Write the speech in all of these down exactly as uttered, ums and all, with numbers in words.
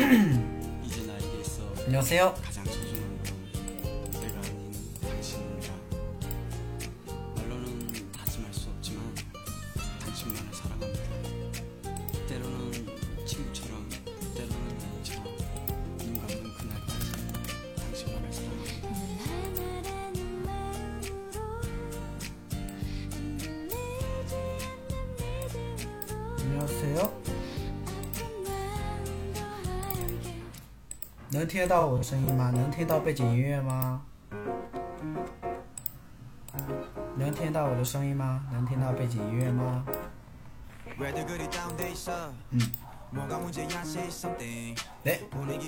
안녕하세요. 안녕하세요. 能听得到我的声音吗？能听到背景音乐吗？能听到我的声音吗？能听到背景音乐吗？嗯。네.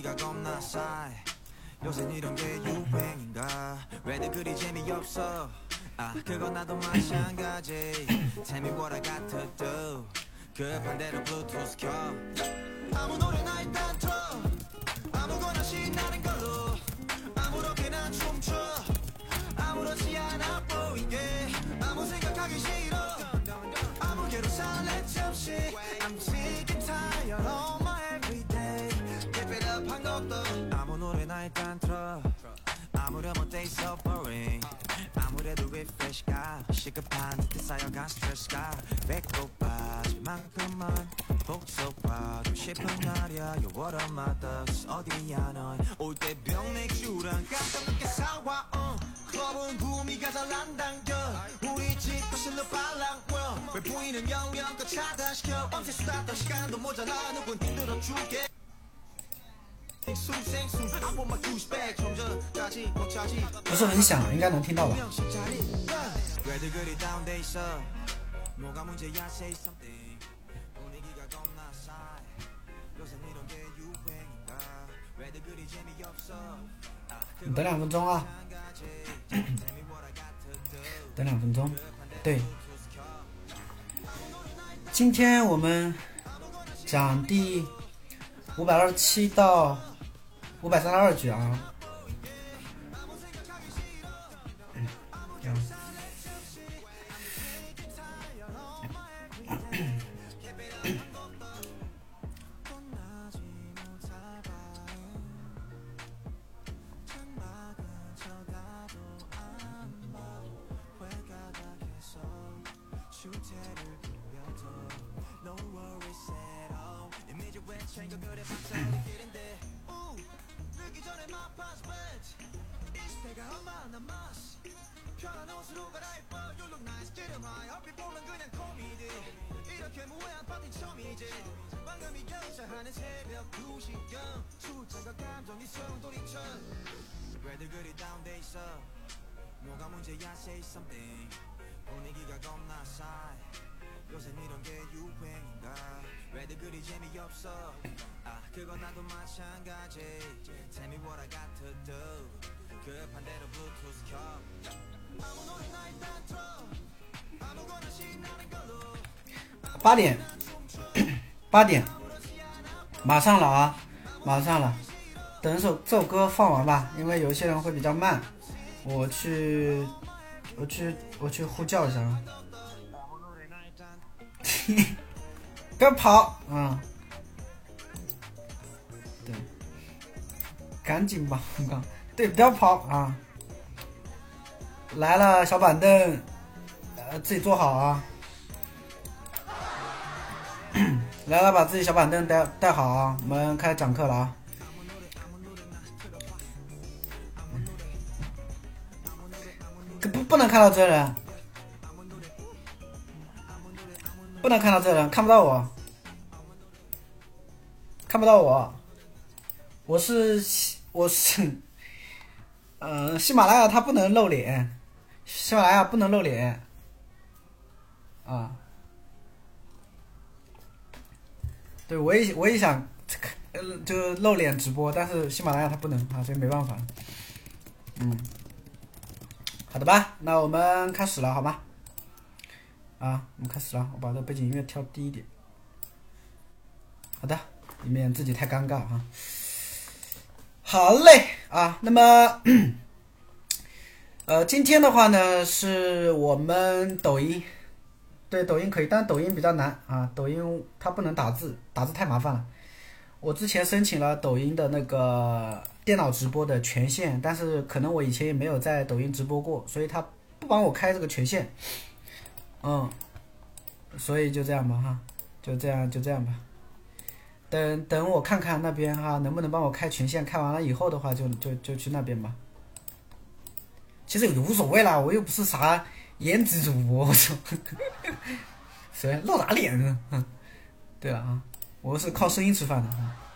요새 이런 게 유행인가 왜들 그리 재미없어 아 그건 나도 마찬가지 Tell me what I got to do 그 반대로 블루투스 켜 아무 노래나 일단 틀어 아무거나 신나는 걸로 아무렇게나 춤춰 아무렇지 않아 보이게 아무 생각하기 싫어 아무개로 살래 잠시 I'm sick and tired of my everyday Keep it up 한 것도 아무 노래나 일단 틀어 아무렴 day so boring 아무래도 refresh가 시급한 듯이 쌓여간 스트레스가 배꼽 빠질 만큼만 복속하고 싶은 날이야 You're what I'm at 어디야 넌 올 때 병맥주랑 깜짝 늦게 사와 uh. 클럽은 구미가 잘 안 당겨 우리 집 거실로 빨랑워 왜 보이는 영영껏 차단시켜 밤새 수다 떨 시간도 모자라 누군 힘들어줄게 不是很响，应该能听到吧？你等两分钟啊，等两分钟。对，今天我们讲第五百二十七到五百三十二句啊。八点，八点，马上了啊，马上了。等首这首歌放完吧，因为有些人会比较慢，我去，我去，我去呼叫一下啊。不要跑啊、嗯！对，赶紧吧，对，不要跑啊！来了，小板凳，呃，自己坐好啊。来了，把自己小板凳带带好啊！我们开始讲课了啊！不不能看到真人，不能看到真人，看不到我，看不到我，我是我是，嗯、呃，喜马拉雅它不能露脸，喜马拉雅不能露脸，啊。对，我也我也想，呃，就露脸直播，但是喜马拉雅它不能啊，所以没办法。嗯，好的吧，那我们开始了，好吗？啊，我们开始了，我把这背景音乐调低一点。好的，以免自己太尴尬啊。好嘞啊，那么，呃，今天的话呢，是我们抖音。对，抖音可以，但抖音比较难啊，抖音它不能打字，打字太麻烦了。 我之前申请了抖音的那个电脑直播的权限，但是可能我以前也没有在抖音直播过，所以他不帮我开这个权限。嗯，所以就这样吧哈，就这样就这样吧。等等我看看那边哈能不能帮我开权限，开完了以后的话就就就去那边吧。其实也无所谓啦，我又不是啥颜值主播，我操，谁露哪脸呢？嗯，对了啊，我是靠声音吃饭的。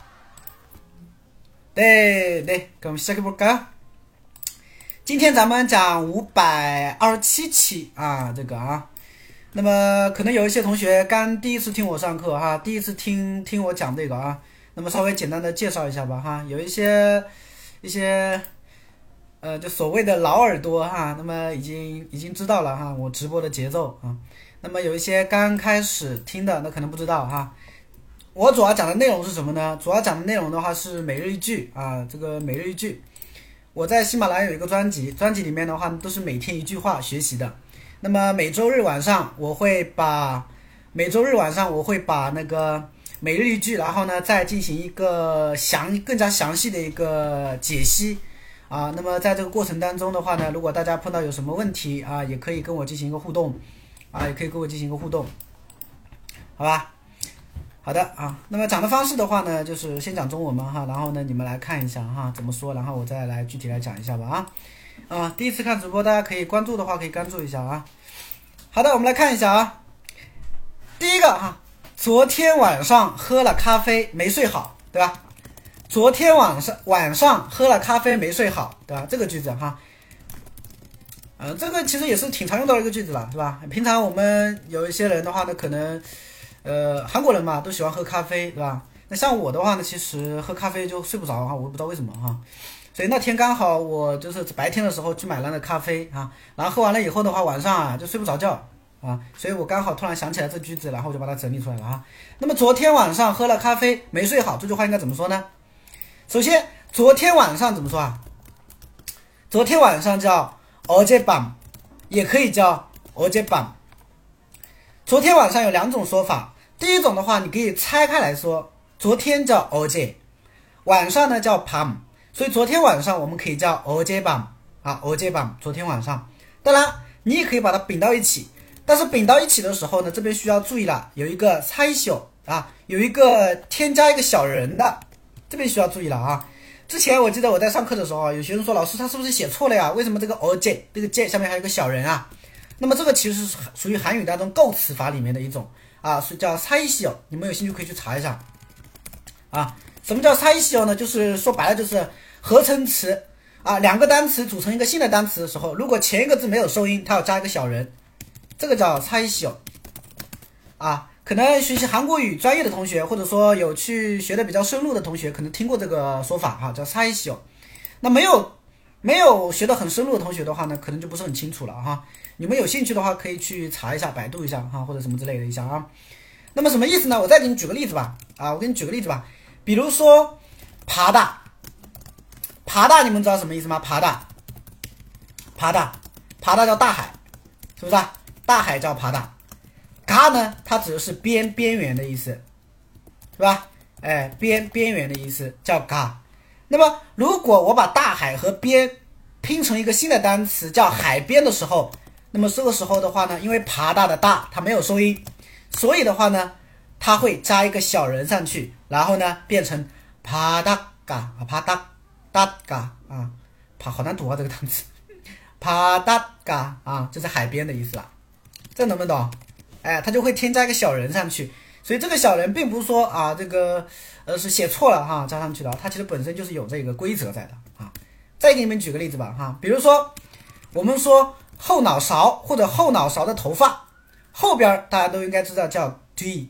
对对，跟我们下个播告。今天咱们讲五百二十七期啊，这个啊。那么可能有一些同学刚第一次听我上课哈，第一次听听我讲这个啊，那么稍微简单的介绍一下吧哈，有一些一些呃就所谓的老耳朵哈，那么已经已经知道了哈，我直播的节奏啊，那么有一些刚开始听的那可能不知道哈，我主要讲的内容是什么呢？主要讲的内容的话是每日一句啊，这个每日一句，我在喜马拉雅有一个专辑，专辑里面的话都是每天一句话学习的。那么每周日晚上我会把每周日晚上我会把那个每日一句，然后呢再进行一个详更加详细的一个解析啊。那么在这个过程当中的话呢，如果大家碰到有什么问题啊，也可以跟我进行一个互动啊，也可以跟我进行一个互动，好吧？好的啊。那么讲的方式的话呢，就是先讲中文嘛哈，然后呢你们来看一下哈怎么说，然后我再来具体来讲一下吧啊。啊，第一次看直播，大家可以关注的话可以关注一下啊。好的，我们来看一下啊。第一个哈，昨天晚上喝了咖啡没睡好，对吧？昨天晚上晚上喝了咖啡没睡好，对吧？这个句子哈，呃，这个其实也是挺常用到的一个句子了，对吧？平常我们有一些人的话呢，可能呃韩国人嘛都喜欢喝咖啡，对吧？那像我的话呢，其实喝咖啡就睡不着哈，我也不知道为什么哈。所以那天刚好我就是白天的时候去买了那咖啡啊，然后喝完了以后的话，晚上啊就睡不着觉啊，所以我刚好突然想起来这句子，然后我就把它整理出来了啊。那么昨天晚上喝了咖啡没睡好，这句话应该怎么说呢？首先，昨天晚上怎么说啊？昨天晚上叫어젯밤，也可以叫어젯밤。昨天晚上有两种说法，第一种的话你可以拆开来说，昨天叫어제，晚上呢叫밤。所以昨天晚上我们可以叫어젯밤啊，어젯밤昨天晚上。当然你也可以把它并到一起，但是并到一起的时候呢，这边需要注意了，有一个사이쇼啊，有一个添加一个小人的，这边需要注意了啊。之前我记得我在上课的时候啊，有学生说老师他是不是写错了呀？为什么这个어제这个제下面还有个小人啊？那么这个其实是属于韩语当中构词法里面的一种啊，是叫사이쇼，你们有兴趣可以去查一下啊。什么叫사이쇼呢？就是说白了就是合成词啊，两个单词组成一个新的单词的时候，如果前一个字没有收音，它要加一个小人，这个叫사이쇼啊。可能学习韩国语专业的同学，或者说有去学的比较深入的同学，可能听过这个说法哈、啊，叫사이쇼。那没有没有学得很深入的同学的话呢，可能就不是很清楚了哈。你们有兴趣的话，可以去查一下，百度一下哈，或者什么之类的一下啊。那么什么意思呢？我再给你举个例子吧啊，我给你举个例子吧，比如说爬大。爬大你们知道什么意思吗？爬大，爬大，爬大叫大海，是不是啊？大海叫爬大。嘎呢，它指的是边边缘的意思，是吧？哎，边边缘的意思叫嘎。那么如果我把大海和边拼成一个新的单词叫海边的时候，那么这个时候的话呢，因为爬大的大它没有收音，所以的话呢，它会加一个小人上去，然后呢变成爬大嘎啊，爬大。大嘎啊，爬好难读啊这个单词，爬大嘎啊，就是海边的意思了，这能不能懂？哎，它就会添加一个小人上去，所以这个小人并不是说啊这个呃是写错了哈加上去的，它其实本身就是有这个规则在的啊。再给你们举个例子吧哈，比如说我们说后脑勺或者后脑勺的头发后边大家都应该知道叫뒤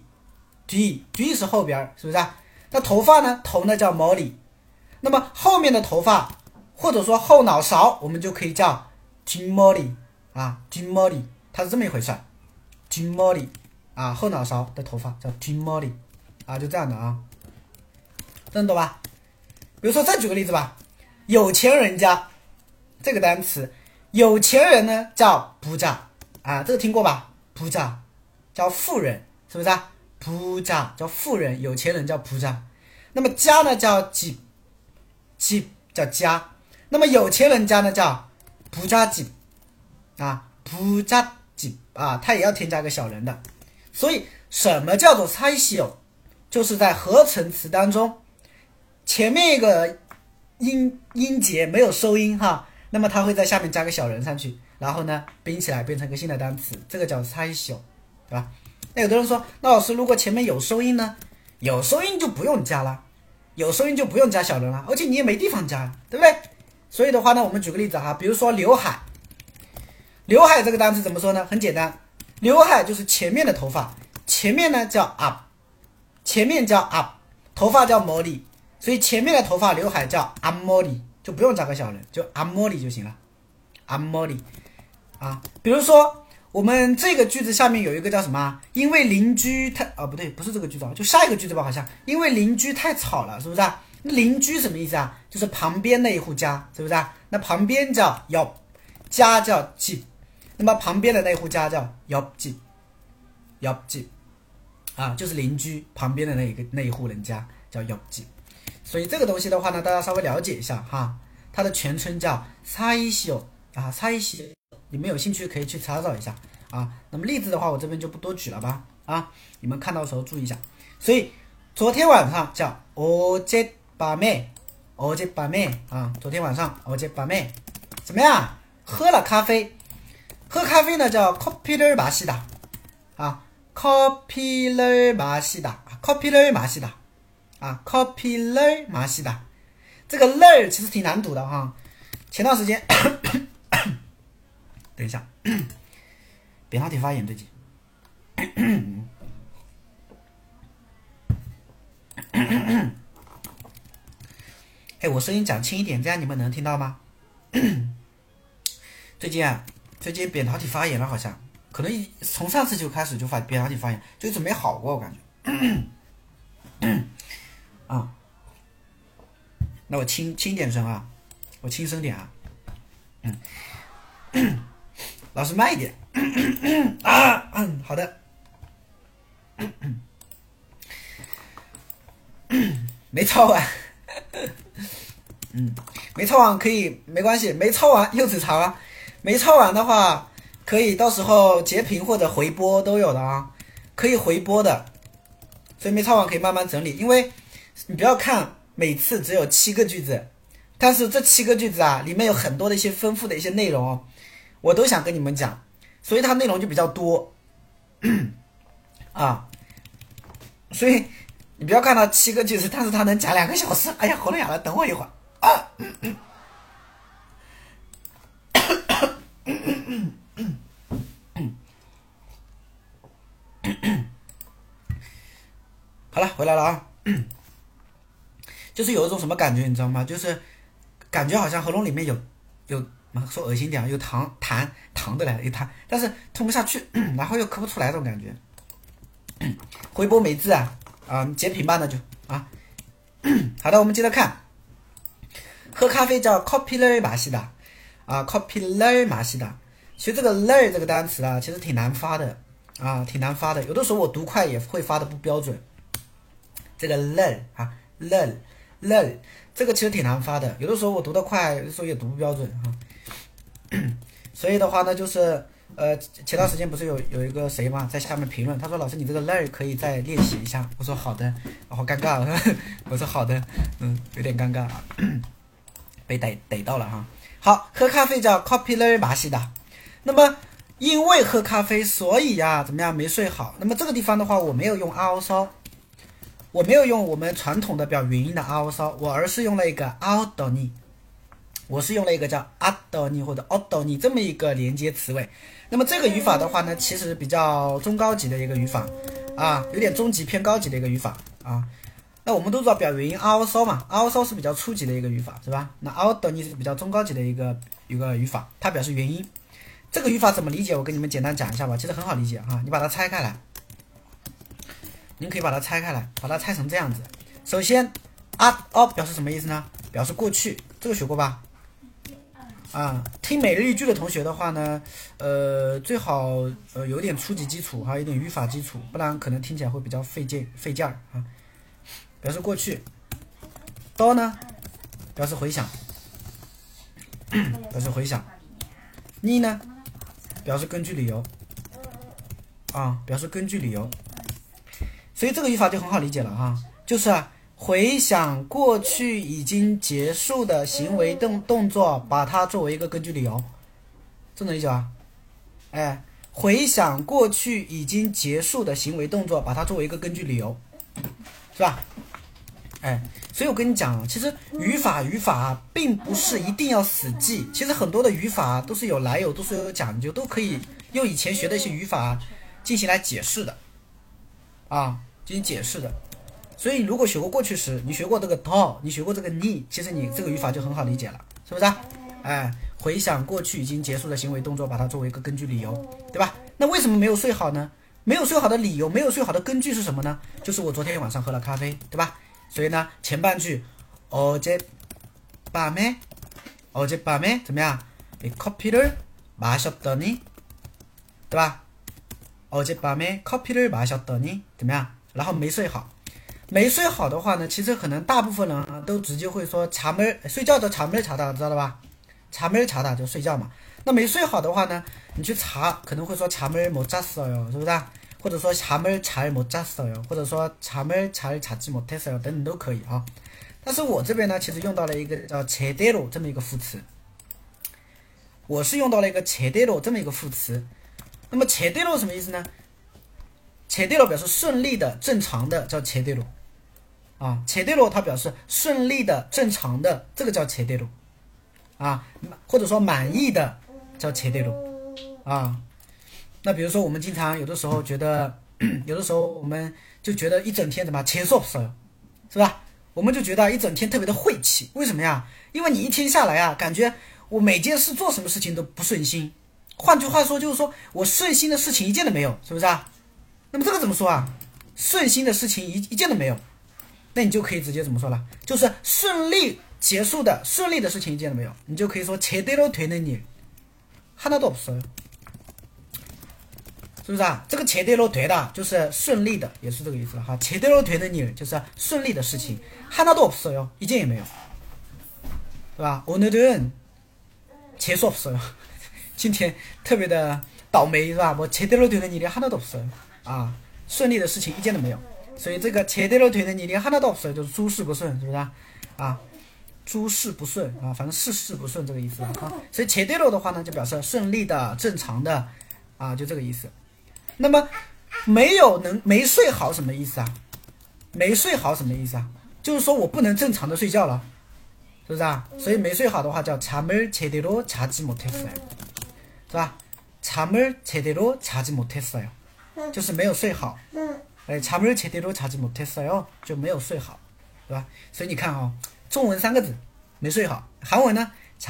뒤 뒤是后边是不是啊？那头发呢？头呢叫머리。那么后面的头发或者说后脑勺我们就可以叫뒷머리啊뒷머리，它是这么一回事뒷머리啊，后脑勺的头发叫뒷머리啊，就这样的啊，能懂吧？比如说再举个例子吧，有钱人家这个单词，有钱人呢叫부자啊，这个听过吧？부자叫富人，是不是啊？부자叫富人，有钱人叫부자。 那么家呢叫집，집叫家。那么有钱人家呢叫부자집啊，부자집啊，它也要添加个小人的。所以什么叫做사이시요？就是在合成词当中，前面一个音音节没有收音哈，那么它会在下面加个小人上去，然后呢拼起来变成一个新的单词，这个叫사이시요，对吧？那有的人说，那老师如果前面有收音呢？有收音就不用加了，有收音就不用加小人了，而且你也没地方加，对不对？所以的话呢，我们举个例子哈，比如说刘海，刘海这个单词怎么说呢？很简单，刘海就是前面的头发，前面呢叫 up， 前面叫 up， 头发叫 머리， 所以前面的头发刘海叫 앞머리， 就不用加个小人，就 앞머리就行了， 앞머리啊。比如说我们这个句子下面有一个叫什么？因为邻居太啊不对，不是这个句子啊，就下一个句子吧，好像因为邻居太吵了，是不是啊？邻居什么意思啊？就是旁边那一户家，是不是啊？那旁边叫옆，家叫집，那么旁边的那户家叫옆집，옆집啊，就是邻居旁边的那一个那一户人家叫옆집。所以这个东西的话呢，大家稍微了解一下哈，它的全称叫사이시요啊，사이시요，你们有兴趣可以去查找一下啊。那么例子的话，我这边就不多举了吧啊，你们看到的时候注意一下。所以昨天晚上叫어젯밤에，어젯밤에啊，昨天晚上어젯밤에怎么样？喝了咖啡，喝咖啡呢叫커피를 마시다啊，커피를 마시다， 커피를 마시다啊，커피를 마시다。这个를其实挺难读的哈。前段时间，等一下，扁桃体发炎最近。哎，我声音讲轻一点，这样你们能听到吗？最近啊，最近扁桃体发炎了，好像可能从上次就开始就发扁桃体发炎，就一直没好过，我感觉。啊，那我轻轻点声啊，我轻声点啊，嗯，老师慢一点啊，嗯，好的，没抄完，嗯，没抄完可以没关系，没抄完柚子茶啊，没抄完的话可以到时候截屏或者回播都有的啊，可以回播的，所以没抄完可以慢慢整理，因为你不要看每次只有七个句子，但是这七个句子啊，里面有很多的一些丰富的一些内容哦，我都想跟你们讲，所以它内容就比较多啊，所以你不要看它七个句子，但是它能讲两个小时。哎呀，喉咙哑了，等我一会儿啊。好了，回来了啊。就是有一种什么感觉，你知道吗？就是感觉好像喉咙里面有有，说恶心点，有糖痰糖的来有痰，但是吞不下去，然后又咳不出来这种感觉。回播没字啊啊，截屏吧那就啊。好的，我们接着看，喝咖啡叫 커피를 마시다啊 ，커피를 마시다。其实这个를这个单词啊，其实挺难发的啊，挺难发的。有的时候我读快也会发的不标准。这个를啊를 를这个其实挺难发的，有的时候我读得快，有的时候也读不标准哈。所以的话呢，就是呃，前段时间不是有有一个谁嘛，在下面评论，他说老师你这个를可以再练习一下。我说好的，好尴尬，我说好的，嗯，有点尴尬，被逮逮到了哈。好，喝咖啡叫커피를 마시다。那么因为喝咖啡，所以呀、啊、怎么样没睡好。那么这个地方的话，我没有用아우서。我没有用我们传统的表元音的아우서，我而是用了一个아우더니，我是用了一个叫아더니或者어더니这么一个连接词尾。那么这个语法的话呢，其实比较中高级的一个语法啊，有点中级偏高级的一个语法啊。那我们都知道表元音아우서嘛，아우서是比较初级的一个语法，是吧？那어더니是比较中高级的一个一个语法，它表示元音。这个语法怎么理解？我跟你们简单讲一下吧，其实很好理解哈，你把它拆开来。您可以把它拆开来，把它拆成这样子。首先 ，at of 表示什么意思呢？表示过去，这个学过吧？啊，听每日一句的同学的话呢，呃，最好呃有点初级基础哈，有点语法基础，不然可能听起来会比较费劲费劲儿啊。表示过去 더呢表示回想，表示回想。你呢表示根据理由啊，表示根据理由。所以这个语法就很好理解了哈，就是啊，回想过去已经结束的行为动动作，把它作为一个根据理由，这能理解吧？哎，回想过去已经结束的行为动作，把它作为一个根据理由，是吧？哎，所以我跟你讲，其实语法语法并不是一定要死记，其实很多的语法都是有来由，都是有讲究，都可以用以前学的一些语法进行来解释的，啊，进行解释的。所以如果学过过去时，你学过这个 to， 你学过这个 ni， 其实你这个语法就很好理解了，是不是啊？哎，回想过去已经结束的行为动作，把它作为一个根据理由，对吧？那为什么没有睡好呢？没有睡好的理由，没有睡好的根据是什么呢？就是我昨天晚上喝了咖啡，对吧？所以呢，前半句어젯밤에 어젯밤에怎么样？커피를마셨더니，对吧？어젯밤에 커피를마셨더니怎么样？然后没睡好，没睡好的话呢，其实可能大部分人啊都直接会说잠을睡觉的잠을 자다，知道了吧？잠을 자다就睡觉嘛。那没睡好的话呢，你去查可能会说잠을 못 잤어요，是不是？或者说잠을 잘 못 잤어요，或者说잠을 잘 자지 못했어요等等都可以啊。但是我这边呢，其实用到了一个叫제대로这么一个副词，我是用到了一个제대로这么一个副词。那么제대로什么意思呢？제대로表示顺利的、正常的，叫제대로啊。제대로它表示顺利的、正常的，这个叫제대로啊，或者说满意的叫제대로啊。那比如说我们经常有的时候觉得，有的时候我们就觉得一整天怎么재수없어요，是吧？我们就觉得一整天特别的晦气，为什么呀？因为你一天下来啊，感觉我每件事做什么事情都不顺心。换句话说，就是说我顺心的事情一件都没有，是不是啊？那么这个怎么说啊？顺心的事情一一件都没有，那你就可以直接怎么说了？就是顺利结束的、顺利的事情一件都没有，你就可以说제대로 되는 일 하나도 없어요。是不是啊？这个제대로 되다就是顺利的，也是这个意思了哈。제대로 되는 일就是顺利的事情，하나도 없어요，一件也没有，对吧？오늘은 재수 없어요，今天特别的倒霉，是吧？뭐 제대로 되는 일이 하나도 없어요，啊，顺利的事情一件都没有。所以这个제대로 되는 일이 하나도 없어요就是诸事不顺，是不是啊？啊，诸事不顺啊，反正事事不顺这个意思啊。所以제대로的话呢，就表示顺利的、正常的啊，就这个意思。那么没有能没睡好什么意思啊？没睡好什么意思啊？就是说我不能正常的睡觉了，是不是啊？所以没睡好的话叫잠을 제대로 자지 못했어요，是吧？잠을 제대로 자지 못했어요，就是没有睡好。哎，잠을 제대로 자지 못했어요就没有睡好，对吧？所以你看哦，中文三个字没睡好，韩文呢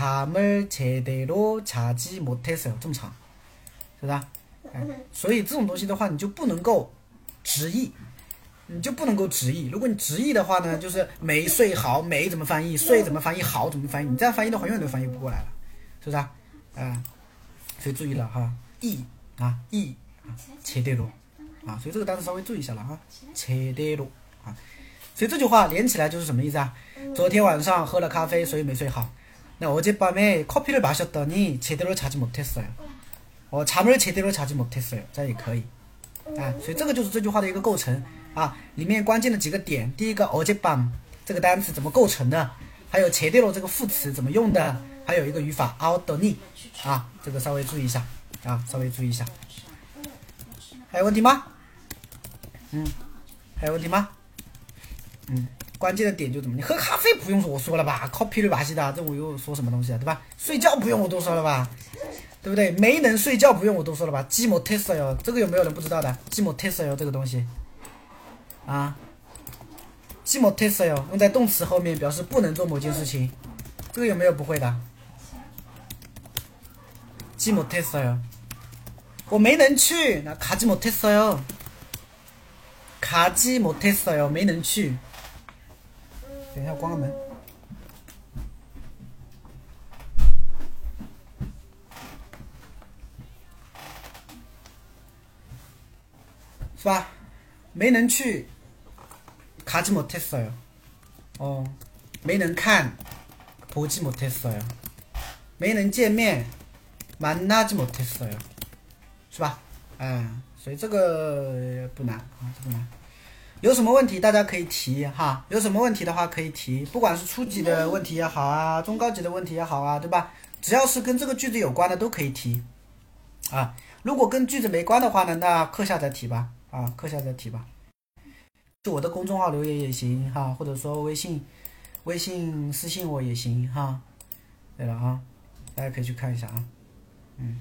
잠을 제대로 자지 못했어요这么长，是吧？哎，所以这种东西的话，你就不能够直译，你就不能够直译。如果你直译的话呢，就是没睡好，没怎么翻译，睡怎么翻译，好怎么翻译，你这样翻译的话，永远都翻译不过来了，是不是啊？啊，所以注意了哈，译啊译啊제대로啊，所以这个单词稍微注意一下了哈，제대로啊，所以这句话连起来就是什么意思啊？昨天晚上喝了咖啡，所以没睡好。那어젯밤에 커피를 마셨더니 제대로 자지 못했어요。我잠을 제대로 자지 못했어요，这样也可以，啊，所以这个就是这句话的一个构成啊，里面关键的几个点，第一个어젯밤这个单词怎么构成的，还有제대로这个副词怎么用的，还有一个语法아웃더니啊，这个稍微注意一下啊，稍微注意一下。还有问题吗？嗯，还有问题吗？嗯，关键的点就怎么，你喝咖啡不用我说了吧，커피를 마시다这我又说什么东西啊，对吧？睡觉不用我多说了吧？对不对？没能睡觉不用我多说了吧？지 못했어요这个有没有人不知道的？지 못했어요这个东西啊，지 못했어요用在动词后面表示不能做某件事情，这个有没有不会的？지 못했어요我没能去，那가지 못했어요 가지 못했어요没能去。等一下关个门。是吧？没能去，가지 못했어요。哦， 没能看보지 못했어요，没能见面만나지 못했어요，是吧？嗯，所以这个不难啊，这不难。有什么问题大家可以提哈，有什么问题的话可以提，不管是初级的问题也好啊，中高级的问题也好啊，对吧？只要是跟这个句子有关的都可以提啊。如果跟句子没关的话呢，那课下再提吧，啊，课下再提吧。就我的公众号留言也行哈，或者说微信微信私信我也行哈。对了啊，大家可以去看一下啊。嗯。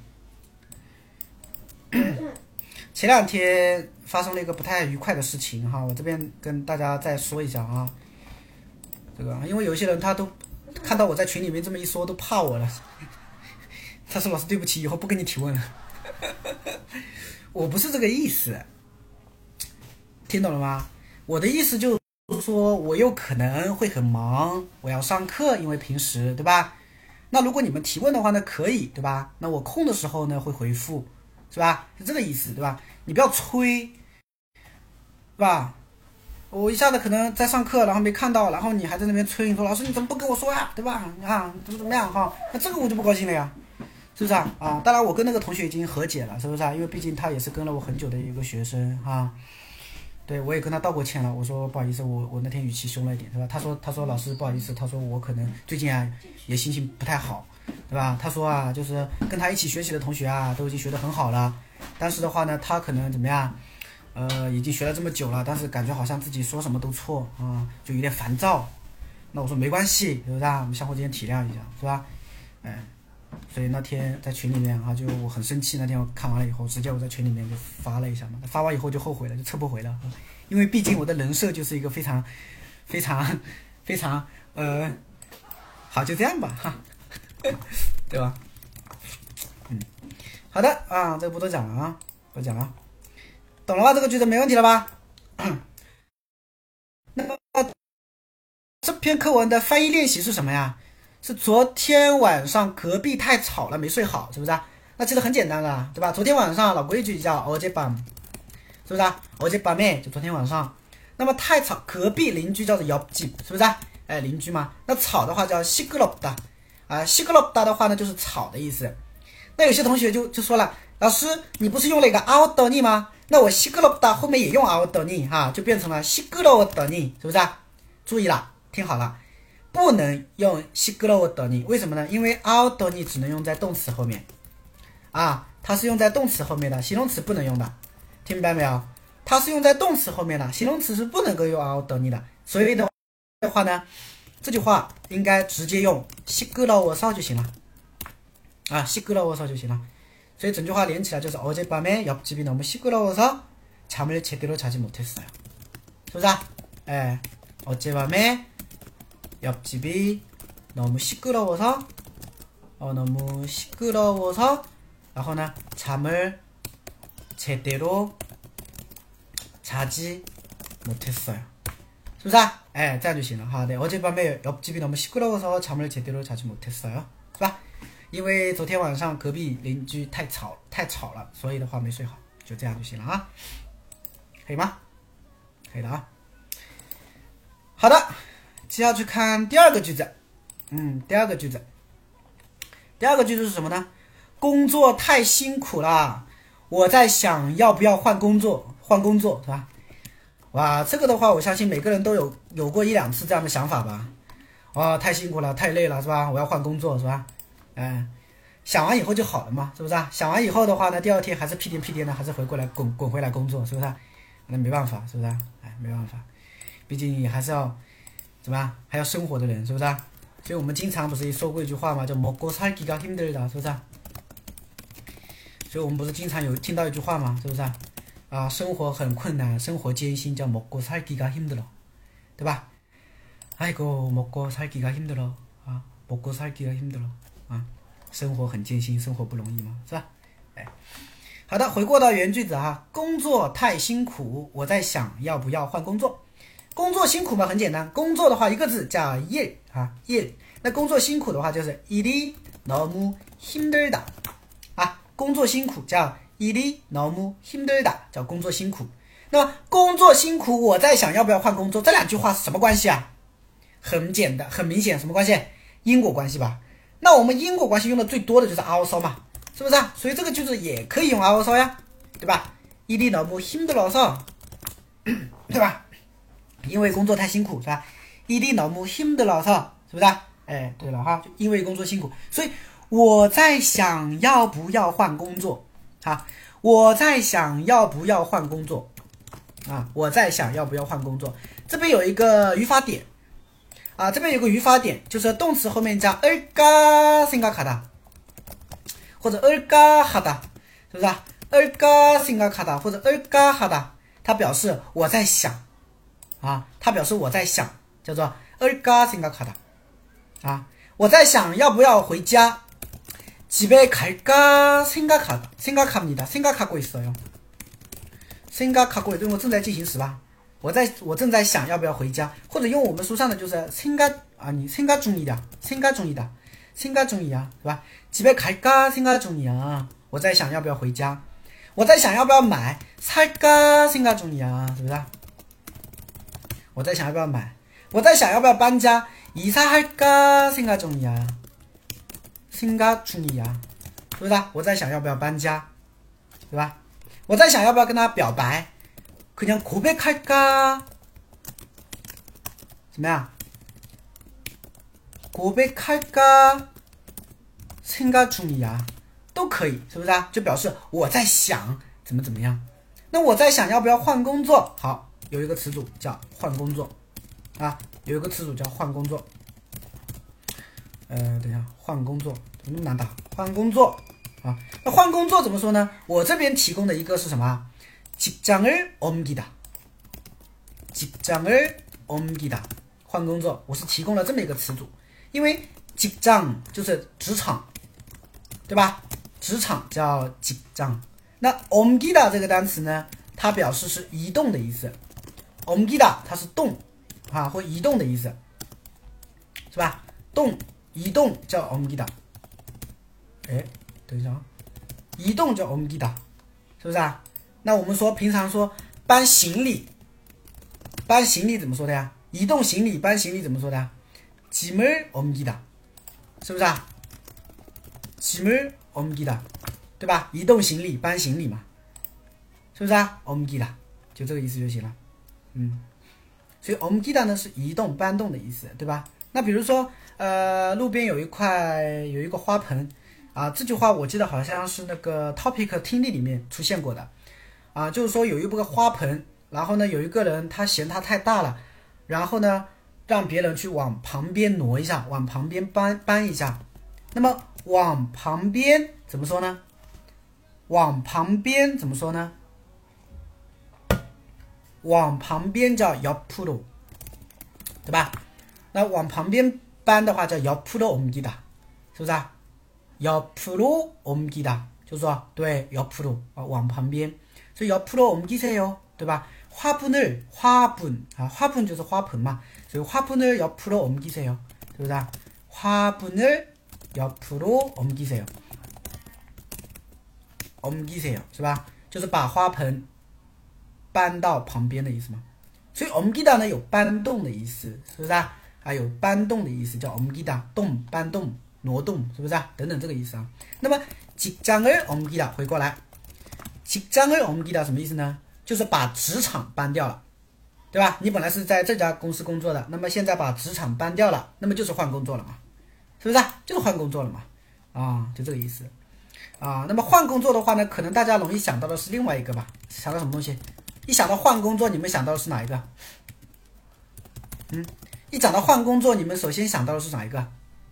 前两天发生了一个不太愉快的事情哈，我这边跟大家再说一下啊。这个，因为有些人他都看到我在群里面这么一说，都怕我了。他说：“老师，对不起，以后不跟你提问了。”我不是这个意思，听懂了吗？我的意思就是说，我有可能会很忙，我要上课，因为平时对吧？那如果你们提问的话呢，可以对吧？那我空的时候呢会回复。是吧？是这个意思，对吧？你不要催，是吧？我一下子可能在上课，然后没看到，然后你还在那边催，你说老师你怎么不跟我说呀、啊，对吧？啊，怎么怎么样哈？那这个我就不高兴了呀，是不是啊？啊，当然我跟那个同学已经和解了，是不是啊？因为毕竟他也是跟了我很久的一个学生啊。对，我也跟他道过歉了，我说不好意思，我我那天语气凶了一点，是吧？他说他说老师不好意思，他说我可能最近啊也心情不太好。对吧？他说啊，就是跟他一起学习的同学啊，都已经学得很好了。但是的话呢，他可能怎么样？呃，已经学了这么久了，但是感觉好像自己说什么都错啊，就有点烦躁。那我说没关系，对不对？我们相互之间体谅一下，是吧？哎，所以那天在群里面啊，就我很生气。那天我看完了以后，直接我在群里面就发了一下嘛。发完以后就后悔了，就撤不回了。因为毕竟我的人设就是一个非常、非常、非常呃，好，就这样吧，哈。对吧？嗯，好的啊，这个不多讲了啊，不讲了，懂了吧？这个句子没问题了吧？那么这篇课文的翻译练习是什么呀？是昨天晚上隔壁太吵了，没睡好，是不是啊？那其实很简单了，对吧？昨天晚上老规矩叫어젯밤，是不是啊？어젯밤에就昨天晚上。那么太吵，隔壁邻居叫做옆집，是不是啊？哎，邻居嘛。那吵的话叫시끄럽다。啊，시끄럽다的话呢，就是吵的意思。那有些同学就就说了，老师，你不是用了一个아웃더니吗？那我시끄럽다后面也用아웃더니哈，就变成了시끄러웠더니，是不是啊？注意了，听好了，不能用시끄러웠더니，为什么呢？因为아웃더니只能用在动词后面，啊，它是用在动词后面的，形容词不能用的，听明白没有？它是用在动词后面的，形容词是不能够用아웃더니的，所以的话呢。这句话应该直接用시끄러워서就行了啊，시끄러워서就行了。所以整句话连起来就是 어젯밤에 옆집이 너무 시끄러워서 잠을 제대로 자지 못했어요. 是不是啊？哎， 어젯밤에 옆집이 너무 시끄러워서 어, 너무 시끄러워서 然后呢 잠을 제대로 자지 못했어요. 是不是啊？哎，这样就行了哈。对，어젯밤에 옆집이 너무 시끄러워서 잠을 제대로 자지 못했어요，是吧？因为昨天晚上隔壁邻居太吵太吵了，所以的话没睡好，就这样就行了啊，可以吗？可以了啊。好的，接下去看第二个句子。嗯，第二个句子，第二个句子是什么呢？工作太辛苦了，我在想要不要换工作，换工作是吧？哇，这个的话，我相信每个人都有有过一两次这样的想法吧。哇，太辛苦了，太累了，是吧？我要换工作，是吧？哎，想完以后就好了嘛，是不是啊？想完以后的话呢，第二天还是屁颠屁颠的，还是回过来滚滚回来工作，是不是啊？那没办法，是不是啊？哎，没办法，毕竟也还是要怎么样，还要生活的人，是不是啊？所以我们经常不是说过一句话嘛，叫먹고 살기가 힘들다，是不是啊？所以我们不是经常有听到一句话嘛，是不是啊？啊，生活很困难，生活艰辛，叫먹고 살기가 힘들어，对吧？아이고 먹고 살기가 힘들어啊，먹고 살기가 힘들어啊，生活很艰辛，生活不容易嘛，是吧？哎，好的，回过到原句子哈，工作太辛苦，我在想要不要换工作。工作辛苦嘛，很简单，工作的话一个字叫일啊일，那工作辛苦的话就是 일이 너무 힘들다啊，工作辛苦叫일이 너무 힘들다，叫工作辛苦。那么工作辛苦，我在想要不要换工作，这两句话是什么关系啊？ 很简单，很明显，什么关系？因果关系吧。那我们因果关系用的最多的就是also嘛，是不是啊？所以这个句子也可以用also呀，对吧？일이 너무 힘들어서，对吧？因为工作太辛苦，是吧？일이 너무 힘들어서，是不是啊？哎，对了哈，就因为工作辛苦，所以我在想要不要换工作啊？我在想要不要换工作啊？我在想要不要换工作？这边有一个语法点啊，这边有个语法点，就是动词后面加을까 생각하다，或者을까 하다，是不是啊？을까 생각하다或者을까 하다，它表示我在想啊，它表示我在想，叫做을까 생각하다啊，我在想要不要回家。집에 갈까 생각하, 생각합니다. 생각하고 있어요. 생각하고 있어요. 我正在进行时吧。我在我正在想要不要回家，或者用我们书上的就是 생각 아니 생각 중이다. 생각 중이다. 생각 중이야, 是吧？ 집에 갈까 생각 중이야. 我在想要不要回家。我在想要不要买 살까 생각 중이야, 是不是？我在想要不要买。我在想要不要搬家 이사할까 생각 중이야. 생각 중이야， 是不是啊？我在想要不要搬家，对吧？我在想要不要跟他表白，그냥 고백할까， 怎么样？ 고백할까 생각 중이야， 都可以，是不是啊？就表示我在想怎么怎么样。那我在想要不要换工作，好，有一个词组叫换工作啊，有一个词组叫换工作。呃，等一下，换工作怎么那么难打？换工作啊，那换工作怎么说呢？我这边提供的一个是什么？직장을옮기다，직장을옮기다，换工作，我是提供了这么一个词组，因为직장就是职场，对吧？职场叫직장，那옮기다这个单词呢，它表示是移动的意思，옮기다它是动啊，或移动的意思，是吧？动。移动叫옮기다，哎，等一下啊，移动叫옮기다，是不是啊？那我们说平常说搬行李，搬行李怎么说的呀？移动行李搬行李怎么说的呀？짐을옮기다，是不是啊？짐을옮기다，对吧？移动行李搬行李嘛，是不是啊？옮기다，就这个意思就行了。嗯，所以옮기다呢是移动搬动的意思，对吧？那比如说。呃，路边有一块有一个花盆啊，这句话我记得好像是那个 topic 听力里面出现过的啊，就是说有一个花盆，然后呢有一个人他嫌它太大了，然后呢让别人去往旁边挪一下，往旁边搬搬一下。那么往旁边怎么说呢？往旁边怎么说呢？往旁边叫옆으로，对吧？那往旁边搬的话叫옆으로옮기다，是不是啊？옆으로옮기다，就是说对옆으로啊，往旁边，所以옆으로옮기세요，对吧？화분을 화분啊，화분就是花盆嘛，所以화분을 옆으로옮기세요，是不是啊？화분을 옆으로옮기세요，옮기세요，是吧？就是把花盆搬到旁边的意思嘛。所以옮기다呢有搬动的意思，是不是啊？还有搬动的意思叫옮기다，动搬动挪动，是不是啊？等等这个意思啊。那么직장을옮기다回过来，직장을옮기다什么意思呢？就是把职场搬掉了，对吧？你本来是在这家公司工作的，那么现在把职场搬掉了，那么就是换工作了嘛，是不是啊？就是换工作了嘛，啊，就这个意思啊。那么换工作的话呢，可能大家容易想到的是另外一个吧？想到什么东西？一想到换工作，你们想到的是哪一个？嗯？一讲到换工作，你们首先想到的是哪一个？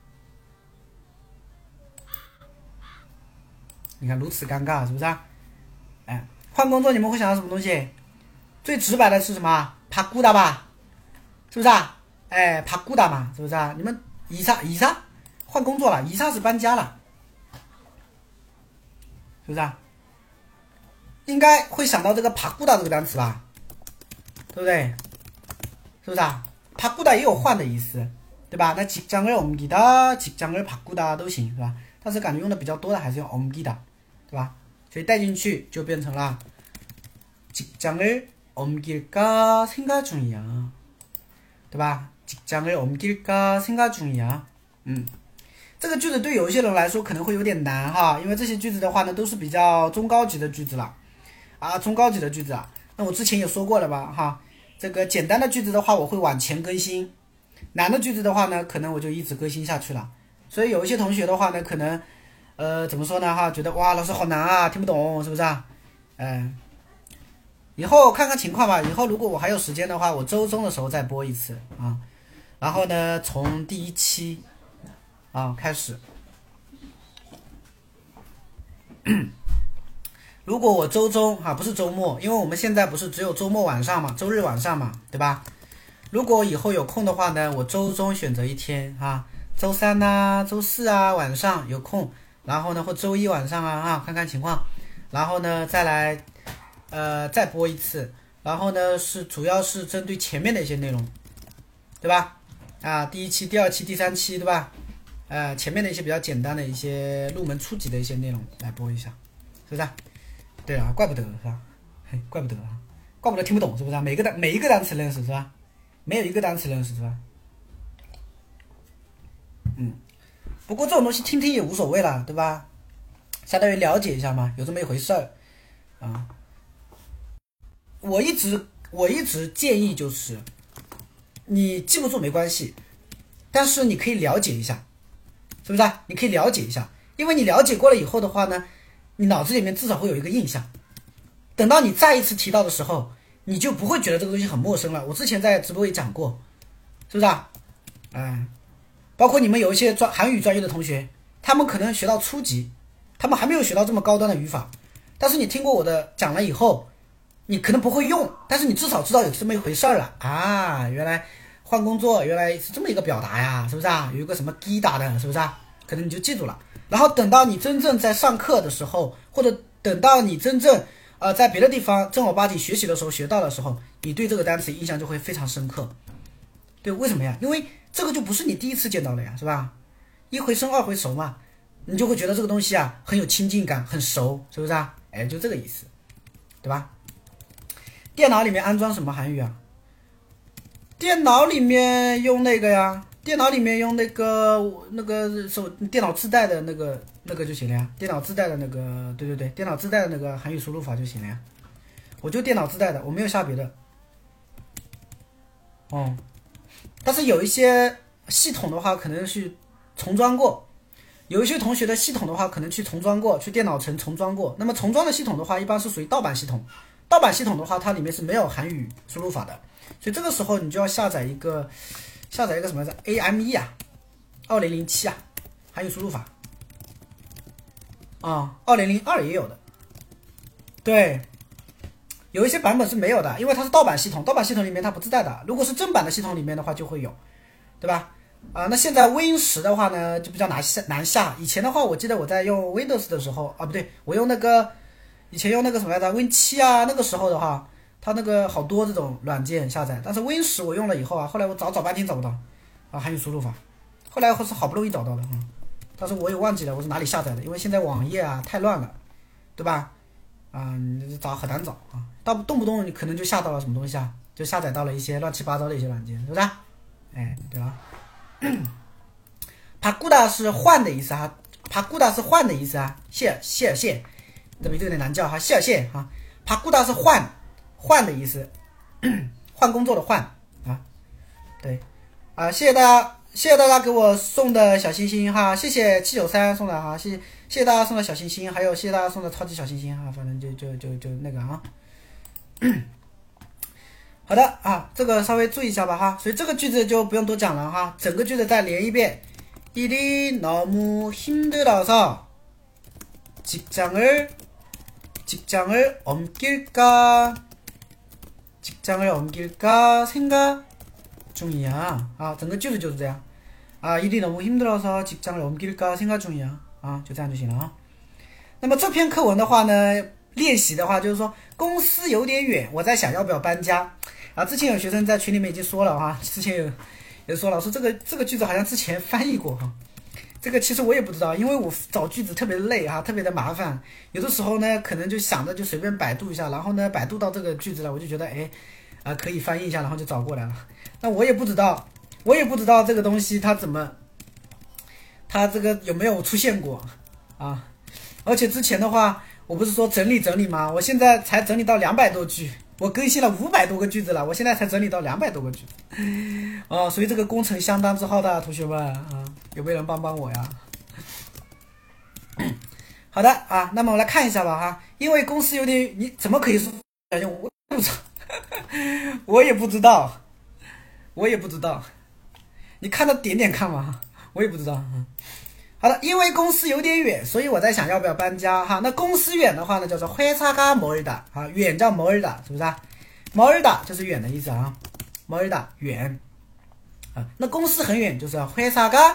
你看如此尴尬，是不是啊？哎，换工作你们会想到什么东西？最直白的是什么？바꾸다吧，是不是啊？哎，바꾸다嘛，是不是啊？你们이사 이사换工作了，이사是搬家了，是不是啊？应该会想到这个바꾸다这个单词吧，对不对？是不是啊？바꾸다也有换的意思，对吧？那직장을옮기다、직장을바꾸다都行，是吧？但是感觉用的比较多的还是用옮기다，对吧？所以带进去就变成了직장을옮길까 생각 중이야，对吧？ 직장을 옮길까 생각 중이야。 嗯，这个句子对有一些人来说可能会有点难哈，因为这些句子的话呢都是比较中高级的句子了啊，中高级的句子啊。那我之前也说过了吧哈，这个简单的句子的话我会往前更新，难的句子的话呢可能我就一直更新下去了。所以有一些同学的话呢可能呃怎么说呢哈，觉得哇老师好难啊，听不懂是不是啊？嗯。以后看看情况吧，以后如果我还有时间的话，我周中的时候再播一次啊。然后呢，从第一期啊开始。如果我周中啊不是周末，因为我们现在不是只有周末晚上嘛，周日晚上嘛，对吧？如果以后有空的话呢，我周中选择一天啊，周三呐、啊、周四啊晚上有空，然后呢或周一晚上啊啊看看情况，然后呢再来。呃，再播一次，然后呢是主要是针对前面的一些内容，对吧？啊，第一期、第二期、第三期，对吧？呃，前面的一些比较简单的一些入门初级的一些内容来播一下，是不是？对啊，怪不得是吧？嘿，怪不得啊，怪不得听不懂，是不是？每个单每一个单词认识是吧？没有一个单词认识是吧？嗯，不过这种东西听听也无所谓了，对吧？相当于了解一下嘛，有这么一回事儿啊。我一直我一直建议就是，你记不住没关系，但是你可以了解一下，是不是啊？你可以了解一下，因为你了解过了以后的话呢，你脑子里面至少会有一个印象。等到你再一次提到的时候，你就不会觉得这个东西很陌生了。我之前在直播也讲过，是不是啊？哎，包括你们有一些专韩语专业的同学，他们可能学到初级，他们还没有学到这么高端的语法，但是你听过我的讲了以后。你可能不会用，但是你至少知道有这么一回事儿了啊！原来换工作原来是这么一个表达呀，是不是啊？有一个什么 G 打的，是不是啊？可能你就记住了。然后等到你真正在上课的时候，或者等到你真正呃在别的地方正儿八经学习的时候学到的时候，你对这个单词印象就会非常深刻。对，为什么呀？因为这个就不是你第一次见到了呀，是吧？一回生二回熟嘛，你就会觉得这个东西啊很有亲近感，很熟，是不是啊？哎，就这个意思，对吧？电脑里面安装什么韩语啊？电脑里面用那个呀，电脑里面用那个那个手电脑自带的那个那个就行了呀。电脑自带的那个，对对对，电脑自带的那个韩语输入法就行了呀。我就电脑自带的，我没有下别的。哦，但是有一些系统的话，可能是重装过。有一些同学的系统的话，可能去重装过，去电脑城重装过。那么重装的系统的话，一般是属于盗版系统。盗版系统的话，它里面是没有韩语输入法的，所以这个时候你就要下载一个，下载一个什么来着 ？A M E 啊，二零零七啊，韩语输入法。啊，二零零二也有的。对，有一些版本是没有的，因为它是盗版系统，盗版系统里面它不自带的。如果是正版的系统里面的话，就会有，对吧？啊，那现在 Win 十的话呢，就比较难下难下。以前的话，我记得我在用 Windows 的时候，啊，不对，我用那个。以前用那个什么来着 Win 七啊，那个时候的话，它那个好多这种软件下载，但是 Win 十我用了以后啊，后来我找找半天找不到啊，韩语输入法，后来我是好不容易找到的啊、嗯，但是我也忘记了我是哪里下载的，因为现在网页啊太乱了，对吧？啊，你找很难找啊，到动不动你可能就下到了什么东西啊，就下载到了一些乱七八糟的一些软件，是不是？哎，对吧？帕古达是换的意思啊，帕古达是换的意思啊，谢谢谢。这名字有点难叫哈，谢谢哈。帕古达是换换的意思，换工作的换啊。对啊，谢谢大家，谢谢大家给我送的小心心哈，谢谢七九三送的哈，谢谢谢谢大家送的小心心，还有谢谢大家送的超级小心心哈，反正就就就就那个啊。好的啊，这个稍微注意一下吧哈，所以这个句子就不用多讲了哈，整个句子再连一遍。일이 너무 힘들어서 직장을 직장을 옮길까 직장을 옮길까 생각 중이야. 아, 整个句子就是这样. 아, 일이 너무 힘들어서 직장을 옮길까 생각 중이야. 아, 就这样就行了啊。那么这篇课文的话呢，练习的话就是说，公司有点远，我在想要不要搬家。啊，之前有学生在群里面已经说了哈，之前有有说老师这个这个句子好像之前翻译过哈。这个其实我也不知道，因为我找句子特别累哈，特别的麻烦。有的时候呢，可能就想着就随便百度一下，然后呢，百度到这个句子了，我就觉得哎，啊、呃、可以翻译一下，然后就找过来了。那我也不知道， 我也不知道这个东西它怎么，它这个有没有出现过啊？而且之前的话，我不是说整理整理吗？我现在才整理到两百多句，我更新了五百多个句子了，我现在才整理到两百多个句子，啊，所以这个工程相当之浩大，同学们啊，有没有人帮帮我呀？好的啊，那么我来看一下吧哈，因为公司有点，你怎么可以说我不知道，我也不知道，我也不知道，你看到点点看嘛，我也不知道。好的，因为公司有点远，所以我在想要不要搬家哈。那公司远的话呢，叫做회사가 멀다啊，远叫멀다，是不是啊？멀다就是远的意思啊，멀다远啊。那公司很远，就是회사가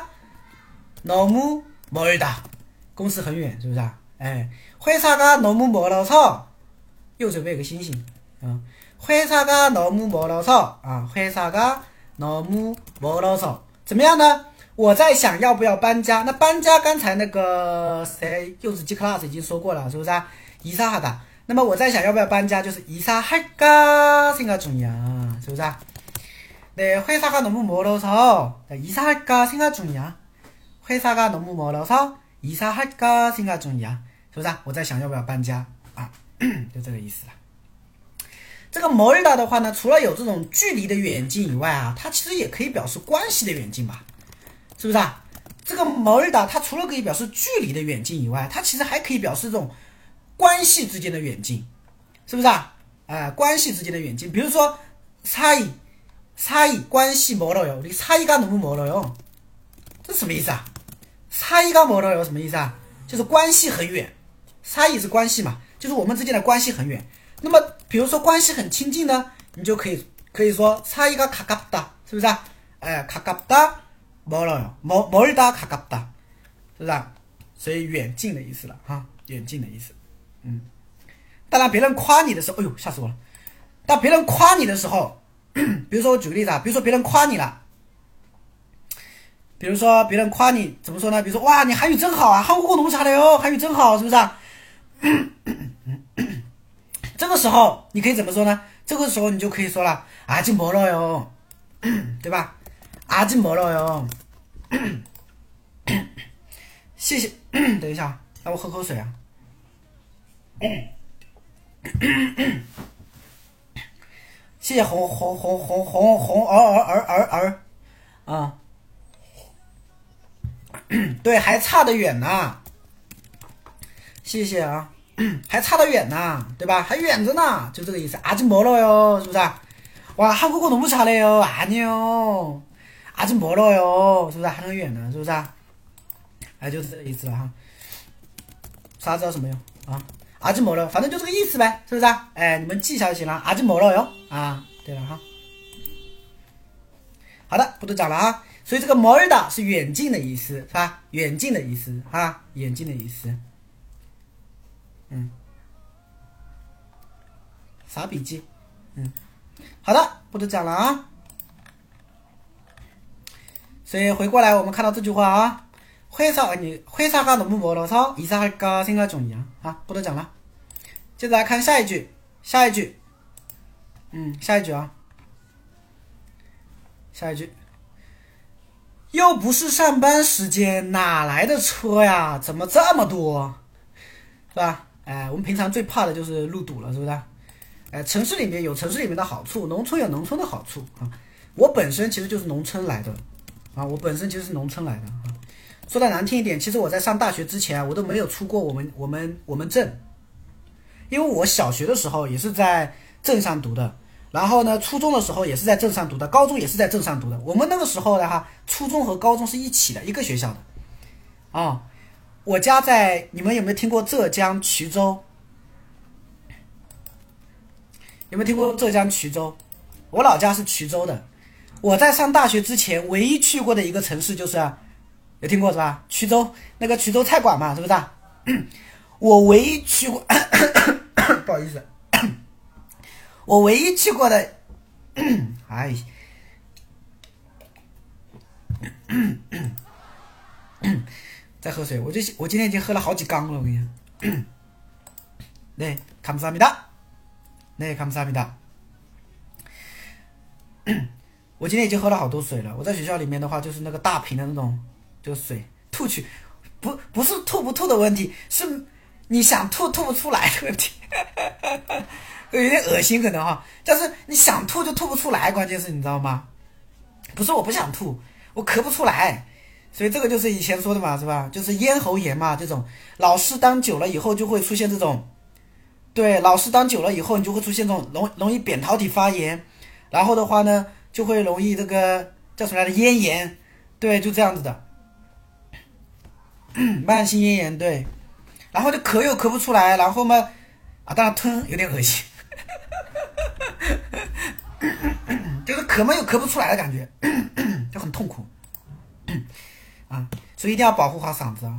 너무 멀다，公司很远，是不是啊？哎，회사가 너무 멀어서右手边有个星星啊，회사가 너무 멀어서啊，회사가 너무 멀어서怎么样呢？我在想要不要搬家。那搬家刚才那个谁柚子鸡 class 已经说过了，是不是啊？이사하다。那么我在想要不要搬家，就是이사할까 생각 중이야，是不是啊？네， 회사가 너무 멀어서 이사할까 생각 중이야。 회사가 너무 멀어서 이사할까 생각 중이야， 是不是啊？我在想要不要搬家啊，就这个意思了。这个멀다的话呢，除了有这种距离的远近以外啊，它其实也可以表示关系的远近吧。是不是啊？这个멀다它除了可以表示距离的远近以外，它其实还可以表示这种关系之间的远近，是不是啊？哎、呃，关系之间的远近，比如说사이 사이关系멀어요，你사이가 너무 멀어요，这什么意思啊？사이가 멀어요什么意思啊？就是关系很远，사이是关系嘛，就是我们之间的关系很远。那么比如说关系很亲近呢，你就可以可以说사이가 가깝다，是不是啊？哎，가깝다。멀어요， 멀 멀다 가깝다，是不是啊？所以远近的意思了哈，远近的意思。嗯，当然别人夸你的时候，哎呦吓死我了！当别人夸你的时候，比如说我举个例子啊，比如说别人夸你了，比如说别人夸你怎么说呢？比如说哇，你韩语真好啊，한국어너무잘해요，韩语真好，是不是啊？这个时候你可以怎么说呢？这个时候你就可以说了，아직 멀어요，对吧？아직 멀어요。谢谢，等一下，让我喝口水啊。谢谢红红红红红红儿儿儿儿儿啊，对，还差得远呢。谢谢啊，还差得远呢，对吧？还远着呢，就这个意思。아직 멀어요，是不是啊？哇，한국어 너무 잘해요，아니요。아직 멀어요，是不是还很远呢？是不是啊？哎，就是这个意思了哈。啥知道什么用啊？아직 멀어요，反正就这个意思呗，是不是啊？哎，你们记下就行了。아직 멀어요啊，对了哈。好的，不多讲了啊。所以这个멀다是远近的意思，是吧？远近的意思啊，远近的意思。嗯，啥笔记？嗯，好的，不多讲了啊。所以回过来我们看到这句话啊，회사 아니 회사가 너무 멀어서 이사할까 생각 중이야啊，不多讲了。接着来看下一句，下一句，嗯，下一句啊，下一句，又不是上班时间，哪来的车呀？怎么这么多？是吧？哎，我们平常最怕的就是路堵了，是不是？哎，城市里面有城市里面的好处，农村有农村的好处啊。我本身其实就是农村来的。啊，我本身其实是农村来的啊。说的难听一点，其实我在上大学之前，我都没有出过我们我们我们镇，因为我小学的时候也是在镇上读的，然后呢，初中的时候也是在镇上读的，高中也是在镇上读的。我们那个时候的哈，初中和高中是一起的，一个学校的。啊，我家在，你们有没有听过浙江衢州？有没有听过浙江衢州？我老家是衢州的。我在上大学之前唯一去过的一个城市就是，有听过是吧？衢州那个衢州菜馆嘛，是不是啊？我唯一去过，不好意思，我唯一去过的，哎，再喝水，我就我今天已经喝了好几缸了，我跟你讲。네 감사합니다。네 감사합니다。 我今天已经喝了好多水了。我在学校里面的话，就是那个大瓶的那种，就是水吐去，不不是吐不吐的问题，是你想吐吐不出来的问题，有点恶心可能哈。但是你想吐就吐不出来，关键是你知道吗？不是我不想吐，我咳不出来。所以这个就是以前说的嘛，是吧？就是咽喉炎嘛，这种老是当久了以后就会出现这种，对，老是当久了以后你就会出现这种容容易扁桃体发炎，然后的话呢就会容易这个叫什么来着咽炎，对，就这样子的，慢性咽炎，对，然后就咳又咳不出来，然后嘛啊，当然吞有点恶心，就是咳嘛又咳不出来的感觉，就很痛苦。啊，所以一定要保护好嗓子啊！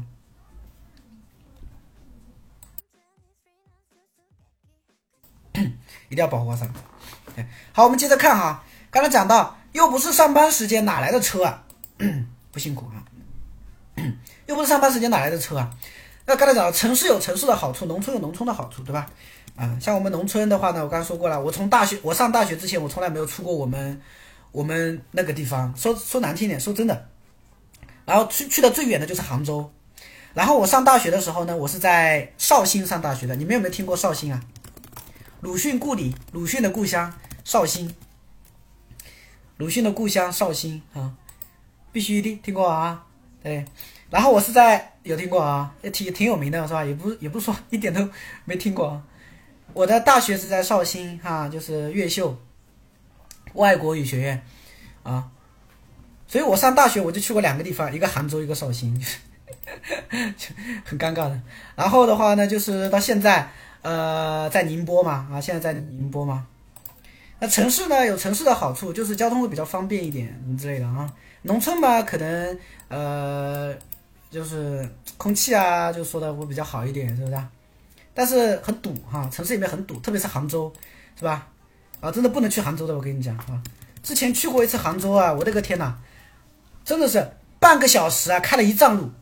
一定要保护好嗓子。好，我们接着看哈，刚才讲到，又不是上班时间，哪来的车啊？不辛苦啊，又不是上班时间，哪来的车啊？那刚才讲到，城市有城市的好处，农村有农村的好处，对吧？啊，像我们农村的话呢，我刚才说过了，我从大学，我上大学之前，我从来没有出过我们我们那个地方，说说难听点，说真的。然后去去的最远的就是杭州，然后我上大学的时候呢，我是在绍兴上大学的。你们有没有听过绍兴啊？鲁迅故里，鲁迅的故乡绍兴，鲁迅的故乡绍兴啊，必须的听过啊，对。然后我是在有听过啊，也挺挺有名的是吧？也不也不是说一点都没听过啊。我的大学是在绍兴哈、啊，就是越秀外国语学院啊。所以我上大学我就去过两个地方，一个杭州，一个绍兴，很尴尬的。然后的话呢，就是到现在，呃，在宁波嘛，啊，现在在宁波嘛。那城市呢有城市的好处，就是交通会比较方便一点什么之类的啊。农村嘛，可能呃，就是空气啊，就说的会比较好一点，是不是啊？但是很堵哈，城市里面很堵，特别是杭州，是吧？啊，真的不能去杭州的，我跟你讲啊。之前去过一次杭州啊，我的个天哪！真的是半个小时啊，开了一站路，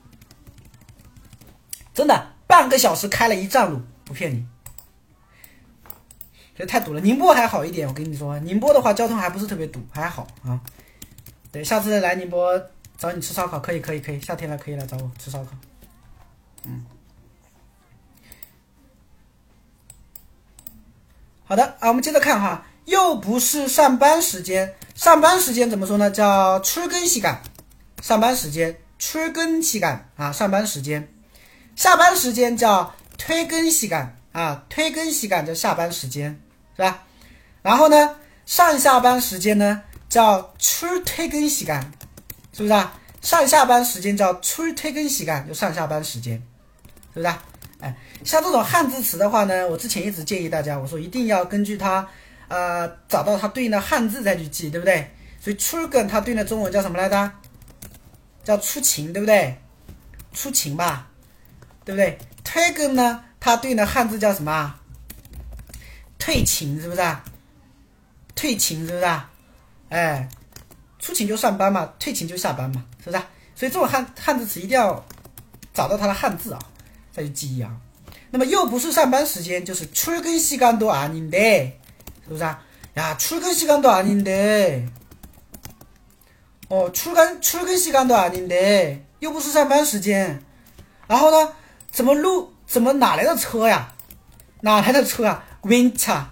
真的半个小时开了一站路，不骗你，这太堵了。宁波还好一点，我跟你说，宁波的话交通还不是特别堵，还好啊。对，下次来宁波找你吃烧烤，可以可以可以，夏天了可以来找我吃烧烤。嗯，好的啊，我们接着看哈，又不是上班时间。上班时间怎么说呢？叫출근시간。上班时间출근시간啊，上班时间。下班时间叫퇴근시간啊，퇴근시간叫下班时间，是吧？然后呢，上下班时间呢叫출퇴근시간，是不是啊？上下班时间叫출퇴근시간，就上下班时间，是不是啊？哎，像这种汉字词的话呢，我之前一直建议大家，我说一定要根据它。呃，找到它对应的汉字再去记，对不对？所以출근它对应的中文叫什么来着？叫出勤，对不对？出勤吧，对不对？퇴근呢，它对应的汉字叫什么？退勤，是不是啊？退勤是不是啊？哎，出勤就上班嘛，退勤就下班嘛，是不是啊？所以这种汉汉字词一定要找到它的汉字啊，再去记忆啊。那么又不是上班时间，就是 출근시간도 아닌데。是不是啊？呀，출근시간도 아닌데，哦，출근 출근시간도 아닌데，又不是上班时间。然后呢，怎么路怎么哪来的车呀？哪来的车啊 ？Wincha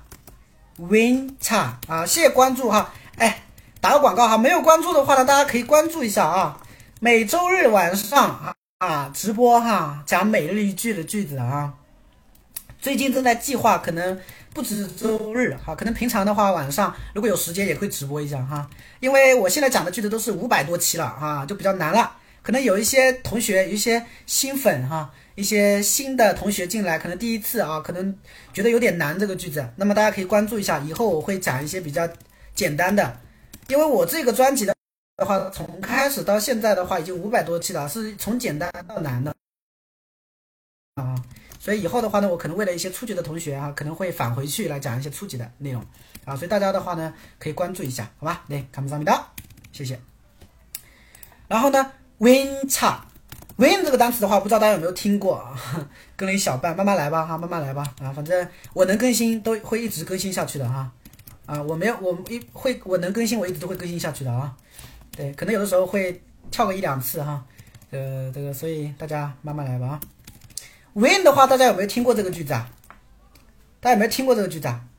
Wincha 啊！谢谢关注哈。哎，打个广告哈，没有关注的话呢，大家可以关注一下啊。每周日晚上啊啊直播哈，讲每日一句的句子啊。最近正在计划，可能不止周日哈，可能平常的话晚上如果有时间也会直播一下哈。因为我现在讲的句子都是五百多期了哈，就比较难了。可能有一些同学，有一些新粉哈，一些新的同学进来，可能第一次啊，可能觉得有点难这个句子。那么大家可以关注一下，以后我会讲一些比较简单的。因为我这个专辑的话，从开始到现在的话，已经五百多期了，是从简单到难的啊。所以以后的话呢，我可能为了一些初级的同学啊，可能会返回去来讲一些初级的内容啊，所以大家的话呢，可以关注一下，好吧？对，감사합니다，谢谢。然后呢 ，wincha win 这个单词的话，不知道大家有没有听过啊？跟了一小半，慢慢来吧哈，慢慢来吧啊，反正我能更新都会一直更新下去的哈啊，我没有，我一会我能更新，我一直都会更新下去的啊。对，可能有的时候会跳个一两次哈，呃，这个所以大家慢慢来吧啊。when 的话，大家有没有听过这个句子啊？大家有没有听过这个句子啊？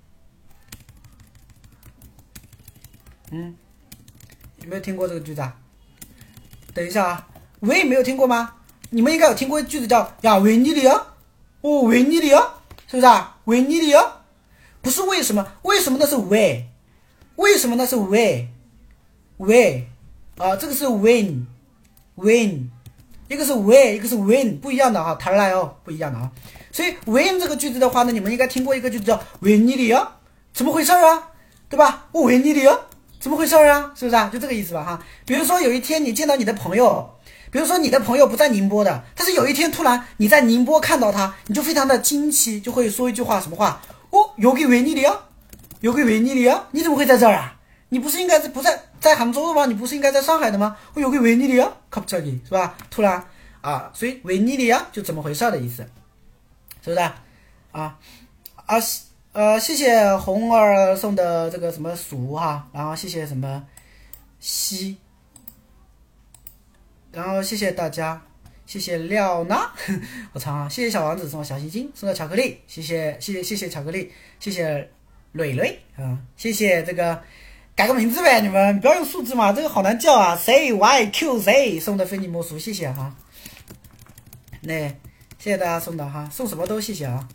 嗯，有没有听过这个句子啊？等一下啊 ，when 没有听过吗？你们应该有听过句子叫呀 when 你的呀，哦 when 你的呀，是不是啊 when 你的呀？不是为什么？为什么那是 where？ 为什么那是 where？ where 啊，这个是 when when， 一个是 where， 一个是 when， 不一样的哈，谈来哦，不一样的啊。所以 when 这个句子的话呢，你们应该听过一个句子叫 when 你的呀，怎么回事啊？对吧？我 when 你的呀，怎么回事啊？是不是啊？就这个意思吧哈。比如说有一天你见到你的朋友，比如说你的朋友不在宁波的，但是有一天突然你在宁波看到他，你就非常的惊奇，就会说一句话，什么话？哦，有个维尼的呀，有个维尼的呀，你怎么会在这儿啊？你不是应该不在在杭州的吗？你不是应该在上海的吗？我有个维尼的呀，갑자기是吧？突然啊，所以维尼的呀就怎么回事的意思，是不是啊？啊啊呃，谢谢红儿送的这个什么薯哈，然后谢谢什么西，然后谢谢大家。谢谢廖娜，我操啊！谢谢小王子送的小心心，送的巧克力，谢谢谢谢谢谢巧克力，谢谢蕊蕊啊，谢谢这个改个名字呗，你们不要用数字嘛，这个好难叫啊 ，C Y Q Z 送的非你莫属，谢谢哈。那谢谢大家送的哈，送什么都谢谢啊。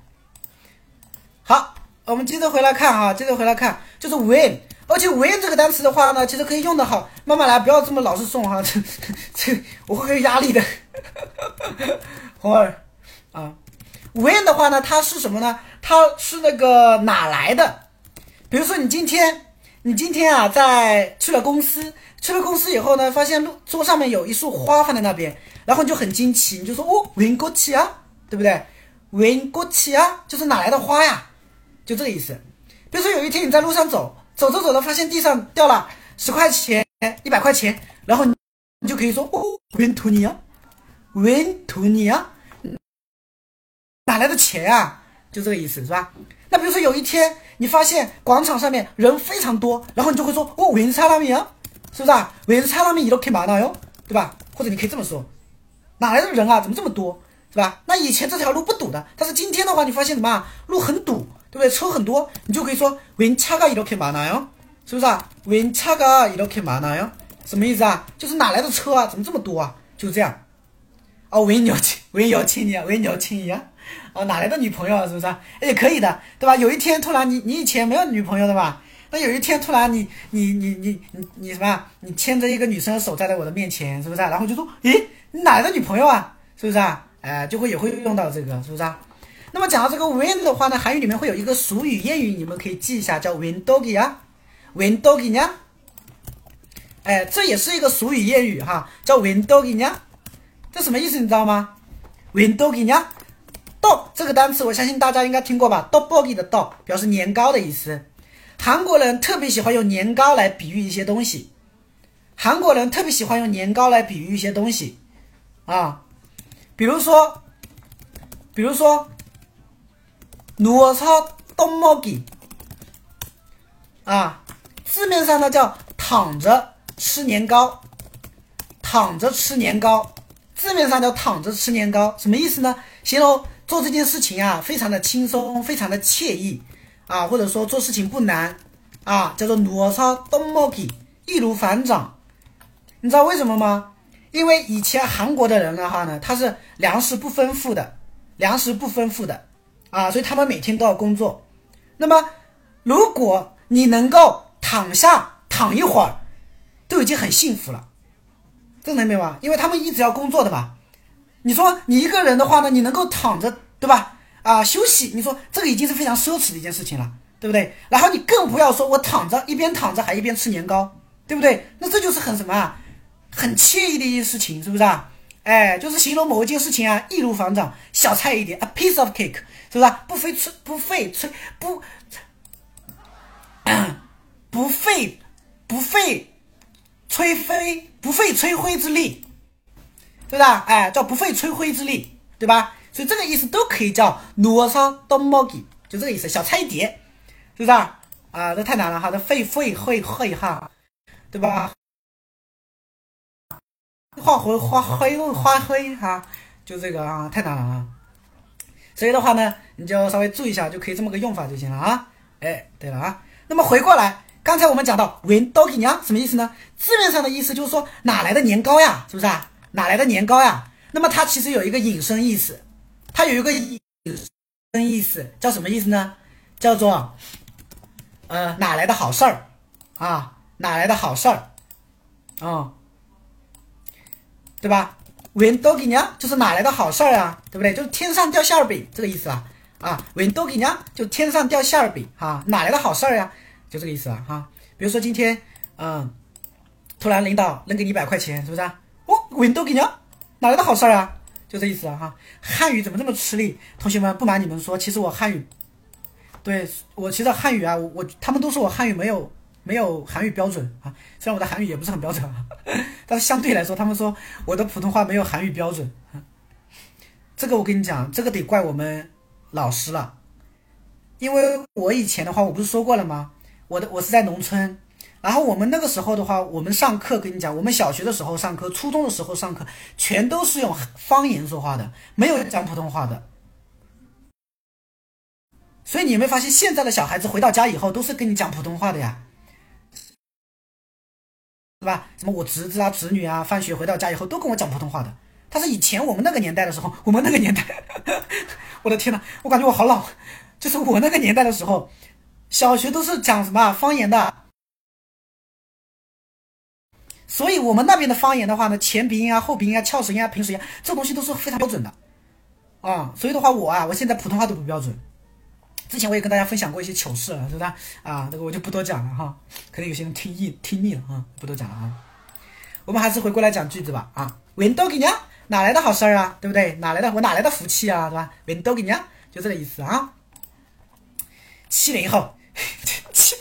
好，我们接着回来看哈，接着回来看，就是 when。而且 when 这个单词的话呢，其实可以用的好，慢慢来，不要这么老是送哈，这这我会有压力的。红儿啊 ，when 的话呢，它是什么呢？它是那个哪来的？比如说你今天，你今天啊，在去了公司，去了公司以后呢，发现路桌上面有一束花放在那边，然后你就很惊奇，你就说哦 when 过去啊，对不对 when 过去啊，就是哪来的花呀？就这个意思。比如说有一天你在路上走。走着走着，发现地上掉了十块钱、一百块钱，然后你就可以说：“哦，웬 돈이야？웬 돈이야？哪来的钱啊？”就这个意思，是吧？那比如说有一天你发现广场上面人非常多，然后你就会说：“哦，웬사람이야？是不是啊？웬사람이 이렇게 많아요？对吧？或者你可以这么说：“哪来的人啊？怎么这么多？是吧？”那以前这条路不堵的，但是今天的话，你发现什么啊？路很堵。对不对？车很多，你就可以说웬차가 이렇게 많아요，是不是啊？웬차가 이렇게 많아요，什么意思啊？就是哪来的车啊？怎么这么多啊？就是这样。哦，웬 여친웬여친이야웬여친이야哦，哪来的女朋友啊？是不是啊？也可以的，对吧？有一天突然你你以前没有女朋友的吧？那有一天突然你你你你你你什么？你牵着一个女生的手站在我的面前，是不是啊？然后就说，诶，你哪来的女朋友啊？是不是啊？哎、呃，就会也会用到这个，是不是啊？那么讲到这个 when 的话呢，韩语里面会有一个俗语谚语，你们可以记一下，叫 when doggy 啊 when doggy 呢，哎，这也是一个俗语谚语哈，叫 when doggy 呢，这什么意思你知道吗 when doggy 呢 dog 这个单词我相信大家应该听过吧， doggy 的 dog 表示年糕的意思，韩国人特别喜欢用年糕来比喻一些东西，韩国人特别喜欢用年糕来比喻一些东西啊，比如说比如说누워서 떡 먹기啊，字面上呢叫躺着吃年糕，躺着吃年糕，字面上叫躺着吃年糕，什么意思呢？形容做这件事情啊，非常的轻松，非常的惬意啊，或者说做事情不难啊，叫做누워서 떡 먹기，易如反掌。你知道为什么吗？因为以前韩国的人的话呢，他是粮食不丰富的，粮食不丰富的。啊，所以他们每天都要工作。那么，如果你能够躺下躺一会儿，都已经很幸福了，这能明白吗？因为他们一直要工作的嘛。你说你一个人的话呢，你能够躺着，对吧？啊，休息，你说这个已经是非常奢侈的一件事情了，对不对？然后你更不要说我躺着，一边躺着还一边吃年糕，对不对？那这就是很什么啊，很惬意的一件事情，是不是啊？哎，就是形容某一件事情啊，易如反掌，小菜一碟 ，a piece of cake， 是不是、啊？不费吹，不费吹，不不费不费吹飞，不费吹灰之力，对吧？哎，叫不费吹灰之力，对吧？所以这个意思都可以叫누워서 떡 먹기，就这个意思，小菜一碟，是不是啊？ 啊，这太难了哈，这会会会会哈，对吧？花灰花灰花灰哈，就这个啊，太难了啊。所以的话呢，你就稍微注意一下，就可以这么个用法就行了啊。哎，对了啊，那么回过来，刚才我们讲到 when doggy 呀，什么意思呢？字面上的意思就是说哪来的年糕呀，是不是啊？哪来的年糕呀？那么它其实有一个引申意思，它有一个引申意思叫什么意思呢？叫做呃哪来的好事儿啊？哪来的好事儿？啊、嗯，对吧？when doggy 呀，就是哪来的好事儿啊？对不对？就是天上掉馅儿饼这个意思啊。啊 when doggy 呀，就天上掉馅儿饼啊，哪来的好事儿呀？就这个意思啊哈。比如说今天嗯，突然领导扔给你一百块钱，是不是啊？哦 when doggy 呀，哪来的好事儿啊？就这意思啊哈。汉语怎么这么吃力？同学们，不瞒你们说，其实我汉语，对我其实汉语啊，我我他们都说我汉语没有没有韩语标准啊。虽然我的韩语也不是很标准啊，但是相对来说，他们说我的普通话没有韩语标准。这个我跟你讲，这个得怪我们老师了，因为我以前的话，我不是说过了吗？我的我是在农村。然后我们那个时候的话，我们上课跟你讲，我们小学的时候上课，初中的时候上课，全都是用方言说话的，没有讲普通话的。所以你有没有发现，现在的小孩子回到家以后都是跟你讲普通话的呀，是吧？什么我侄子啊、侄女啊，放学回到家以后都跟我讲普通话的。但是以前我们那个年代的时候，我们那个年代，我的天哪，我感觉我好老。就是我那个年代的时候，小学都是讲什么方言的。所以我们那边的方言的话呢，前鼻音啊、后鼻音啊、翘舌音啊、平舌音啊，这东西都是非常标准的啊。所以的话，我啊，我现在普通话都不标准。之前我也跟大家分享过一些糗事了，是不是啊？那个我就不多讲了哈，可能有些人听腻听腻了啊，不多讲了啊。我们还是回过来讲句子吧啊。when doggy 呀，哪来的好事儿啊？对不对？哪来的我哪来的福气啊？对吧 ？when doggy 呀，就这个意思啊。七零后，七。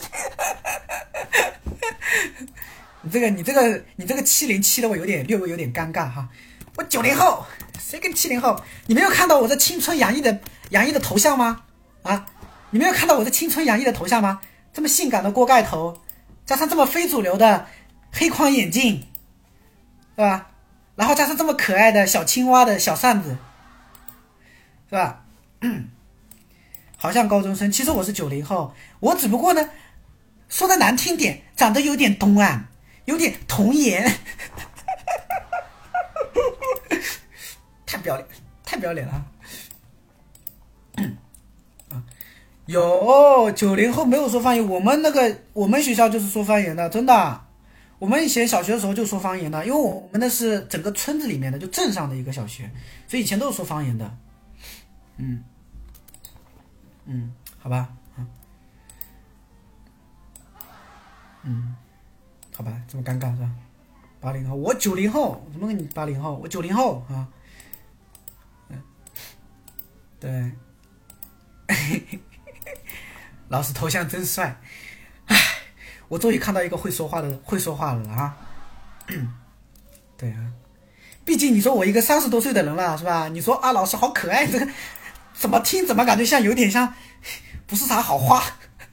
你这个你这个你这个七零七的我有点略微有点尴尬哈，我九零后，谁跟七零后？你没有看到我这青春洋溢的洋溢的头像吗？啊，你没有看到我这青春洋溢的头像吗？这么性感的锅盖头，加上这么非主流的黑框眼镜，对吧？然后加上这么可爱的小青蛙的小扇子，是吧？好像高中生，其实我是九零后，我只不过呢，说的难听点，长得有点东岸。有点童颜，太不要脸，太不要脸了。啊，有九零后没有说方言，我们那个我们学校就是说方言的，真的。我们以前小学的时候就说方言的，因为我们那是整个村子里面的，就镇上的一个小学，所以以前都是说方言的。嗯，嗯，好吧，啊，嗯。好吧，这么尴尬是吧？八零后，我九零后，怎么跟你八零后？我九零后啊。嗯，对。老师头像真帅，唉，我终于看到一个会说话的会说话的了啊。对啊，毕竟你说我一个三十多岁的人了是吧？你说啊，老师好可爱，这个怎么听怎么感觉像有点像，不是啥好话。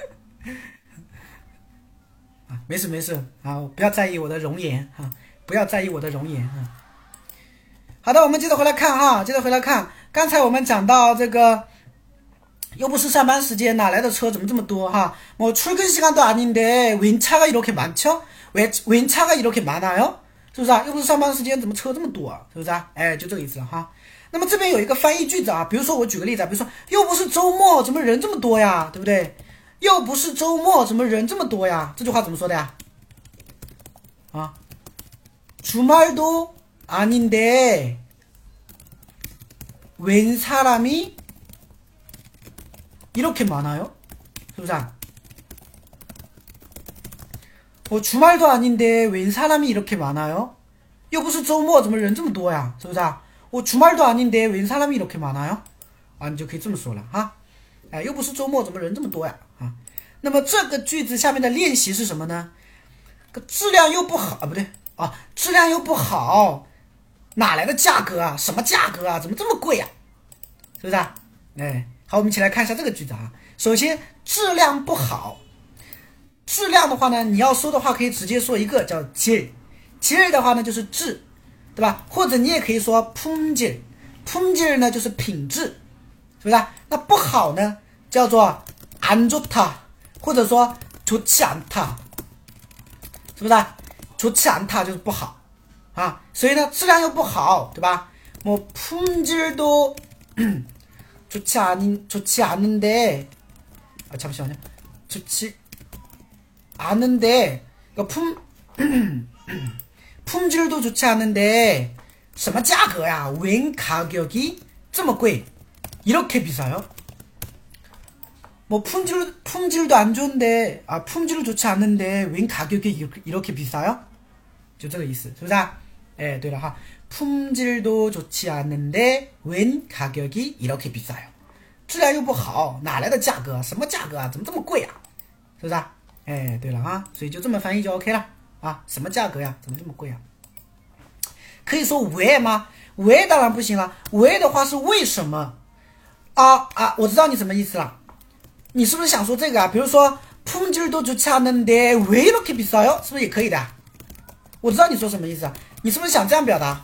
没事没事啊，不要在意我的容颜啊，不要在意我的容颜啊。好的，我们接着回来看哈，接着回来看，刚才我们讲到这个，又不是上班时间，哪来的车怎么这么多哈？뭐 출근 시간도 아닌데 웬 차가 이렇게 많죠? 왜 웬 차가 이렇게 많아요? 是不是啊？又不是上班时间，怎么车这么多啊？是不是啊？哎，就这个意思了哈。那么这边有一个翻译句子啊，比如说我举个例子啊，比如说又不是周末，怎么人这么多呀？对不对？又不是周末，怎么人这么多呀？这句话怎么说的呀？啊，주말도 아닌데 웬 사람이 이렇게 많아요? 是不是啊？我 주말도 아닌데 웬 사람이 이렇게 많아요? 又不是周末，怎么人这么多呀？是不是啊？我 주말도 아닌데 웬 사람이 이렇게 많아요? 啊，你就可以这么说了哈。哎，又不是周末，怎么人这么多呀？啊，那么这个句子下面的练习是什么呢？个质量又不好啊，不对啊，质量又不好，哪来的价格啊？什么价格啊？怎么这么贵啊？是不是啊？哎，好，我们一起来看一下这个句子啊。首先，质量不好， 质量的话呢，你要说的话可以直接说一个叫질，질的话呢就是质，对吧？或者你也可以说품질，품질呢就是品质，是不是？那不好呢叫做안 좋다，或者说좋지 않다，是不是？좋지 않다就是不好啊，所以呢质量又不好，对吧？뭐 품질도 좋지 않은 좋지 않은데 아 잠시만요. 좋지 않은데 그러니까 품 품질도 좋지 않은데 什么价格呀? 웬 가격이 这么贵? 이렇게 비싸요? 뭐 품질 품질도 안 좋은데 아 품질도 좋지 않은데 웬 가격이 이렇게, 이렇게 비싸요? 就这个意思是不是啊? 예, 对了哈. 품질도 좋지 않은데 웬 가격이 이렇게 비싸요? 质量又不好，哪来的价格？什么价格啊？怎么这么贵啊？是不是啊？哎，对了啊，所以就这么翻译就 OK 了啊。什么价格呀？怎么这么贵啊？可以说왜吗？왜当然不行了。왜的话是为什么？啊啊，我知道你什么意思了。你是不是想说这个啊？比如说품질도 좋지 않은데 왜 이렇게 비싸요？是不是也可以的？我知道你说什么意思啊。你是不是想这样表达？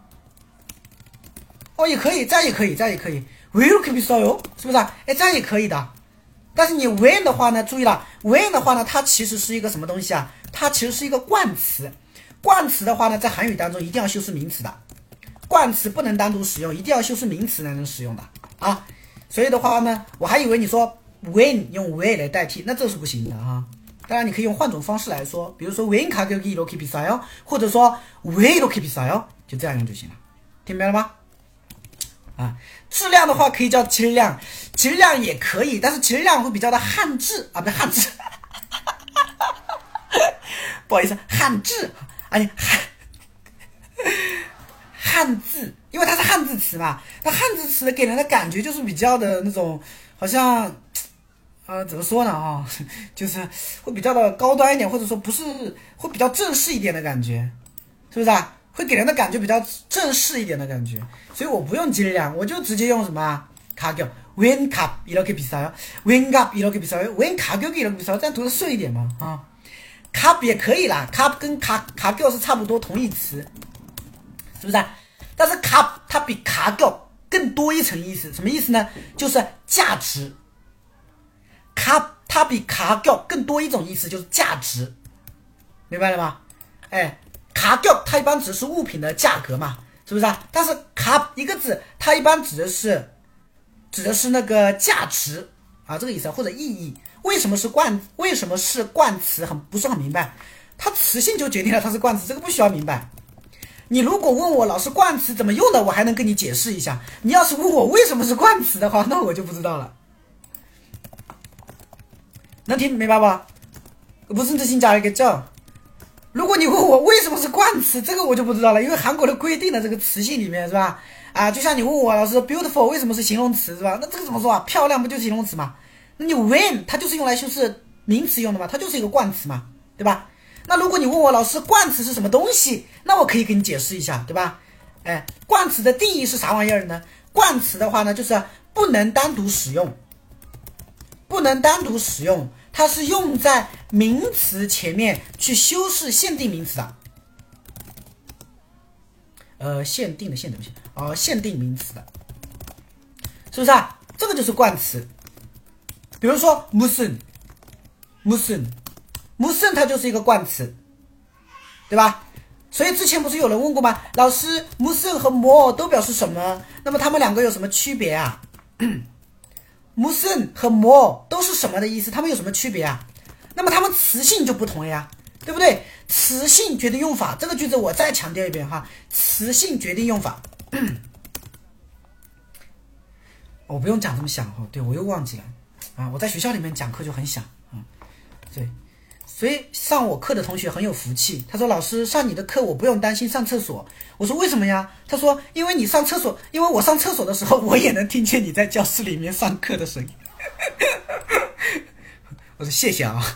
哦，也可以，这样也可以，这样也可以。왜 이렇게 비싸요？是不是啊？哎，这样也可以的。但是你 when 的话呢，注意了 ，when 的话呢，它其实是一个什么东西啊？它其实是一个冠词。冠词的话呢，在韩语当中一定要修饰名词的。冠词不能单独使用，一定要修饰名词才能使用的啊。所以的话呢，我还以为你说 when 用 왜 来代替，那这是不行的啊。当然，你可以用换种方式来说，比如说 when 가격이 이렇게 비싸요，或者说왜 이렇게 비싸요，就这样用就行了。听明白了吗？啊，质量的话可以叫质量，质量也可以，但是质量会比较的汉字啊，不是汉字，不好意思，汉字啊，你汉汉字，因为它是汉字词嘛，那汉字词给人的感觉就是比较的那种，好像，呃，怎么说呢啊，就是会比较的高端一点，或者说不是会比较正式一点的感觉，是不是啊？会给人的感觉比较正式一点的感觉，所以我不用质量，我就直接用什么가격 웬 값 이렇게 비싸요? 웬 값 이렇게 비싸요? 웬 가격이 이렇게 비싸요? 这样读的顺一点嘛啊，값也可以啦，값跟가 가격是差不多同义词，是不是啊？但是값它比가격更多一层意思，什么意思呢？就是价值。값它比가격更多一种意思，就是价值，明白了吗？哎。가격它一般指的是物品的价格嘛，是不是啊？但是값一个字，它一般指的是指的是那个价值啊，这个意思或者意义。为什么是冠？为什么是冠词？很不是很明白。它词性就决定了它是冠词，这个不需要明白。你如果问我老师冠词怎么用的，我还能跟你解释一下。你要是问我为什么是冠词的话，那我就不知道了。能听明白吧？不是这新加一个叫。如果你问我为什么是冠词，这个我就不知道了，因为韩国的规定的这个词性里面是吧？啊，就像你问我老师 beautiful 为什么是形容词是吧？那这个怎么说啊？漂亮不就是形容词嘛？那你 when 它就是用来修饰名词用的嘛，它就是一个冠词嘛，对吧？那如果你问我老师冠词是什么东西，那我可以给你解释一下，对吧？哎，冠词的定义是啥玩意儿呢？冠词的话呢，就是不能单独使用，不能单独使用。它是用在名词前面去修饰限定名词的，呃，限定的限对不起，哦，限定名词的，是不是啊？这个就是冠词。比如说무슨，무슨，무슨它就是一个冠词，对吧？所以之前不是有人问过吗？老师，무슨和뭐都表示什么？那么它们两个有什么区别啊？무슨和뭐都是什么的意思？它们有什么区别啊？那么它们词性就不同了呀，对不对？词性决定用法，这个句子我再强调一遍哈，词性决定用法。我不用讲这么响哦，对我又忘记了啊！我在学校里面讲课就很响啊，对，所以上我课的同学很有福气。他说：“老师，上你的课我不用担心上厕所。”我说：“为什么呀？”他说：“因为你上厕所，因为我上厕所的时候，我也能听见你在教室里面上课的声音。”我说：“谢谢啊。”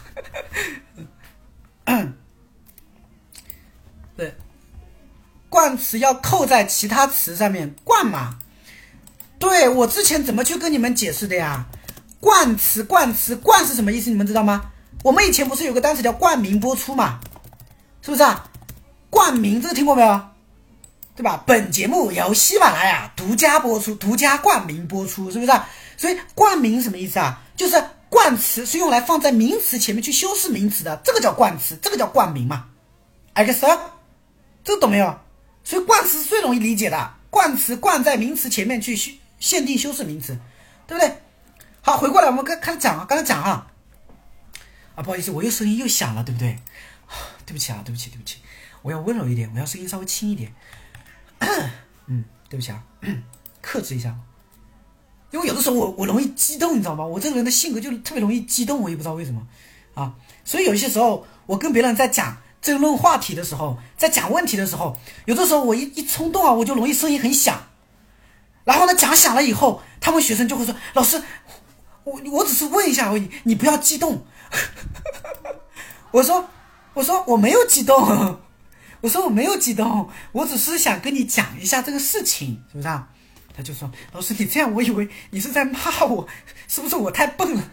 对，冠词要扣在其他词上面，冠嘛。对，我之前怎么去跟你们解释的呀？冠词，冠词，冠是什么意思？你们知道吗？ 我们以前不是有个单词叫冠名播出嘛，是不是啊？冠名这个听过没有？对吧？本节目由喜马拉雅独家播出，独家冠名播出，是不是啊？所以冠名什么意思啊？就是冠词是用来放在名词前面去修饰名词的，这个叫冠词，这个叫冠名嘛。X， 这个懂没有？所以冠词是最容易理解的，冠词冠在名词前面去修限定修饰名词，对不对？好，回过来我们开开始讲啊，刚才讲啊，啊，不好意思，我又声音又响了，对不对？对不起啊，对不起，对不起，我要温柔一点，我要声音稍微轻一点。嗯，对不起啊，克制一下。因为有的时候我我容易激动，你知道吗？我这个人的性格就特别容易激动，我也不知道为什么啊。所以有些时候我跟别人在讲争论话题的时候，在讲问题的时候，有的时候我一一冲动啊，我就容易声音很响。然后呢，讲响了以后，他们学生就会说：“老师，我我只是问一下而已，你不要激动。”我说：“我说我没有激动，我说我没有激动，我只是想跟你讲一下这个事情，是不是啊？”他就说：“老师，你这样，我以为你是在骂我，是不是我太笨了？”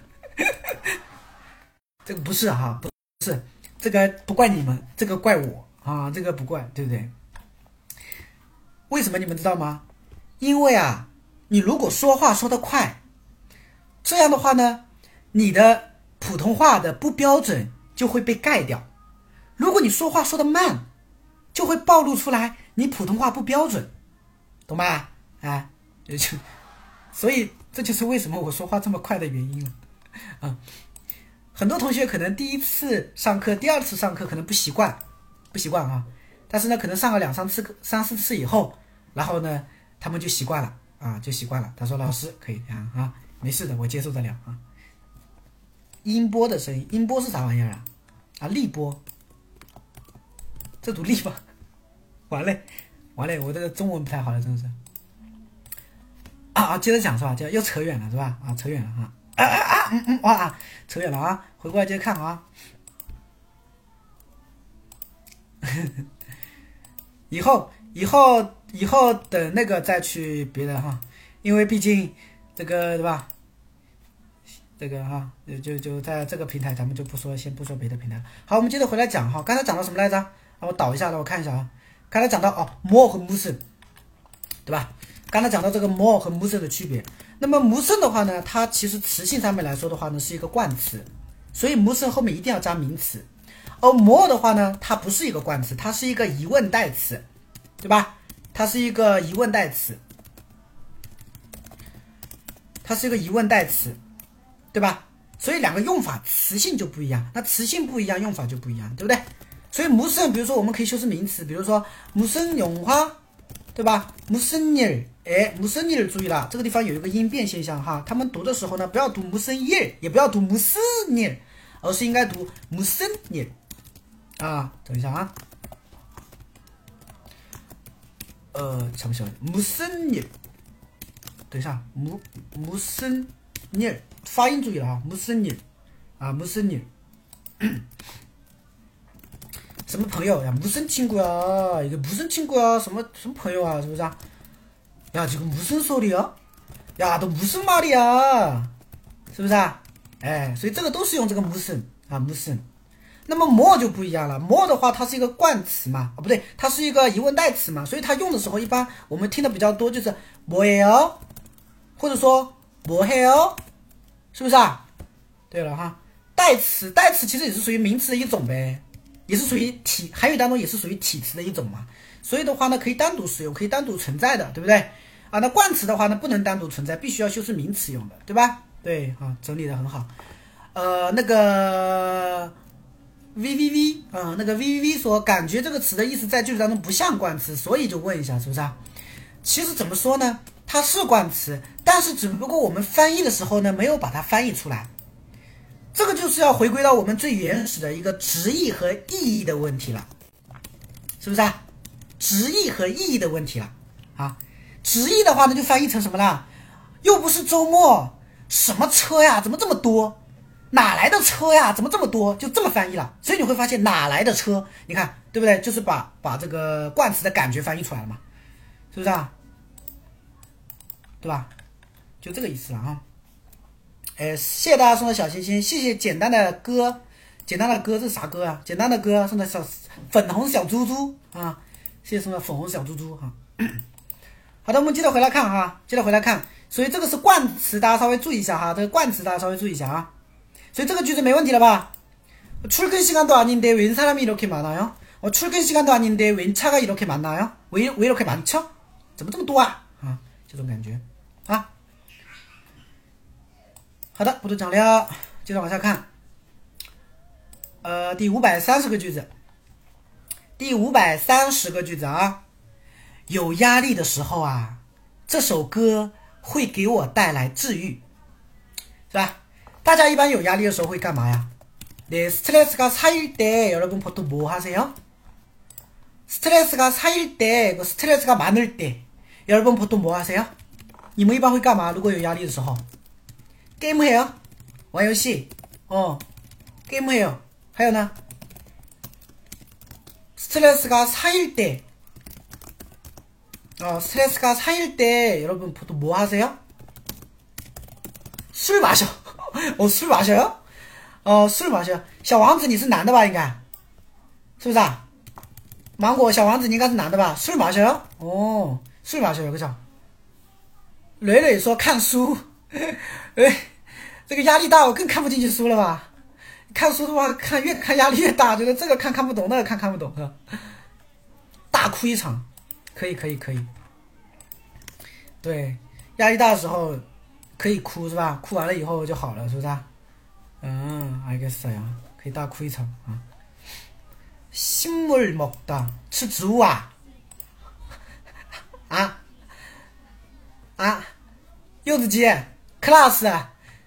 这个不是哈，不是这个不怪你们，这个怪我啊，这个不怪，对不对？为什么你们知道吗？因为啊，你如果说话说得快，这样的话呢，你的普通话的不标准就会被盖掉；如果你说话说得慢，就会暴露出来你普通话不标准，懂吗？啊，就所以这就是为什么我说话这么快的原因了。啊，很多同学可能第一次上课、第二次上课可能不习惯，不习惯啊，但是呢，可能上了两三次、三四次以后，然后呢，他们就习惯了啊，就习惯了。他说：“老师可以啊啊，没事的，我接受得了啊。”音波的声音，音波是啥玩意儿啊？啊，立波，这读立吧？完了，完了，我这个中文不太好了，真的是。啊啊，接着讲是吧？就又扯远了是吧？啊，扯远了啊！啊啊啊！嗯嗯，哇，扯远了啊！回过来接着看啊。以后以后以后等那个再去别的哈，因为毕竟这个对吧？这个哈，就就在这个平台，咱们就不说，先不说别的平台。好，我们接着回来讲哈。刚才讲到什么来着？啊，我导一下，让我看一下啊。刚才讲到哦，摩和姆森，对吧？刚才讲到这个摩和姆森的区别。那么姆森的话呢，它其实词性上面来说的话呢，是一个冠词，所以姆森后面一定要加名词。而摩的话呢，它不是一个冠词，它是一个疑问代词，对吧？它是一个疑问代词，它是一个疑问代词，对吧？所以两个用法词性就不一样，那词性不一样，用法就不一样，对不对？所以무슨比如说我们可以修饰名词，比如说무슨 영화，对吧？무슨 일，哎，무슨 일注意了，这个地方有一个音变现象哈，他们读的时候呢，不要读무슨 일，也不要读무슨 일，而是应该读무슨 일。啊，等一下啊，呃，想不想무슨 일？等一下，무무슨 일，发音注意了啊，무슨 일，啊，무슨 일。什么朋友呀？무슨 친구야？一个무슨 친구야？什么什么朋友啊？是不是啊？呀，这个무슨 소리야？呀，都무슨 말이야？是不是啊？哎，所以这个都是用这个무슨啊무슨。那么more就不一样了， more的话它是一个冠词嘛，啊不对，它是一个疑问代词嘛，所以它用的时候一般我们听的比较多就是뭐예요，或者说뭐해요，是不是啊？对了哈，代词代词其实也是属于名词的一种呗，也是属于体韩语当中也是属于体词的一种嘛，所以的话呢可以单独使用，可以单独存在的，对不对？啊，那冠词的话呢不能单独存在，必须要修饰名词用的，对吧？对啊，整理的很好。呃，那个。V V V 啊、呃，那个 V V V 说，感觉这个词的意思在句子当中不像冠词，所以就问一下，是不是啊？其实怎么说呢？它是冠词，但是只不过我们翻译的时候呢，没有把它翻译出来。这个就是要回归到我们最原始的一个直译和意义的问题了，是不是啊？直译和意义的问题了啊！直译的话呢，就翻译成什么呢？又不是周末，什么车呀？怎么这么多？哪来的车呀？怎么这么多？就这么翻译了，所以你会发现哪来的车？你看对不对？就是把把这个冠词的感觉翻译出来了嘛，是不是啊？对吧？就这个意思了啊。哎，谢谢大家送的小心心，谢谢简单的歌， 简单的歌，这是啥歌啊？简单的歌，什么小粉红小猪猪啊？谢谢什么粉红小猪猪哈。好的，我们接着回来看哈，接着回来看。所以这个是冠词，大家稍微注意一下哈。这个冠词大家稍微注意一下啊。所以这个句子没问题了吧？출근시간도 아닌데 웬 사람이 이렇게 많아요? 어, 출근시간도 아닌데 웬 차가 이렇게 많나요? 왜, 왜 이렇게 많죠? 怎么这么多啊？啊，这种感觉啊。好的，不多讲了，接着往下看。呃，第五百三十个句子，第五百三十个句子啊。有压力的时候啊，这首歌会给我带来治愈，是吧？大家一般有压力的时候会干嘛呀？ 네, 스트레스가 쌓일 때 여러분 보통 뭐 하세요? 스트레스가 쌓일 때, 스트레스가 많을 때 여러분 보통 뭐 하세요? 你们一般会干嘛如果有压力的时候 게임해요? 玩游戏 어, 게임해요. 还有呢 스트레스가 쌓일 때 어, 스트레스가 쌓일 때 여러분 보통 뭐 하세요? 술 마셔. 어, 술 마셔요? 哦，술 마셔。小王子你是男的吧？应该，是不是啊？芒果小王子你应该是男的吧？술 마셔요？哦，술 마셔요，그죠？蕊蕊说看书，哎，这个压力大，我更看不进去书了吧？看书的话，看越看压力越大，觉得这个看看不懂，那个看看不懂，是吧？大哭一场，可以可以可以。对，压力大的时候可以哭是吧？哭完了以后就好了，是不是啊？嗯，알겠어요。可以大哭一场啊。식물 먹다，吃植物啊？啊啊，柚子鸡 ，class，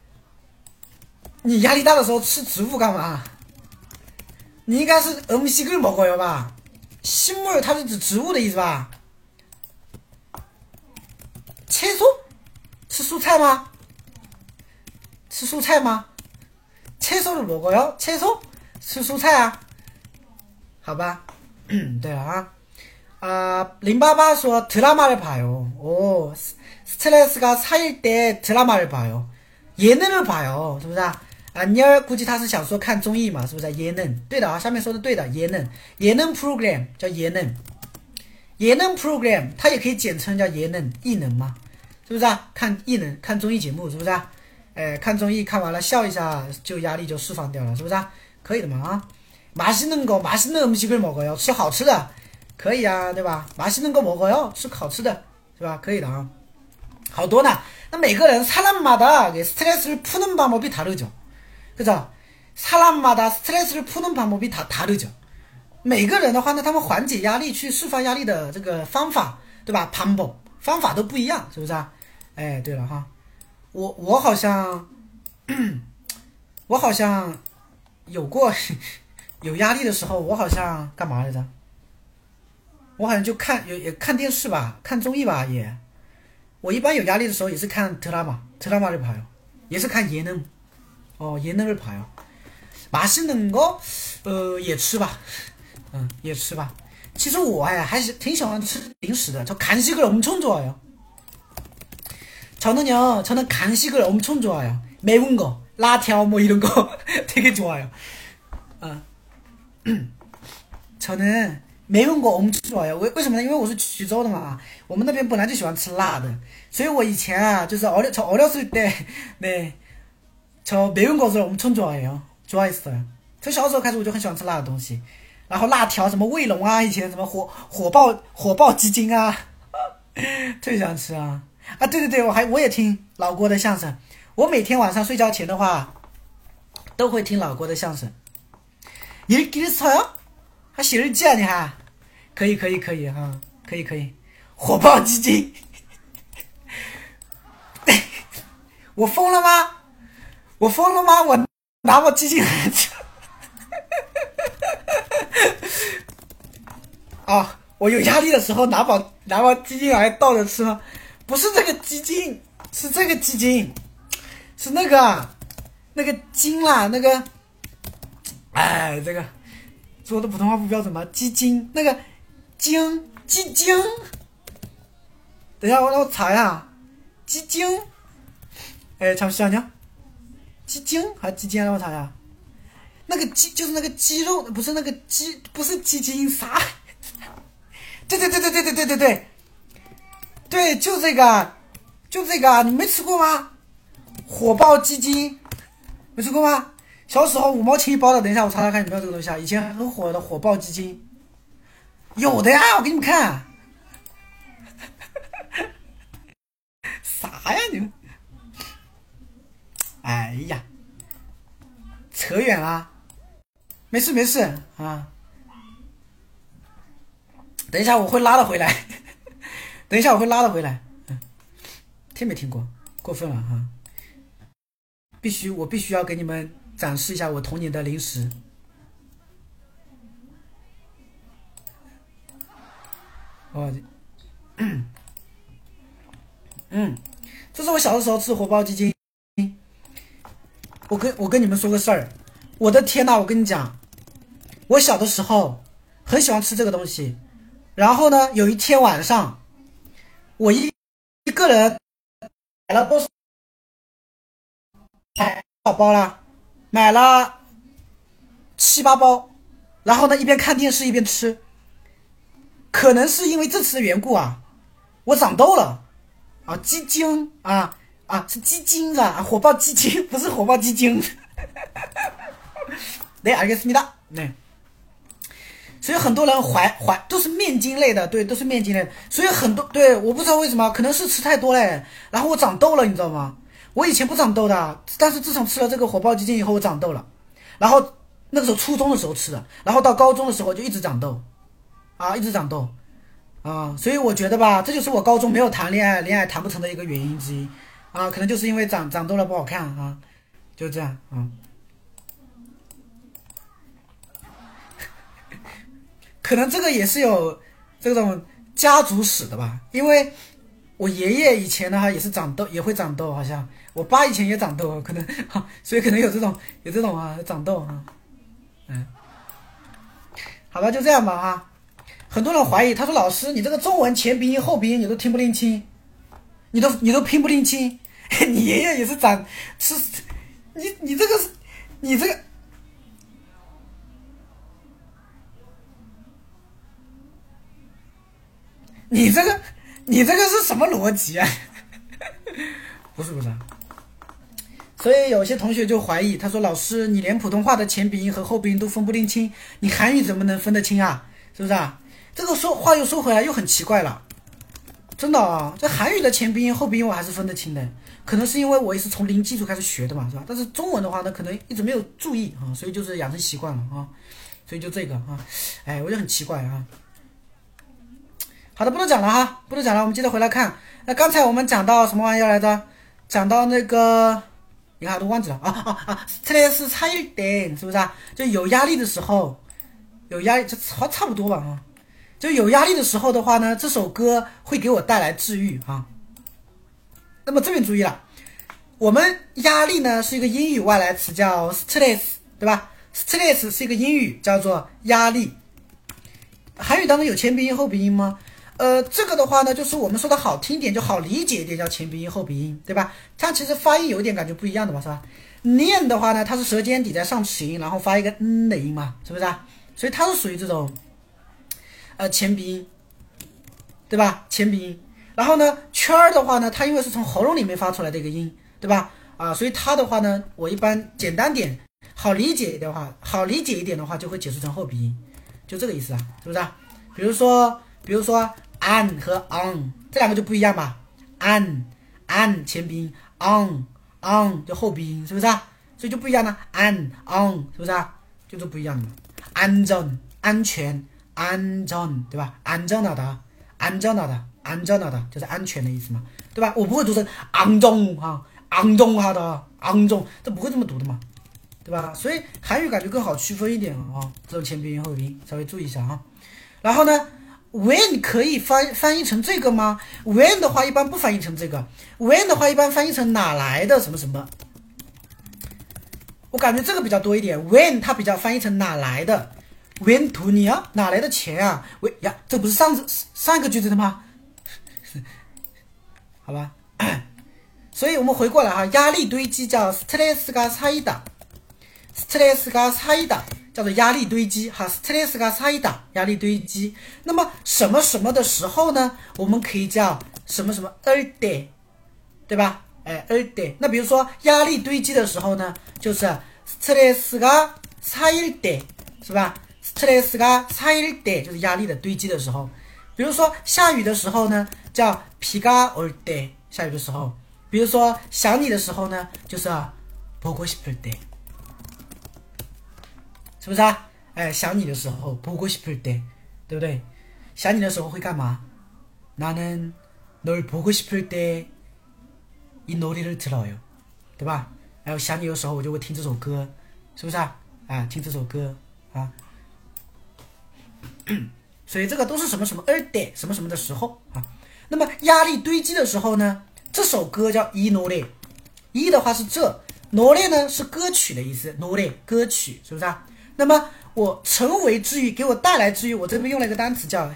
你压力大的时候吃植物干嘛？你应该是음식을 먹어요吧？식물它是指植物的意思吧？채소？吃蔬菜吗？吃蔬菜吗？채소를 먹어요? 채소? 吃蔬菜啊？好吧，对了啊，啊，零八八说드라마를 봐요. 오, 스트레스가 쌓일 때 드라마를 봐요. 예능을 봐요, 是不是啊？안녕，估计他是想说看综艺嘛，是不是？예능，对的啊，下面说的对的，예능，예능 program叫예능，예능 program，它也可以简称叫예능，艺能嘛，是不是啊？看艺能，看综艺节目，是不是啊？哎，看综艺看完了笑一下，就压力就释放掉了，是不是啊？可以的嘛啊！맛있는 거， 맛있는 음식을 먹어요，吃好吃的，可以啊，对吧？맛있는 거 먹어요，吃好吃的，是吧？可以的啊，好多呢。那每个人사람마다 스트레스를 푸는 방법이 다르죠， 그죠？ 사람마다 스트레스를 푸는 방법이 다 다르죠。每个人的话呢，他们缓解压力、去释放压力的这个方法，对吧？방법方法都不一样，是不是啊？哎，对了哈。我我好像，我好像有过有压力的时候，我好像干嘛来着？我好像就看有也看电视吧，看综艺吧也。我一般有压力的时候也是看드라마드라마를 봐요，也是看예능，哦예능을 봐요。맛있는 거，呃也吃吧，嗯也吃吧。其实我哎还是挺喜欢吃零食的，저 간식을 엄청 좋아해요。 저는요, 저는 간식을 엄청 좋아해요. 매운 거, 라条 뭐 이런 거 되게 좋아해요. 어. 저는 매운 거 엄청 좋아해요. 为为什么呢？因为我是衢州的嘛，我们那边本来就喜欢吃辣的，所以我以前啊，就是어려 저 어렸을 때， 네， 저 매운 것을 엄청 좋아해요. 좋아했어요. 从小时候开始我就很喜欢吃辣的东西，然后辣条什么卫龙啊，以前什么火火爆火爆鸡精啊，特别喜欢吃啊。啊，对对对，我还我也听老郭的相声，我每天晚上睡觉前的话，都会听老郭的相声。읽기를 써요？还写日记啊？你还可以可以可以哈，可以可以。火爆鸡精，我疯了吗？我疯了吗？我拿我鸡精来吃。啊，我有压力的时候拿把拿把鸡精来倒着吃吗？不是这个鸡精，是这个鸡精，是那个那个精啦，那个，哎，这个说的普通话不标准吗？鸡精，那个精鸡精，等一下我让我查一下，鸡精，哎，잠시만요，鸡精还是鸡精？让我查一下， 那个鸡就是那个鸡肉，不是那个鸡，不是鸡精啥？对对对对对对对对对，对，就这个，就这个，你没吃过吗？火爆鸡精，没吃过吗？小时候五毛钱一包的，等一下我查查看有没有这个东西啊。以前很火的火爆鸡精，有的呀，我给你们看。啥呀你们？哎呀，扯远了，没事没事啊。等一下我会拉的回来，等一下我会拉的回来。嗯，听没听过？过分了哈！必须我必须要给你们展示一下我童年的零食。哦，嗯，嗯，这是我小的时候吃的火爆鸡精。我跟我跟你们说个事儿，我的天呐，我跟你讲，我小的时候很喜欢吃这个东西。然后呢，有一天晚上，我一一个人买了多少？买多少包了？买了七八包。然后呢，一边看电视一边吃。可能是因为这次的缘故啊，我长痘了啊，鸡精啊啊是鸡精是吧？火爆鸡精不是火爆鸡精。네 알겠습니다。네。所以很多人怀怀都是面筋类的，对，都是面筋类的。所以很多对，我不知道为什么，可能是吃太多嘞，然后我长痘了，你知道吗？我以前不长痘的，但是自从吃了这个火爆鸡精以后，我长痘了。然后那个时候初中的时候吃的，然后到高中的时候就一直长痘，啊，一直长痘，啊，所以我觉得吧，这就是我高中没有谈恋爱，恋爱谈不成的一个原因之一，啊，可能就是因为长长痘了不好看啊，就这样啊。可能这个也是有这种家族史的吧，因为我爷爷以前的话也是长痘，也会长痘，好像我爸以前也长痘，可能，所以可能有这种有这种啊长痘啊，嗯，好吧，就这样吧哈。很多人怀疑，他说老师，你这个中文前鼻音后鼻音你都听不拎清，你都你都拼不拎清，你爷爷也是长是，你你这个你这个。你这个，你这个是什么逻辑啊？不是不是，所以有些同学就怀疑，他说：“老师，你连普通话的前鼻音和后鼻音都分不清清，你韩语怎么能分得清啊？是不是啊？”这个说话又说回来，又很奇怪了。真的啊，这韩语的前鼻音后鼻音我还是分得清的，可能是因为我也是从零基础开始学的嘛，是吧？但是中文的话呢，可能一直没有注意啊，所以就是养成习惯了啊，所以就这个啊，哎，我就很奇怪啊。好的，不能讲了哈，不能讲了，我们接着回来看。那刚才我们讲到什么玩意儿来着？讲到那个，你看都忘记了啊啊啊！特别是差一点，是不是啊？就有压力的时候，有压力，这差差不多吧啊。就有压力的时候的话呢，这首歌会给我带来治愈啊。那么这边注意了，我们压力呢是一个英语外来词叫 stress， 对吧 ？stress 是一个英语叫做压力。韩语当中有前鼻音后鼻音吗？呃，这个的话呢，就是我们说的好听点，就好理解一点，叫前鼻音后鼻音，对吧？它其实发音有点感觉不一样的嘛，是吧？念的话呢，它是舌尖抵在上齿龈，然后发一个嗯的音嘛，是不是啊？所以它是属于这种呃前鼻音，对吧？前鼻音。然后呢，圈儿的话呢，它因为是从喉咙里面发出来的一个音，对吧？啊，所以它的话呢，我一般简单点，好理解的话，好理解一点的话，就会解释成后鼻音，就这个意思啊，是不是啊？比如说，比如说。an 和 on 这两个就不一样吧 an an 前鼻音 on on 就后鼻音，是不是啊？所以就不一样了 an on 是不是啊？就是不一样的嘛。安全安全安全，对吧？安全的安全的安全的就是安全的意思嘛，对吧？我不会读成安重哈安重哈的安重，这不会这么读的嘛，对吧？所以韩语感觉更好区分一点啊，这种前鼻音后鼻音稍微注意一下啊。然后呢，when 可以翻翻译成这个吗 ？when 的话一般不翻译成这个 ，when 的话一般翻译成哪来的什么什么。我感觉这个比较多一点 ，when 它比较翻译成哪来的 ，when 图你啊，哪来的钱啊？喂呀，这不是上上一个句子的吗？好吧，所以我们回过来哈，压力堆积叫 stress가 쌓이다 스트레스가 쌓이다叫做压力堆积哈 스트레스가 쌓이다压力堆积。那么什么什么的时候呢，我们可以叫什么什么 을 때， 对吧？哎 을 때。 那比如说压力堆积的时候呢，就是 스트레스가 쌓일 때， 是吧？ 스트레스가 쌓일 때就是压力的堆积的时候。比如说下雨的时候呢，叫비가 올 때， 下雨的时候。比如说想你的时候呢，就是보고 싶을 때， 是不是啊？哎，想你的时候보고 싶을 때， 对不对？想你的时候会干嘛？ 나는 널 보고 싶을 때 이 노래를 들어요， 对吧？然后想你的时候我就会听这首歌，是不是啊？啊，听这首歌啊。所以这个都是什么什么을 때， 什么什么的时候啊。那么压力堆积的时候呢，这首歌叫이 노래，이的话是这，노래呢是歌曲的意思，노래歌曲，是不是啊？那么我成为治愈，给我带来治愈，我这边用了一个单词叫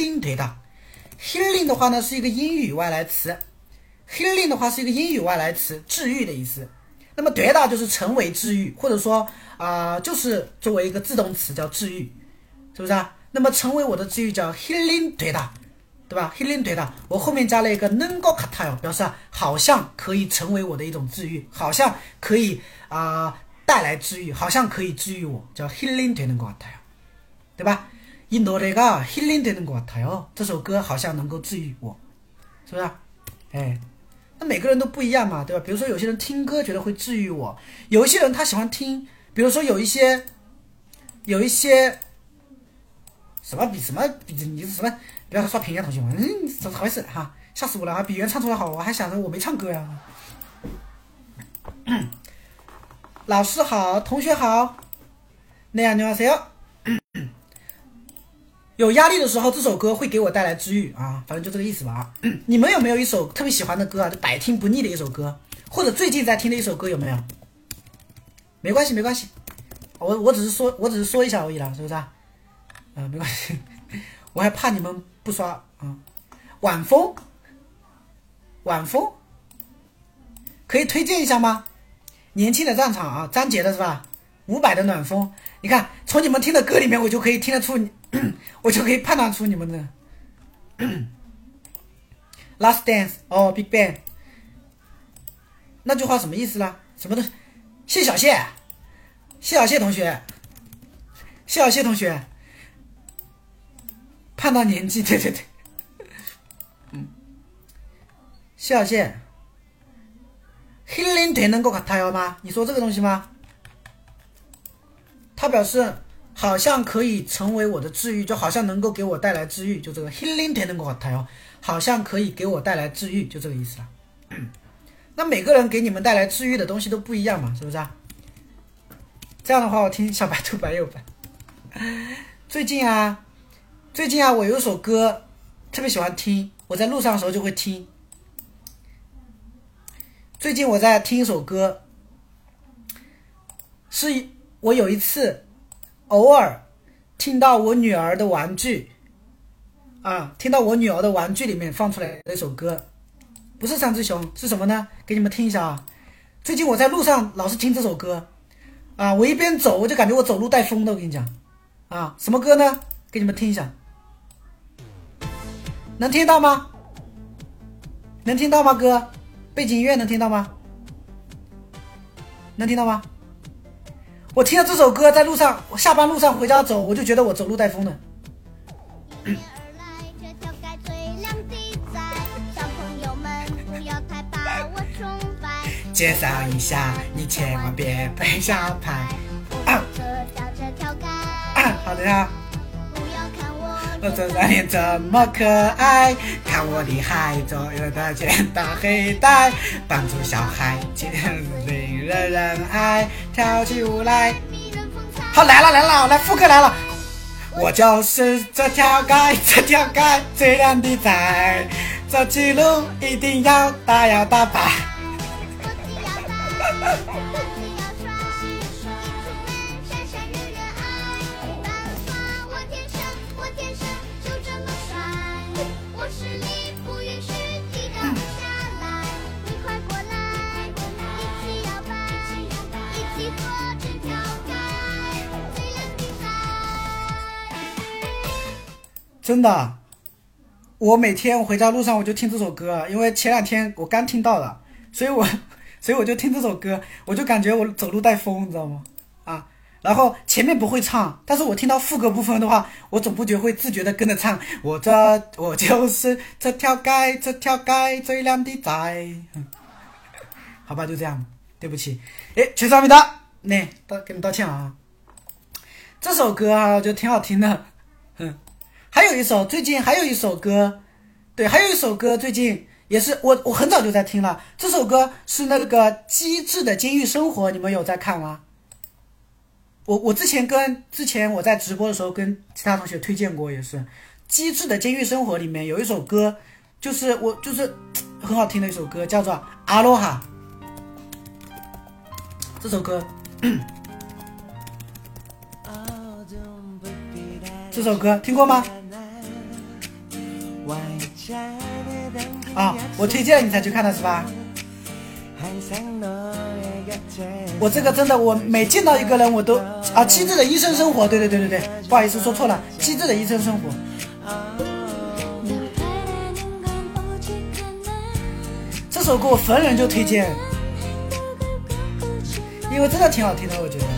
healing 되다。healing 的话呢是一个英语外来词 ，healing 的话是一个英语外来词，治愈的意思。那么되다就是成为治愈，或者说啊、呃，就是作为一个自动词叫治愈，是不是啊？那么成为我的治愈叫 healing 되다。对吧 ？healing 되다，我后面加了一个能够같아요，表示好像可以成为我的一种治愈，好像可以啊、呃、带来治愈，好像可以治愈我，叫 healing 되는 것 같아요，对吧？이 노래가 healing 되는 것 같아요，这首歌好像能够治愈我，是不是？哎，那每个人都不一样嘛，对吧？比如说有些人听歌觉得会治愈我，有一些人他喜欢听，比如说有一些有一些什么比什么比你是什么？不要刷屏呀，同学们，嗯，怎么回事哈？吓死我了啊！比原唱出来好，我还想着我没唱歌呀。老师好，同学好，네 안녕하세요。有压力的时候，这首歌会给我带来治愈啊，反正就这个意思吧啊。你们有没有一首特别喜欢的歌啊？就百听不腻的一首歌，或者最近在听的一首歌有没有？没关系，没关系，我我只是说，我只是说一下而已啦，是不是啊？嗯、呃，没关系，我还怕你们不刷啊、嗯。晚风，晚风，可以推荐一下吗？年轻的战场啊，张杰的是吧？伍佰的暖风，你看从你们听的歌里面，我就可以听得出，我就可以判断出你们的。Last Dance 哦 ，Big Bang， 那句话什么意思啦？什么的？谢小谢，谢小谢同学，谢小谢同学，判断年纪，对对对，嗯，谢小谢 ，healing 되는 것 같아요吗？你说这个东西吗？他表示好像可以成为我的治愈，就好像能够给我带来治愈，就这个 healing 되는 것 같아요，好像可以给我带来治愈，就这个意思了。那每个人给你们带来治愈的东西都不一样嘛，是不是啊？这样的话，我听小白兔白又白。最近啊，最近啊，我有一首歌特别喜欢听，我在路上的时候就会听。最近我在听一首歌，是我有一次偶尔听到我女儿的玩具啊，听到我女儿的玩具里面放出来的一首歌，不是三只熊，是什么呢？给你们听一下啊。最近我在路上老是听这首歌啊，我一边走我就感觉我走路带风的，我跟你讲啊，什么歌呢？给你们听一下，能听到吗？能听到吗？哥，背景音乐能听到吗？能听到吗？我听了这首歌，在路上，我下班路上回家走，我就觉得我走路带风的。介绍一下，你千万别被小牌。啊啊、好的呀。我这张脸这么可爱，看我厉害，左右的肩大黑带，帮助小孩简令人人爱，跳起舞来。好，来了来了，来副歌来了。我就是这条街，这条街最亮的仔，走起路一定要大摇大摆。 真的，我每天我回家路上我就听这首歌，因为前两天我刚听到了，所以我所以我就听这首歌，我就感觉我走路带风，你知道吗？啊，然后前面不会唱，但是我听到副歌部分的话，我总不觉会自觉的跟着唱。我这我就是这条街，这条街最亮的仔。好吧，就这样，对不起。哎，全是阿米达，那道给你道歉啊。这首歌啊，我觉得挺好听的。嗯，还有一首，最近还有一首歌，对，还有一首歌，最近也是我我很早就在听了。这首歌是那个《机智的监狱生活》，你们有在看吗？我我之前跟之前我在直播的时候跟其他同学推荐过，也是《机智的监狱生活》里面有一首歌，就是我就是很好听的一首歌，叫做《阿罗哈》。这首歌，这首歌听过吗？啊，我推荐了你才去看的是吧？我这个真的，我每见到一个人我都啊，机智的医生生活，对对对对对，不好意思说错了，机智的医生生活。这首歌我逢人就推荐，因为真的挺好听的，我觉得。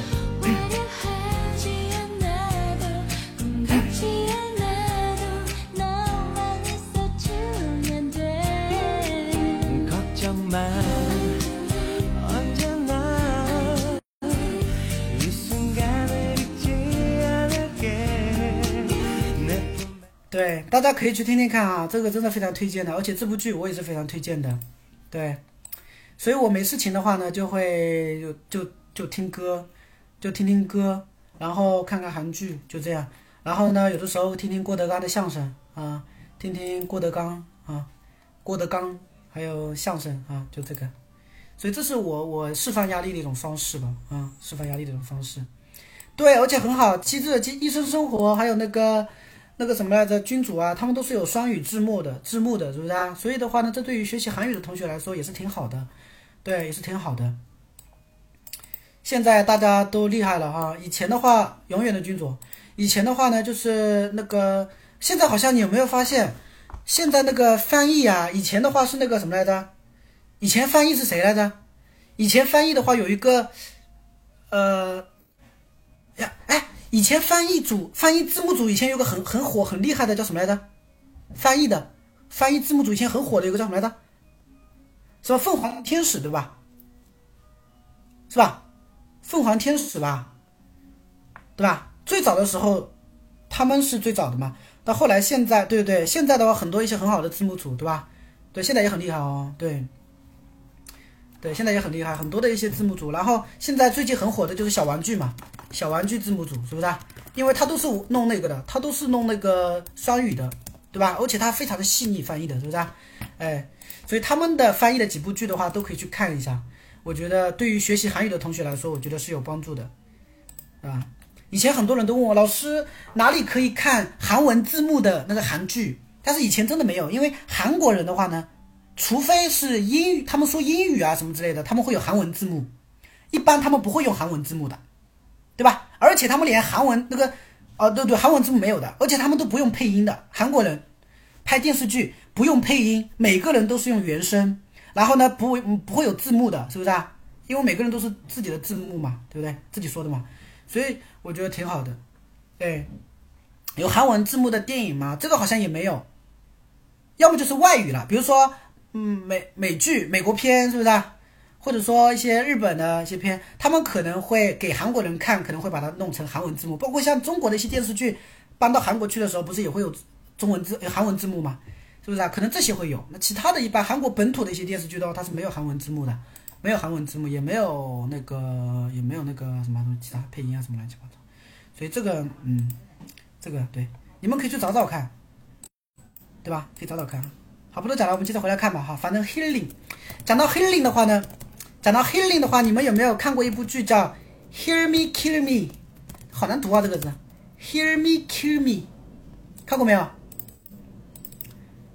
对，大家可以去听听看啊，这个真的非常推荐的，而且这部剧我也是非常推荐的。对，所以我没事情的话呢，就会就就就听歌，就听听歌，然后看看韩剧，就这样。然后呢，有的时候听听郭德纲的相声啊，听听郭德纲啊，郭德纲还有相声啊，就这个。所以这是我我释放压力的一种方式吧，啊，释放压力的一种方式。对，而且很好，机智的医生生活，还有那个。那个什么来着，君主啊，他们都是有双语字幕的，字幕的，是不是啊？所以的话呢，这对于学习韩语的同学来说也是挺好的，对，也是挺好的。现在大家都厉害了哈，以前的话，永远的君主，以前的话呢，就是那个，现在好像你有没有发现，现在那个翻译啊，以前的话是那个什么来着？以前翻译是谁来着？以前翻译的话有一个，呃，呀，哎。以前翻译组、翻译字幕组以前有个很很火、很厉害的叫什么来着？翻译的，翻译字幕组以前很火的有个叫什么来着？什么凤凰天使对吧？是吧？凤凰天使吧？对吧？最早的时候他们是最早的嘛，到后来现在对对对，现在的话很多一些很好的字幕组对吧？对，现在也很厉害哦，对。对，现在也很厉害，很多的一些字幕组。然后现在最近很火的就是小玩具嘛，小玩具字幕组是不是啊？因为它都是弄那个的，它都是弄那个双语的，对吧？而且它非常的细腻翻译的，是不是啊？哎，所以他们的翻译的几部剧的话，都可以去看一下。我觉得对于学习韩语的同学来说，我觉得是有帮助的，啊。以前很多人都问我，老师哪里可以看韩文字幕的那个韩剧？但是以前真的没有，因为韩国人的话呢。除非是英语，他们说英语啊什么之类的，他们会有韩文字幕，一般他们不会用韩文字幕的，对吧？而且他们连韩文那个，哦对对，韩文字幕没有的，而且他们都不用配音的。韩国人拍电视剧不用配音，每个人都是用原声，然后呢不不会有字幕的，是不是啊？因为每个人都是自己的字幕嘛，对不对？自己说的嘛，所以我觉得挺好的。对，有韩文字幕的电影吗？这个好像也没有，要么就是外语了，比如说。嗯，美美剧、美国片是不是啊？或者说一些日本的一些片，他们可能会给韩国人看，可能会把它弄成韩文字幕。包括像中国的一些电视剧搬到韩国去的时候，不是也会有中文字、韩文字幕嘛？是不是啊？可能这些会有。那其他的一般韩国本土的一些电视剧的话，它是没有韩文字幕的，没有韩文字幕，也没有那个也没有那个什么其他配音啊什么乱七八糟。所以这个，嗯，这个对，你们可以去找找看，对吧？可以找找看。好，不多讲了，我们接着回来看吧哈。反正 healing， 讲到 healing 的话呢，讲到 healing 的话，你们有没有看过一部剧叫 Hear Me Kill Me？ 好难读啊这个字 ，Hear Me Kill Me， 看过没有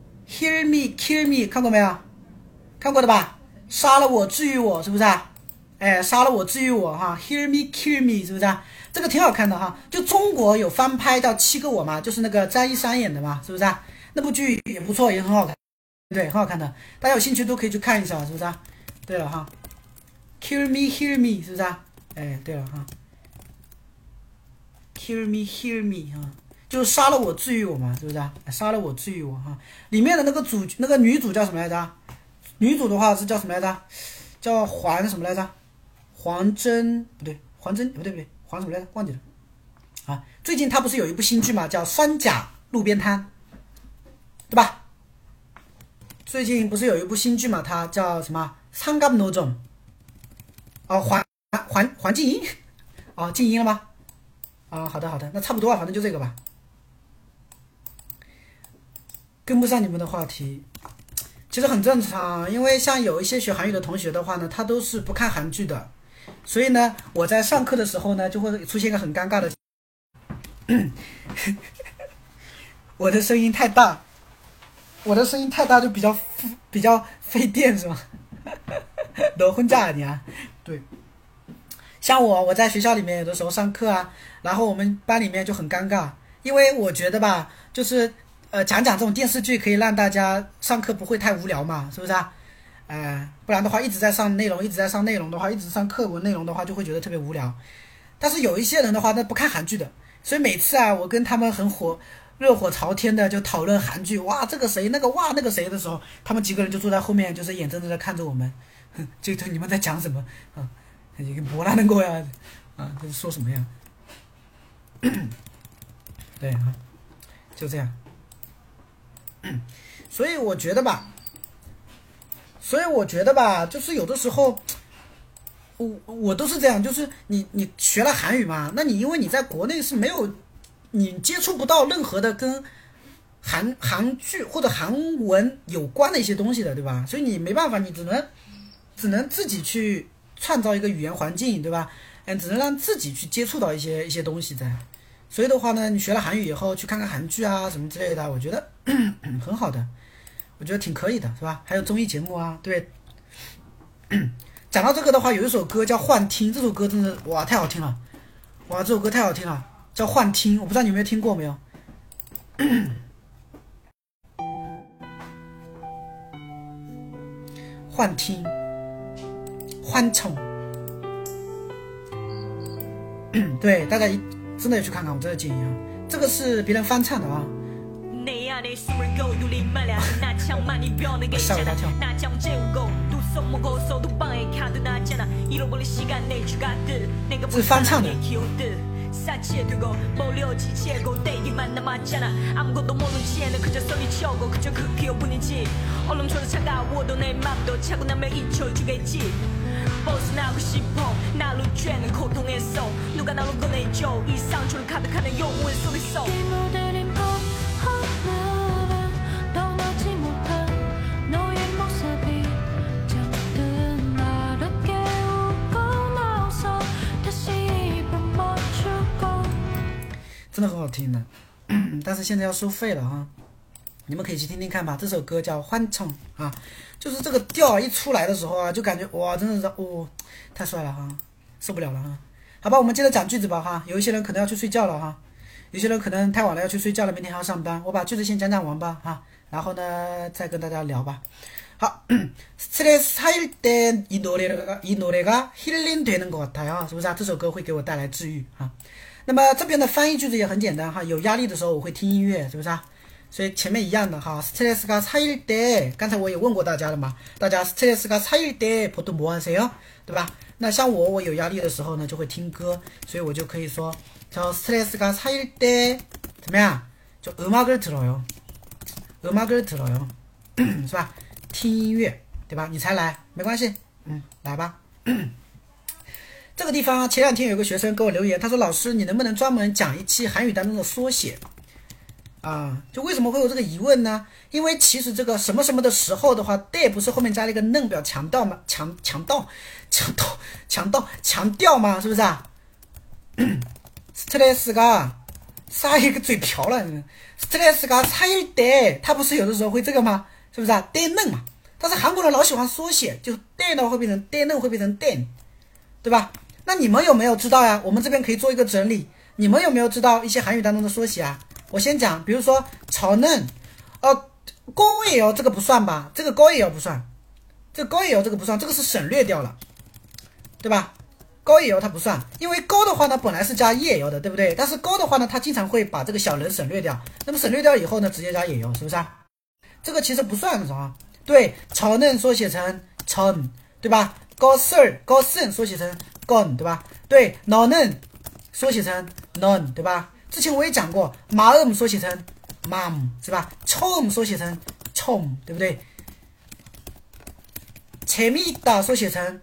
？Hear Me Kill Me， 看过没有？看过的吧？杀了我，治愈我，是不是啊？ 哎，杀了我治愈我哈 ，Heal me kill me 是不是啊？这个挺好看的哈。就中国有翻拍叫《七个我》嘛，就是那个张一山演的嘛，是不是啊？那部剧也不错，也很好看，对，很好看的，大家有兴趣都可以去看一下，是不是啊？对了哈 ，Kill me heal me 是不是啊？哎，对了哈 ，Kill me heal me 哈，就是杀了我治愈我嘛，是不是啊？杀了我治愈我哈。里面的那个主那个女主叫什么来着？女主的话是叫什么来着？叫黄什么来着？黄真不对，黄真不对不对，黄什么来着？忘记了啊！最近他不是有一部新剧嘛，叫《三甲路边摊》，对吧？最近不是有一部新剧嘛，它叫什么《상감노점》哦，黄黄黄静音哦，静音了吗？啊、哦，好的好的，那差不多啊，反正就这个吧。跟不上你们的话题。其实很正常，因为像有一些学韩语的同学的话呢，他都是不看韩剧的，所以呢，我在上课的时候呢，就会出现一个很尴尬的，我的声音太大，我的声音太大就比较比较费电是吗？너혼자아니야？对，像我我在学校里面有的时候上课啊，然后我们班里面就很尴尬，因为我觉得吧，就是。呃，讲讲这种电视剧可以让大家上课不会太无聊嘛，是不是啊？呃，不然的话一直在上内容，一直在上内容的话，一直上课文内容的话，就会觉得特别无聊。但是有一些人的话，那不看韩剧的，所以每次啊，我跟他们很火、热火朝天的就讨论韩剧，哇，这个谁，那个哇，那个谁的时候，他们几个人就坐在后面，就是眼睁睁的看着我们，哼，就就你们在讲什么啊？一个뭐라는 거야啊，这是说什么呀？对啊，就这样。嗯，所以我觉得吧，所以我觉得吧，就是有的时候，我我都是这样，就是你你学了韩语嘛，那你因为你在国内是没有，你接触不到任何的跟韩韩剧或者韩文有关的一些东西的，对吧？所以你没办法，你只能只能自己去创造一个语言环境，对吧？嗯，只能让自己去接触到一些一些东西在。所以的话呢，你学了韩语以后去看看韩剧啊什么之类的，我觉得很好的，我觉得挺可以的，是吧？还有综艺节目啊，对。讲到这个的话，有一首歌叫《幻听》，这首歌真的哇太好听了，哇这首歌太好听了，叫《幻听》，我不知道你有没有听过没有？幻听，欢宠，对大家一。真的要去看看，我真的建议啊！这个是别人翻唱的啊。吓我一大跳。这是翻唱的。真的很好听的，但是现在要收费了啊！你们可以去听听看吧。这首歌叫《欢唱》啊，就是这个调一出来的时候啊，就感觉哇，真的是哦，太帅了哈，受不了了哈。好吧，我们接着讲句子吧哈。有一些人可能要去睡觉了哈，有些人可能太晚了要去睡觉了，明天还要上班。我把句子先讲讲完吧哈，然后呢再跟大家聊吧。好，스트레스 쌓일 때 이 노래가 이 노래가 힐링 되는 것 같아요，是不是啊？这首歌会给我带来治愈啊。那么这边的翻译句子也很简单哈，有压力的时候我会听音乐，是不是啊？所以前面一样的哈， 스트레스가 쌓일 때， 刚才我也问过大家了嘛，大家 스트레스가 쌓일 때 보통 뭐 하세요？ 对吧？那像我，我有压力的时候呢，就会听歌，所以我就可以说，저 스트레스가 쌓일 때怎么样？就음악을 들어요， 음악을 들어요， 是吧？听音乐，对吧？你才来，没关系，嗯，来吧。这个地方前两天有个学生给我留言，他说老师你能不能专门讲一期韩语当中的缩写啊？就为什么会有这个疑问呢？因为其实这个什么什么的时候的话 day 不是后面加了一个嫩表强调吗？强强调强调强调强调吗？是不是啊？스트레스가 쌓일个嘴瓢了 스트레스가 쌓일 때他不是有的时候会这个吗？是不是啊？day嫩嘛，但是韩国人老喜欢缩写，就 day 呢会变成 day嫩会变成 den， 对吧？那你们有没有知道呀？我们这边可以做一个整理，你们有没有知道一些韩语当中的缩写啊？我先讲，比如说炒嫩，呃，高也有这个不算吧？这个高也有不算，这个高也有这个不算，这个是省略掉了，对吧？高也有它不算，因为高的话呢本来是加也有的，对不对？但是高的话呢，它经常会把这个小人省略掉，那么省略掉以后呢，直接加也有，是不是啊？这个其实不算什么，对，炒嫩缩写成천，对吧？高썰高 쓴缩写成건，对吧？对，脑嫩缩写成넌，对吧？之前我也讲过，마음缩写成맘，是吧？처음缩写成처음，对不对？재미있다缩写成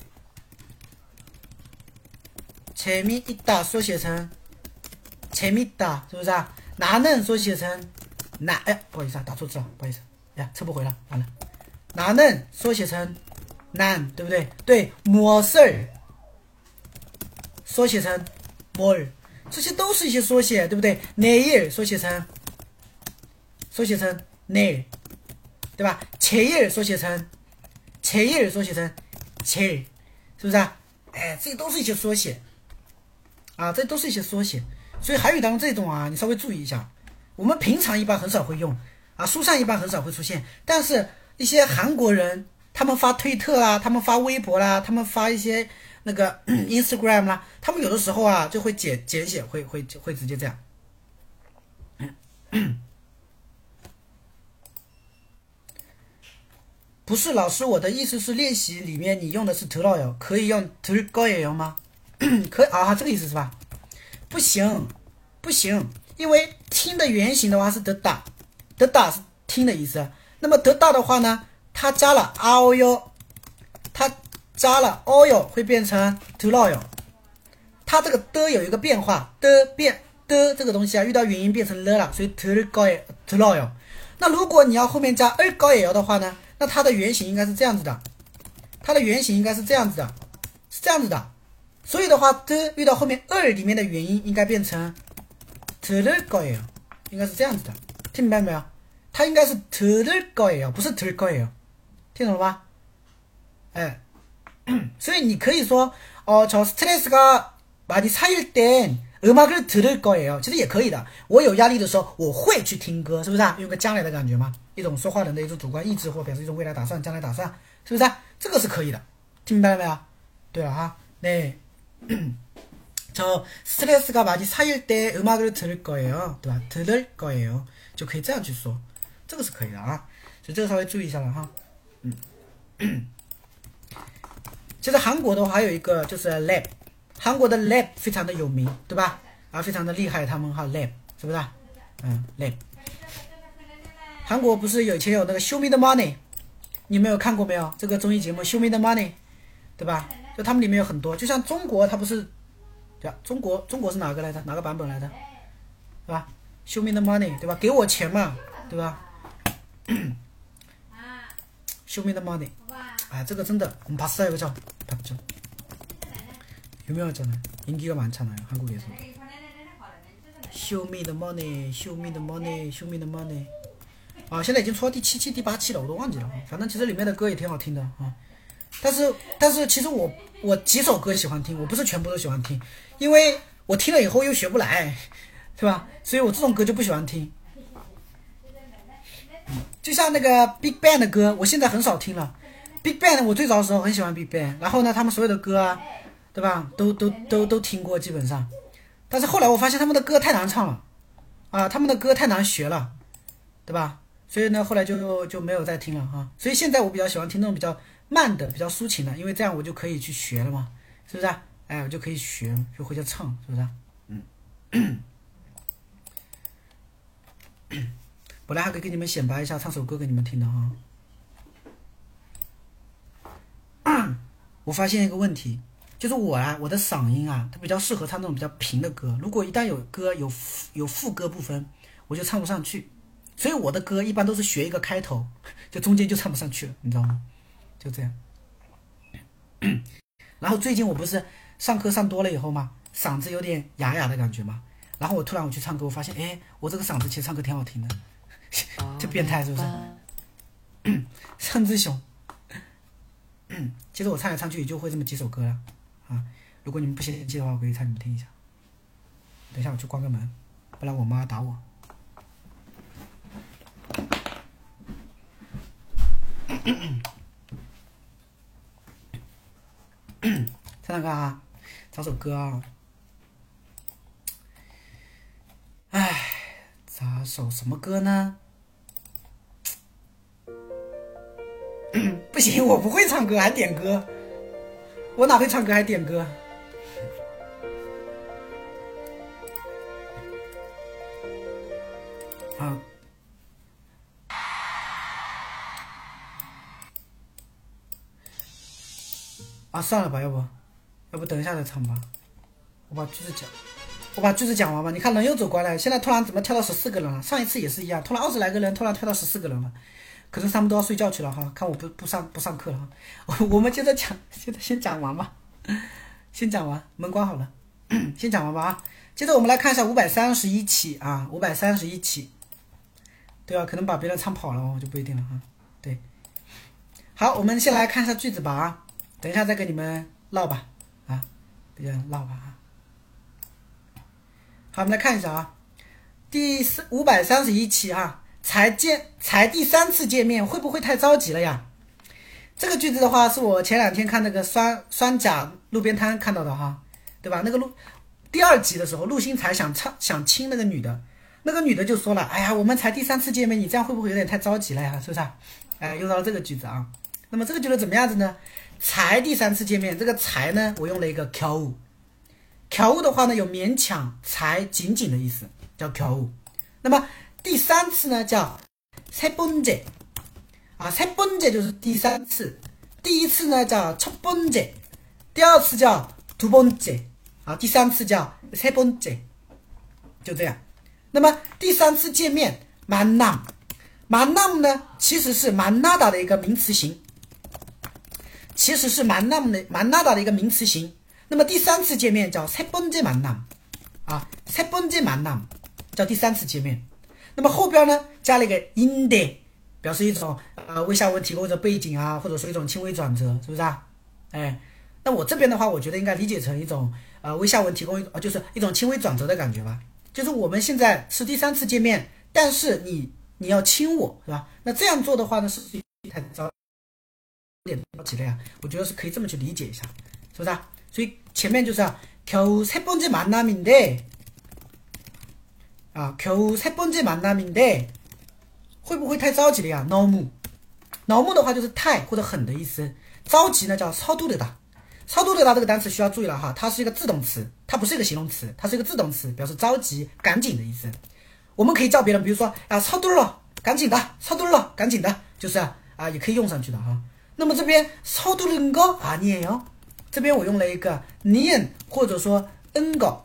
재미있다缩写成재밌다，是不是啊？나는缩写成나，哎，不好意思啊，打错字了，不好意思，哎，撤不回了，完了。나는缩写成난，对不对？对，무엇을缩写成뭘，这些都是一些缩写，对不对？내일缩写成缩写成내일，对吧？제일缩写成제일缩写成제일，是不是啊？哎，这都是一些缩写啊，这都是一些缩写。所以韩语当中这种啊，你稍微注意一下。我们平常一般很少会用啊，书上一般很少会出现，但是一些韩国人，他们发推特啦，他们发微博啦，他们发一些那个 Instagram 啦，他们有的时候啊就会简简写，会会会直接这样。不是老师，我的意思是练习里面你用的是들어요，可以用들거예요吗？可以啊，这个意思是吧？不行，不行，因为听的原型的话是듣다，듣다是听的意思。那么듣다的话呢，它加了아요，它加了어요会变成들어요。它这个的有一个变化，的变的这个东西啊，遇到元音变成了了，所以들어요。那如果你要后面加을거예요的话呢，那它的原型应该是这样子的，它的原型应该是这样子的，是这样子的。所以的话，的遇到后面二里面的元音应该变成들을거예요，应该是这样子的，听明白没有？它应该是들을거예요，不是들거예요，听懂了吗？哎，所以你可以说，哦，저 스트레스가 많이 쌓일 땐 음악을 들을 거예요，其实也可以的。我有压力的时候，我会去听歌，是不是啊？用个将来的感觉嘛，一种说话人的一种主观意志，或表示一种未来打算、将来打算，是不是啊？这个是可以的，听明白了没有？对了哈，네。저 스트레스가 많이 쌓일 때 음악을 들을 거예요，对吧？들을 거예요就可以这样去说，这个是可以的啊，所以这个稍微注意一下了哈。嗯，其实韩国的话还有一个就是 rap， 韩国的 rap 非常的有名，对吧？啊，非常的厉害，他们哈 rap 是不是？嗯 rap。韩国不是有以前有那个 Show Me the Money， 你们有看过没有？这个综艺节目 Show Me the Money， 对吧？就他们里面有很多，就像中国，它不是，对吧？中国中国是哪个来的？哪个版本来的？对吧 ？Show me the money， 对吧？给我钱嘛，对吧 ？Show me the money， 哎，这个真的，我们봤어요，그죠？봤죠？유명하잖아요，인기가많잖아요，한국에서。Show me the money，Show me the money，Show me the money。啊，现在已经出到第七期、第八期了，我都忘记了。反正其实里面的歌也挺好听的啊。但是但是其实我我几首歌喜欢听，我不是全部都喜欢听，因为我听了以后又学不来，对吧？所以我这种歌就不喜欢听。就像那个 Big Bang 的歌，我现在很少听了。Big Bang 我最早的时候很喜欢 Big Bang， 然后呢，他们所有的歌啊，对吧？都都都都听过基本上。但是后来我发现他们的歌太难唱了，啊，他们的歌太难学了，对吧？所以呢，后来就就没有再听了啊。所以现在我比较喜欢听那种比较慢的、比较抒情的，因为这样我就可以去学了嘛，是不是啊？哎，我就可以学，就回家唱，是不是啊？嗯。本来还可以给你们显摆一下，唱首歌给你们听的哈。我发现一个问题，就是我啊，我的嗓音啊，它比较适合唱那种比较平的歌。如果一旦有歌有有副歌部分，我就唱不上去。所以我的歌一般都是学一个开头，就中间就唱不上去了，你知道吗？就这样。然后最近我不是上课上多了以后嘛，嗓子有点哑哑的感觉嘛。然后我突然我去唱歌，我发现，哎，我这个嗓子其实唱歌挺好听的，就变态是不是？唱之熊。其实我唱来唱去也就会这么几首歌了啊。 如果你们不嫌弃的话，我可以唱你们听一下。等一下我去关个门，不然我妈打我。唱唱歌啊，找首歌啊。唉，找首什么歌呢？不行，我不会唱歌，还点歌，我哪会唱歌还点歌？啊。啊，算了吧，要不，要不等一下再唱吧。我把句子讲，我把句子讲完吧。你看人又走过来，现在突然怎么跳到十四个人了？上一次也是一样，突然二十来个人，突然跳到十四个人了。可是他们都要睡觉去了哈，看我不不上不上课了哈。我我们接着讲，现在先讲完吧，先讲完，门关好了，先讲完吧啊。接着我们来看一下五百三十一期啊，五百三十一期，对啊，可能把别人唱跑了哦，就不一定了哈。对，好，我们先来看一下句子吧啊。等一下再跟你们唠吧，啊，等一下唠吧啊。好，我们来看一下啊，第五百三十一期啊，才见才第三次见面，会不会太着急了呀？这个句子的话，是我前两天看那个酸酸甲路边摊看到的哈，对吧？那个陆第二集的时候，陆星材想唱想亲那个女的，那个女的就说了，哎呀，我们才第三次见面，你这样会不会有点太着急了呀？是不是啊？哎，用到了这个句子啊。那么这个句子怎么样子呢？才第三次见面，这个才呢，我用了一个겨우，겨우的话呢，有勉强、才、仅仅的意思，叫겨우。那么第三次呢，叫세 번째，啊，세 번째就是第三次，第一次呢叫첫 번째，第二次叫두 번째，啊，第三次叫세 번째，就这样。那么第三次见面，만남，만남呢其实是만나다的一个名词形。其实是만남的만나다的一个名词形。那么第三次见面叫세 번째 만남，啊，세 번째 만남叫第三次见面。那么后边呢加了一个인데，表示一种呃为下文提供的背景啊，或者说一种轻微转折，是不是啊？哎，那我这边的话，我觉得应该理解成一种呃为下文提供呃就是一种轻微转折的感觉吧。就是我们现在是第三次见面，但是你你要亲我，是吧？那这样做的话呢，是不是太糟？有点着急了呀，我觉得是可以这么去理解一下，是不是啊？所以前面就是啊，겨우 세 번째 만남인데，啊，겨우 세 번째 만남인데，会不会太着急了呀？너무，너무的话就是太或者很的意思，着急呢叫서두르다，서두르다这个单词需要注意了哈，它是一个自动词，它不是一个形容词，它是一个自动词，表示着急、赶紧的意思。我们可以叫别人，比如说啊，서둘러，赶紧的，서둘러，赶紧的，就是啊，啊也可以用上去的哈。那么这边서두른 거 아니에요，这边我用了一个니은或者说은 거，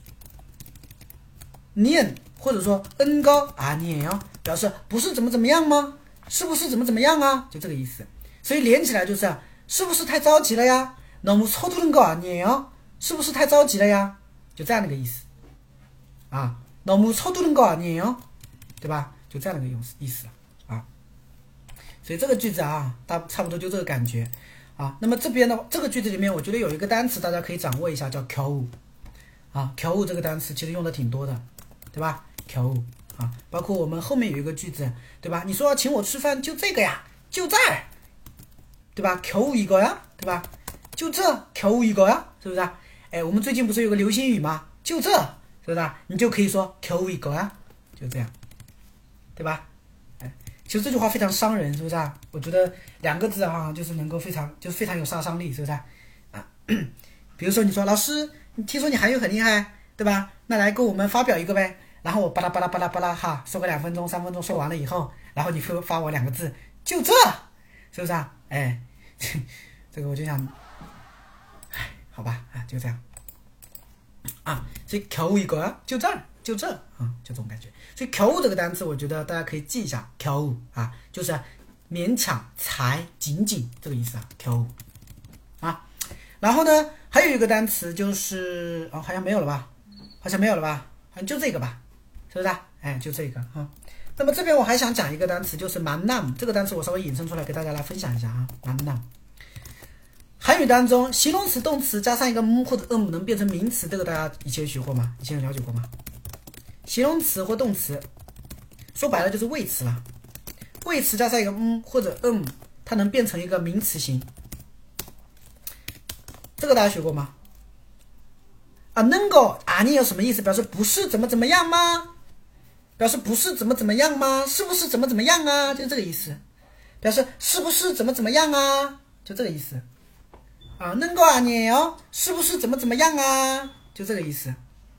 니은或者说은 거 아니에요，表示不是怎么怎么样吗？是不是怎么怎么样啊？就这个意思。所以连起来就是，是不是太着急了呀？너무 서두른 거 아니에요，是不是太着急了呀？就这样的一个意思啊，너무 서두른 거 아니에요，对吧？就这样的一个意思啊。所以这个句子啊，大差不多就这个感觉啊。那么这边的这个句子里面，我觉得有一个单词大家可以掌握一下，叫겨우啊。겨우这个单词其实用的挺多的，对吧？겨우啊，包括我们后面有一个句子，对吧？你说请我吃饭就这个呀，就这儿，对吧？겨우 이거呀，对吧？就这겨우 이거呀，是不是啊？哎，我们最近不是有个流星雨吗？就这，是不是啊？你就可以说겨우 이거呀，就这样，对吧？其实这句话非常伤人，是不是啊？我觉得两个字啊，就是能够非常，就是非常有杀伤力，是不是啊？啊，比如说你说老师，你听说你韩语很厉害，对吧？那来跟我们发表一个呗。然后我巴拉巴拉巴拉巴拉哈，说个两分钟、三分钟，说完了以后，然后你会发我两个字，就这，是不是啊？哎，这个我就想，哎，好吧，啊，就这样啊。所以겨우一个就这儿，就这啊，就这种感觉。所以겨우这个单词，我觉得大家可以记一下，겨우啊，就是勉强、才、仅仅这个意思啊，겨우啊。然后呢，还有一个单词就是哦，好像没有了吧？好像没有了吧？好像就这个吧，是不是啊？哎，就这个啊。那么这边我还想讲一个单词，就是만남这个单词，我稍微引申出来给大家来分享一下啊，만남。还韩语当中，形容词、动词加上一个 m 或者 m 能变成名词，这个大家以前学过吗？以前有了解过吗？形容词或动词，说白了就是谓词了。谓词加上一个 m 或者 m， 它能变成一个名词型。这个大家学过吗？啊，能够啊，你有什么意思？表示不是怎么怎么样吗？表示不是怎么怎么样吗？是不是怎么怎么样啊？就这个意思。表示是不是怎么怎么样啊？就这个意思。啊，能够啊你哦，是不是怎么怎么样啊？就这个意思。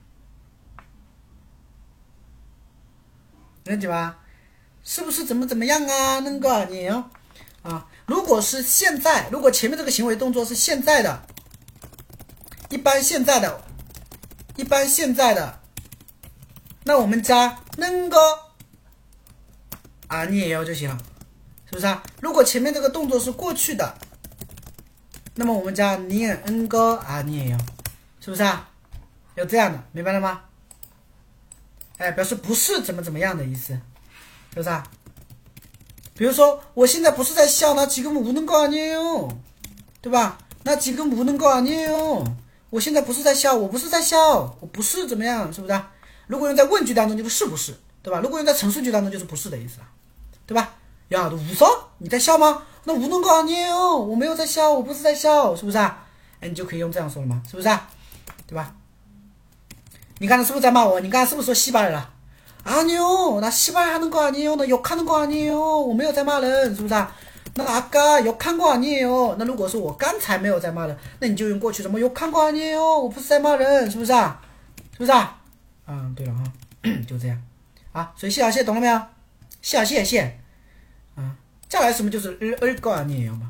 能理解吧？是不是怎么怎么样啊？能够啊你哦。啊，如果是现在，如果前面这个行为动作是现在的，一般现在的。一般现在的，那我们加能够啊你也要就行了，是不是啊？如果前面这个动作是过去的，那么我们加你也能够啊你也要，是不是啊？有这样的，明白了吗？哎，表示不是怎么怎么样的意思，是不是啊？比如说我现在不是在笑，那지금 우는 거 아니에요，对吧？那지금 우는 거 아니에요。我现在不是在笑，我不是在笑，我不是怎么样，是不是啊？如果用在问句当中就是是不是，对吧？如果用在陈述句当中就是不是的意思了，对吧？呀，웃어？你在笑吗？那웃는 거 아니에요，我没有在笑，我不是在笑，是不是啊？哎，你就可以用这样说了嘛，是不是啊？对吧？你刚才是不是在骂我？你刚才是不是说西巴人了？아니요，나 시발하는 거 아니에요，나 욕하는 거 아니에요，我没有在骂人，是不是啊？那아까 욕한 거 아니에요。那如果说我刚才没有在骂人，那你就用过去什么욕한 거 아니에요，我不是在骂人，是不是啊？是不是啊？嗯，对了哈，就这样啊。所以谢小谢懂了没有？谢小谢谢啊。再来什么就是을거 아니에요嘛，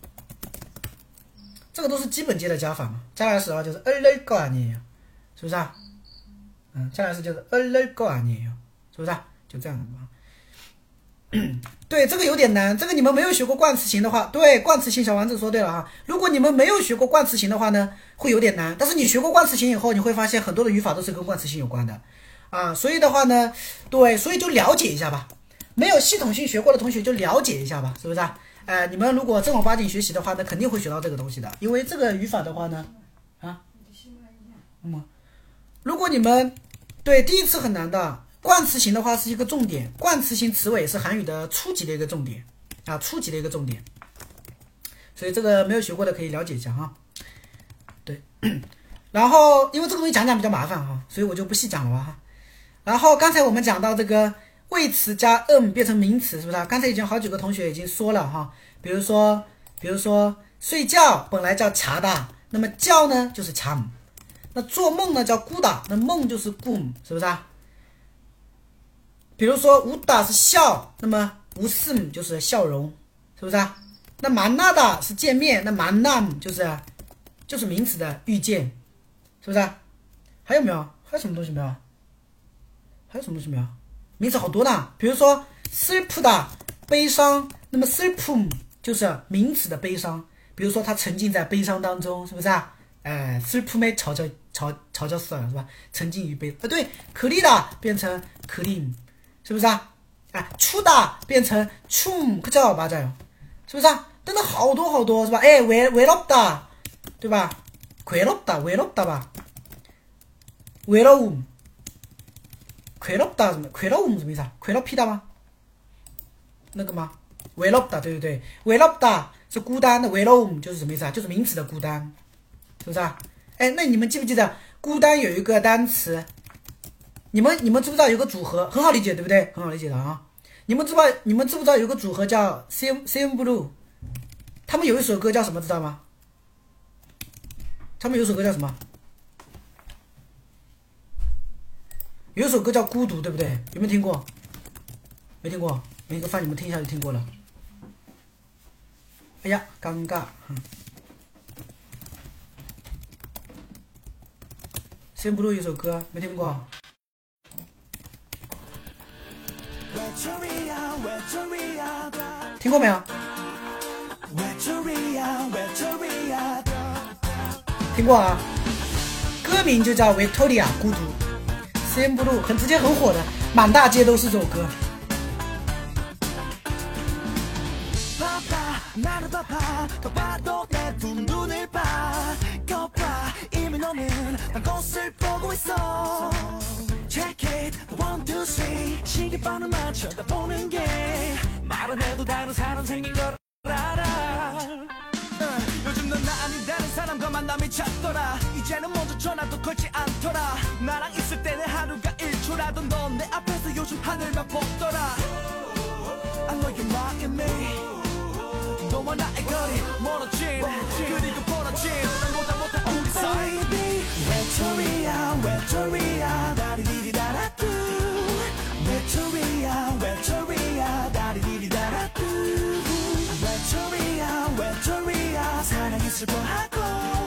这个都是基本阶的加法嘛。再来时候就是을거 아니에요，是不是啊？嗯，再来是就是을거 아니에요，是不是啊？就这样的嘛。对，这个有点难，这个你们没有学过冠词型的话，对，冠词型小丸子说对了哈。如果你们没有学过冠词型的话呢，会有点难。但是你学过冠词型以后，你会发现很多的语法都是跟冠词型有关的啊。所以的话呢，对，所以就了解一下吧。没有系统性学过的同学就了解一下吧，是不是啊？呃，你们如果正儿八经学习的话呢，肯定会学到这个东西的。因为这个语法的话呢，啊，嗯，如果你们对第一次很难的。冠词型的话是一个重点，冠词型词尾是韩语的初级的一个重点啊，初级的一个重点。所以这个没有学过的可以了解一下哈。对，然后因为这个东西讲讲比较麻烦哈，所以我就不细讲了吧哈。然后刚才我们讲到这个谓词加 m 变成名词，是不是啊？刚才已经好几个同学已经说了哈，比如说，比如说睡觉本来叫자다，那么觉呢就是잠，那做梦呢叫꾸다，那梦就是꿈，是不是啊？比如说웃다是笑，那么웃음就是笑容，是不是啊？那만나다是见面，那만남就是就是名词的遇见，是不是啊？还有没有？还有什么东西没有？还有什么东西没有？名词好多呢。比如说슬프다悲伤，那么슬픔就是名词的悲伤，比如说他沉浸在悲伤当中，是不是啊？哎，슬픔에 젖어 젖 젖었어요，是吧？沉浸于悲啊，对，그리다变成그림。是不是啊？哎，추다变成춤，그죠？맞아요，是不是啊？等等好多好多是吧？哎，외외롭다，对吧？괴롭다，외롭다吧？외로움，괴롭다什么？괴로움什么意思啊？괴롭히다吗？那个吗？외롭다，对不对？외롭다是孤单的，외로움就是什么意思啊？就是名词的孤单，是不是啊？哎，那你们记不记得孤单有一个单词？你们你们知不知道有个组合很好理解，对不对？很好理解的啊！你们知不知道你们知不知道有个组合叫 C M C M Blue？ 他们有一首歌叫什么？知道吗？他们有一首歌叫什么？有一首歌叫《孤独》，对不对？有没有听过？没听过，没一个放你们听一下就听过了。哎呀，尴尬！嗯 C M Blue 有一首歌没听过？听过没有？听过啊，歌名就叫 Victoria 孤独 C M Blue 很直接很火的，满大街都是这首歌。 나를 봐봐 더 봐도 내 두 눈을 봐 거봐 이미 너는 난 꽃을 보고 있어 Check it one two three 시계방울만 쳐다보는 게 말은 해도 다른 사람 생긴 걸 알아 uh, 요즘 넌 나 아닌 다른 사람과 만남이 잦더라 이제는 먼저 전화도 걸지 않더라 나랑 있을 때는 하루가 일 초라도 넌 내 앞에서 요즘 하늘만 보더라 I know you're mocking me 너와 나의 거리 멀어진 그리고 벌어진 보다 못한 우리 사이 Baby 외톨이야 외톨이야 다리디리다라뚜 외톨이야 외톨이야 다리디리다라뚜 외톨이야 외톨이야 사랑이 슬퍼하고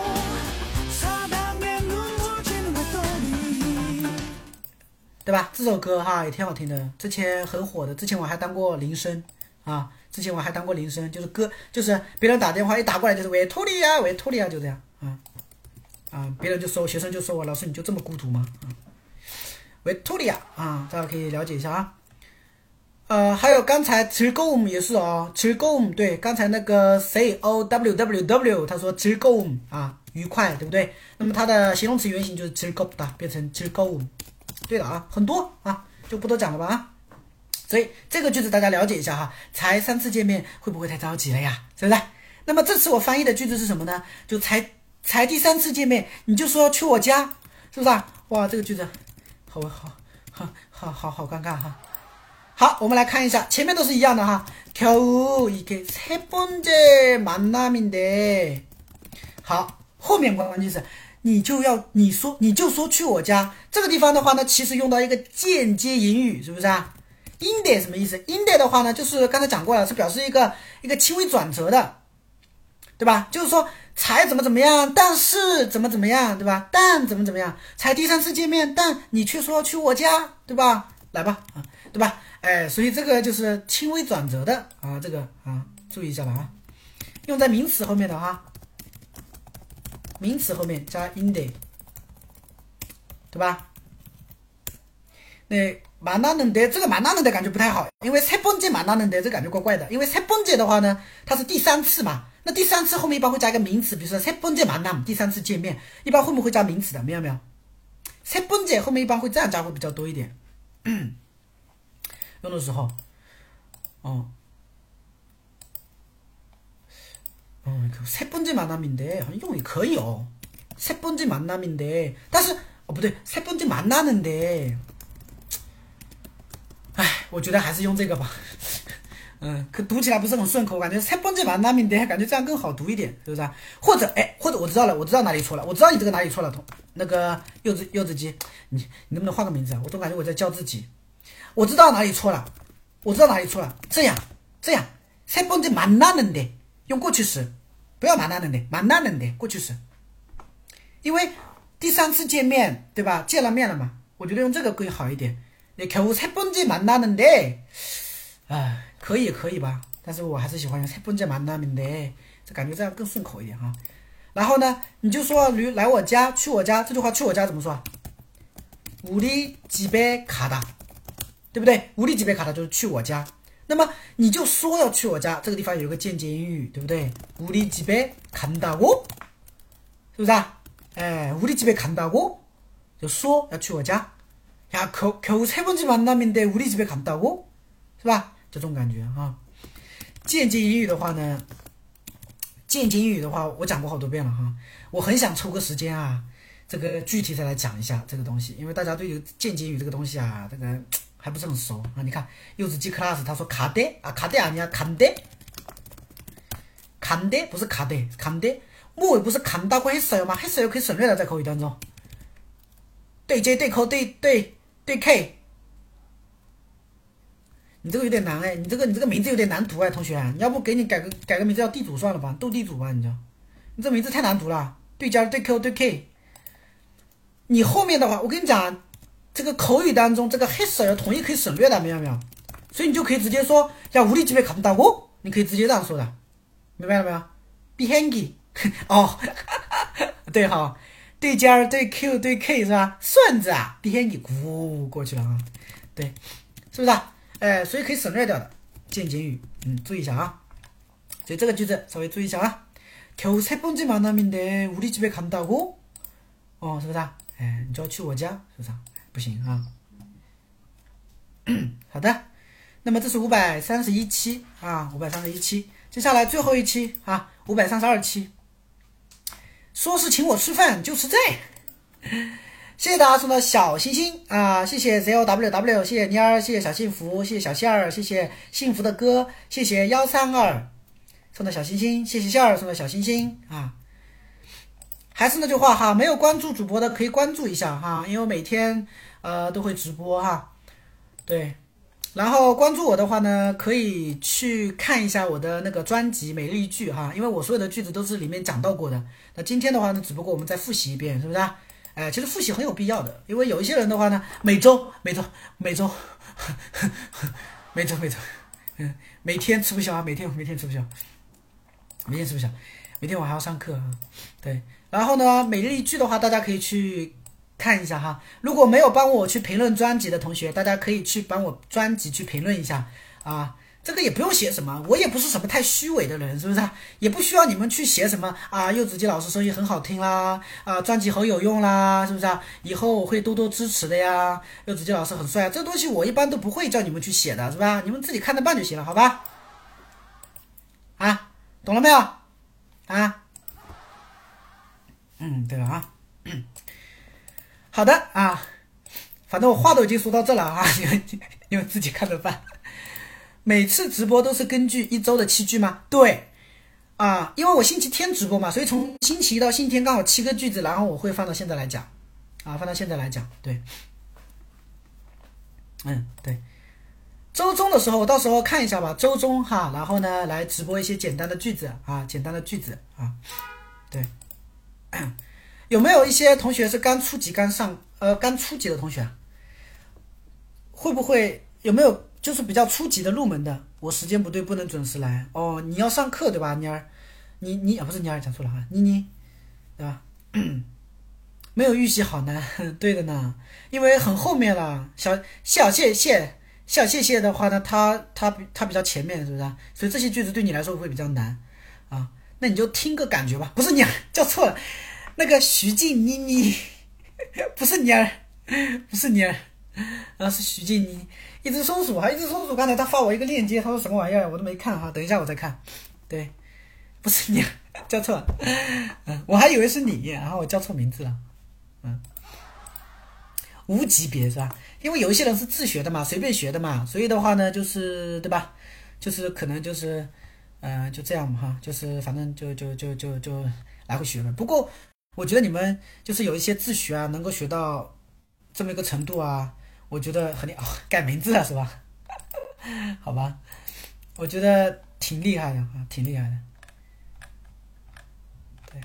사랑에 눈물 지는 외톨이 对吧？这首歌哈也挺好听的，之前很火的，之前我还当过铃声啊，之前我还当过铃声，就是歌，就是别人打电话一打过来就是维托利亚，维托利亚就这样啊啊，别人就说学生就说我老师你就这么孤独吗？啊，维托利亚啊，大家可以了解一下啊。呃，还有刚才즐거움也是哦，즐거움对，刚才那个 C O W W W 他说즐거움啊，愉快，对不对？那么它的形容词原形就是즐겁다，变成즐거움，对的啊，很多啊，就不多讲了吧啊。所以这个句子大家了解一下哈，才三次见面会不会太着急了呀？是不是？那么这次我翻译的句子是什么呢？就才才第三次见面你就说要去我家，是不是啊？哇，这个句子好好好好好好尴尬哈。好，我们来看一下，前面都是一样的哈。겨우 이게 세 번째 만남인데，好，后面关键是你就要你说你就说去我家，这个地方的话呢，其实用到一个间接引语，是不是啊？inde 什么意思 ？inde 的话呢，就是刚才讲过了，是表示一个一个轻微转折的，对吧？就是说才怎么怎么样，但是怎么怎么样，对吧？但怎么怎么样，才第三次见面，但你却说要去我家，对吧？来吧，啊，对吧？哎，所以这个就是轻微转折的啊，这个啊，注意一下了啊，用在名词后面的哈，名词后面加 inde， 对吧？那만나는데这个만나는데感觉不太好，因为세 번째 만나는데这感觉怪怪的，因为세 번째的话呢，它是第三次嘛，那第三次后面一般会加一个名词，比如说세 번째 만남，第三次见面，一般后面会加名词的，没有没有？세 번째后面一般会这样加会比较多一点，用的时候，哦，嗯，세 번째 만남인데用也可以哦，세 번째 만남인데，但是哦不对，세 번째 만나는데。哎，我觉得还是用这个吧，嗯，可读起来不是很顺口，感觉세 번째 만남인데感觉这样更好读一点，是不是啊？或者，哎，或者我知道了，我知道哪里错了，我知道你这个哪里错了，同那个柚子柚子鸡，你你能不能换个名字啊？我总感觉我在教自己，我知道哪里错了，我知道哪里错了，这样这样세 번째 만나는데用过去时，不要만나는데 만나는데过去时，因为第三次见面，对吧？见了面了嘛，我觉得用这个更好一点。겨우 세 번째 만나는데，啊，可以可以吧？但是我还是喜欢用세 번째 만남인데，这感觉这样更顺口一点哈。然后呢，你就说驴来我家，去我家，这句话去我家怎么说？우리 집에 가다，对不对？우리 집에 가다就是去我家。那么你就说要去我家，这个地方有一个间接引语，对不对？우리 집에 간다고，是不是啊？哎，우리 집에 간다고就说要去我家。야 겨우 겨우 세 번째 만남인데 우리 집에 간다고，是吧？这种感觉啊。间接引语的话呢，间接引语的话，我讲过好多遍了哈。我很想抽个时间啊，这个具体再来讲一下这个东西，因为大家对间接语这个东西啊，这个还不是很熟啊。你看柚子鸡 class 他说卡대啊，卡대 아니야，간대，간대不是卡대，간대 뭐不是간다고 했어요吗？ 했어요可以省略了在口语当中。对 J 对口对对。对 K， 你这个有点难哎，你这个你这个名字有点难读哎，同学，你要不给你改个改个名字叫地主算了吧，斗地主吧，你这，你这名字太难读了，对加对 Q 对 K， 你后面的话，我跟你讲，这个口语当中这个했어요统一可以省略的，明白没有？所以你就可以直接说呀，우리 집에 간다고，你可以直接这样说的，明白了没有？ 비행기， 哦，对哈。对加对 Q 对 K 是吧？顺子啊，비행기咕过去了啊，对，是不是啊？哎，所以可以省略掉的间接语，嗯，注意一下啊。 所以这个句子稍微注意一下啊。겨우 세 번째 만남인데 우리 집에 간다고? 哦，是不是啊？哎，你就要去我家，是不是啊？不行啊。好的，那么这是五百三十一期啊，五百三十一期。接下来最后一期啊，五百三十二期。说是请我吃饭，就吃这。谢谢大家送的小星星啊！谢谢 Z O W W， 谢谢妮儿，谢谢小幸福，谢谢小馅儿，谢谢幸福的歌，谢谢幺三二送的小星星，谢谢馅儿送的小星星啊！还是那句话哈，没有关注主播的可以关注一下哈，因为我每天呃都会直播哈。对，然后关注我的话呢，可以去看一下我的那个专辑《美丽句》哈，因为我所有的句子都是里面讲到过的。那今天的话呢，只不过我们再复习一遍，是不是啊？哎，其实复习很有必要的，因为有一些人的话呢，每周、每周、每周、每周、每周，嗯，每天吃不消啊，每天每天吃不消，每天吃不消，每天我还要上课啊。对，然后呢，每日一句的话，大家可以去看一下哈。如果没有帮我去评论专辑的同学，大家可以去帮我专辑去评论一下啊。这个也不用写什么，我也不是什么太虚伪的人，是不是？也不需要你们去写什么啊，柚子鸡老师声音很好听啦，啊，专辑很有用啦，是不是啊？以后我会多多支持的呀，柚子鸡老师很帅，这东西我一般都不会叫你们去写的，是吧？你们自己看着办就行了，好吧？啊，懂了没有？啊，嗯，对了啊，嗯，好的啊，反正我话都已经说到这了啊，你们你们自己看着办。每次直播都是根据一周的七句吗？对，啊，因为我星期天直播嘛，所以从星期一到星期天刚好七个句子，然后我会放到现在来讲，啊，放到现在来讲，对，嗯，对，周中的时候我到时候看一下吧，周中哈，然后呢来直播一些简单的句子啊，简单的句子啊，对，有没有一些同学是刚初级刚上呃刚初级的同学啊？会不会有没有？就是比较初级的入门的，我时间不对不能准时来哦。你要上课对吧，妮儿？你你啊不是妮儿讲错了哈，妮妮，对吧？没有预习好难，对的呢，因为很后面了。小小谢谢小谢谢的话呢，他他他比较前面，是不是？所以这些句子对你来说会比较难啊。那你就听个感觉吧。不是妮儿叫错了，那个徐静妮妮，不是妮儿，不是妮儿，啊是徐静妮。一只松鼠哈，一只松鼠，刚才他发我一个链接，他说什么玩意儿，我都没看哈，等一下我再看。对，不是你，叫错了，嗯，我还以为是你，然后我叫错名字了，嗯，无级别是吧？因为有一些人是自学的嘛，随便学的嘛，所以的话呢，就是对吧？就是可能就是，嗯、呃，就这样嘛哈，就是反正就就就就就来回学了。不过我觉得你们就是有一些自学啊，能够学到这么一个程度啊。我觉得很厉害、哦，改名字了是吧？好吧，我觉得挺厉害的啊，挺厉害的。对，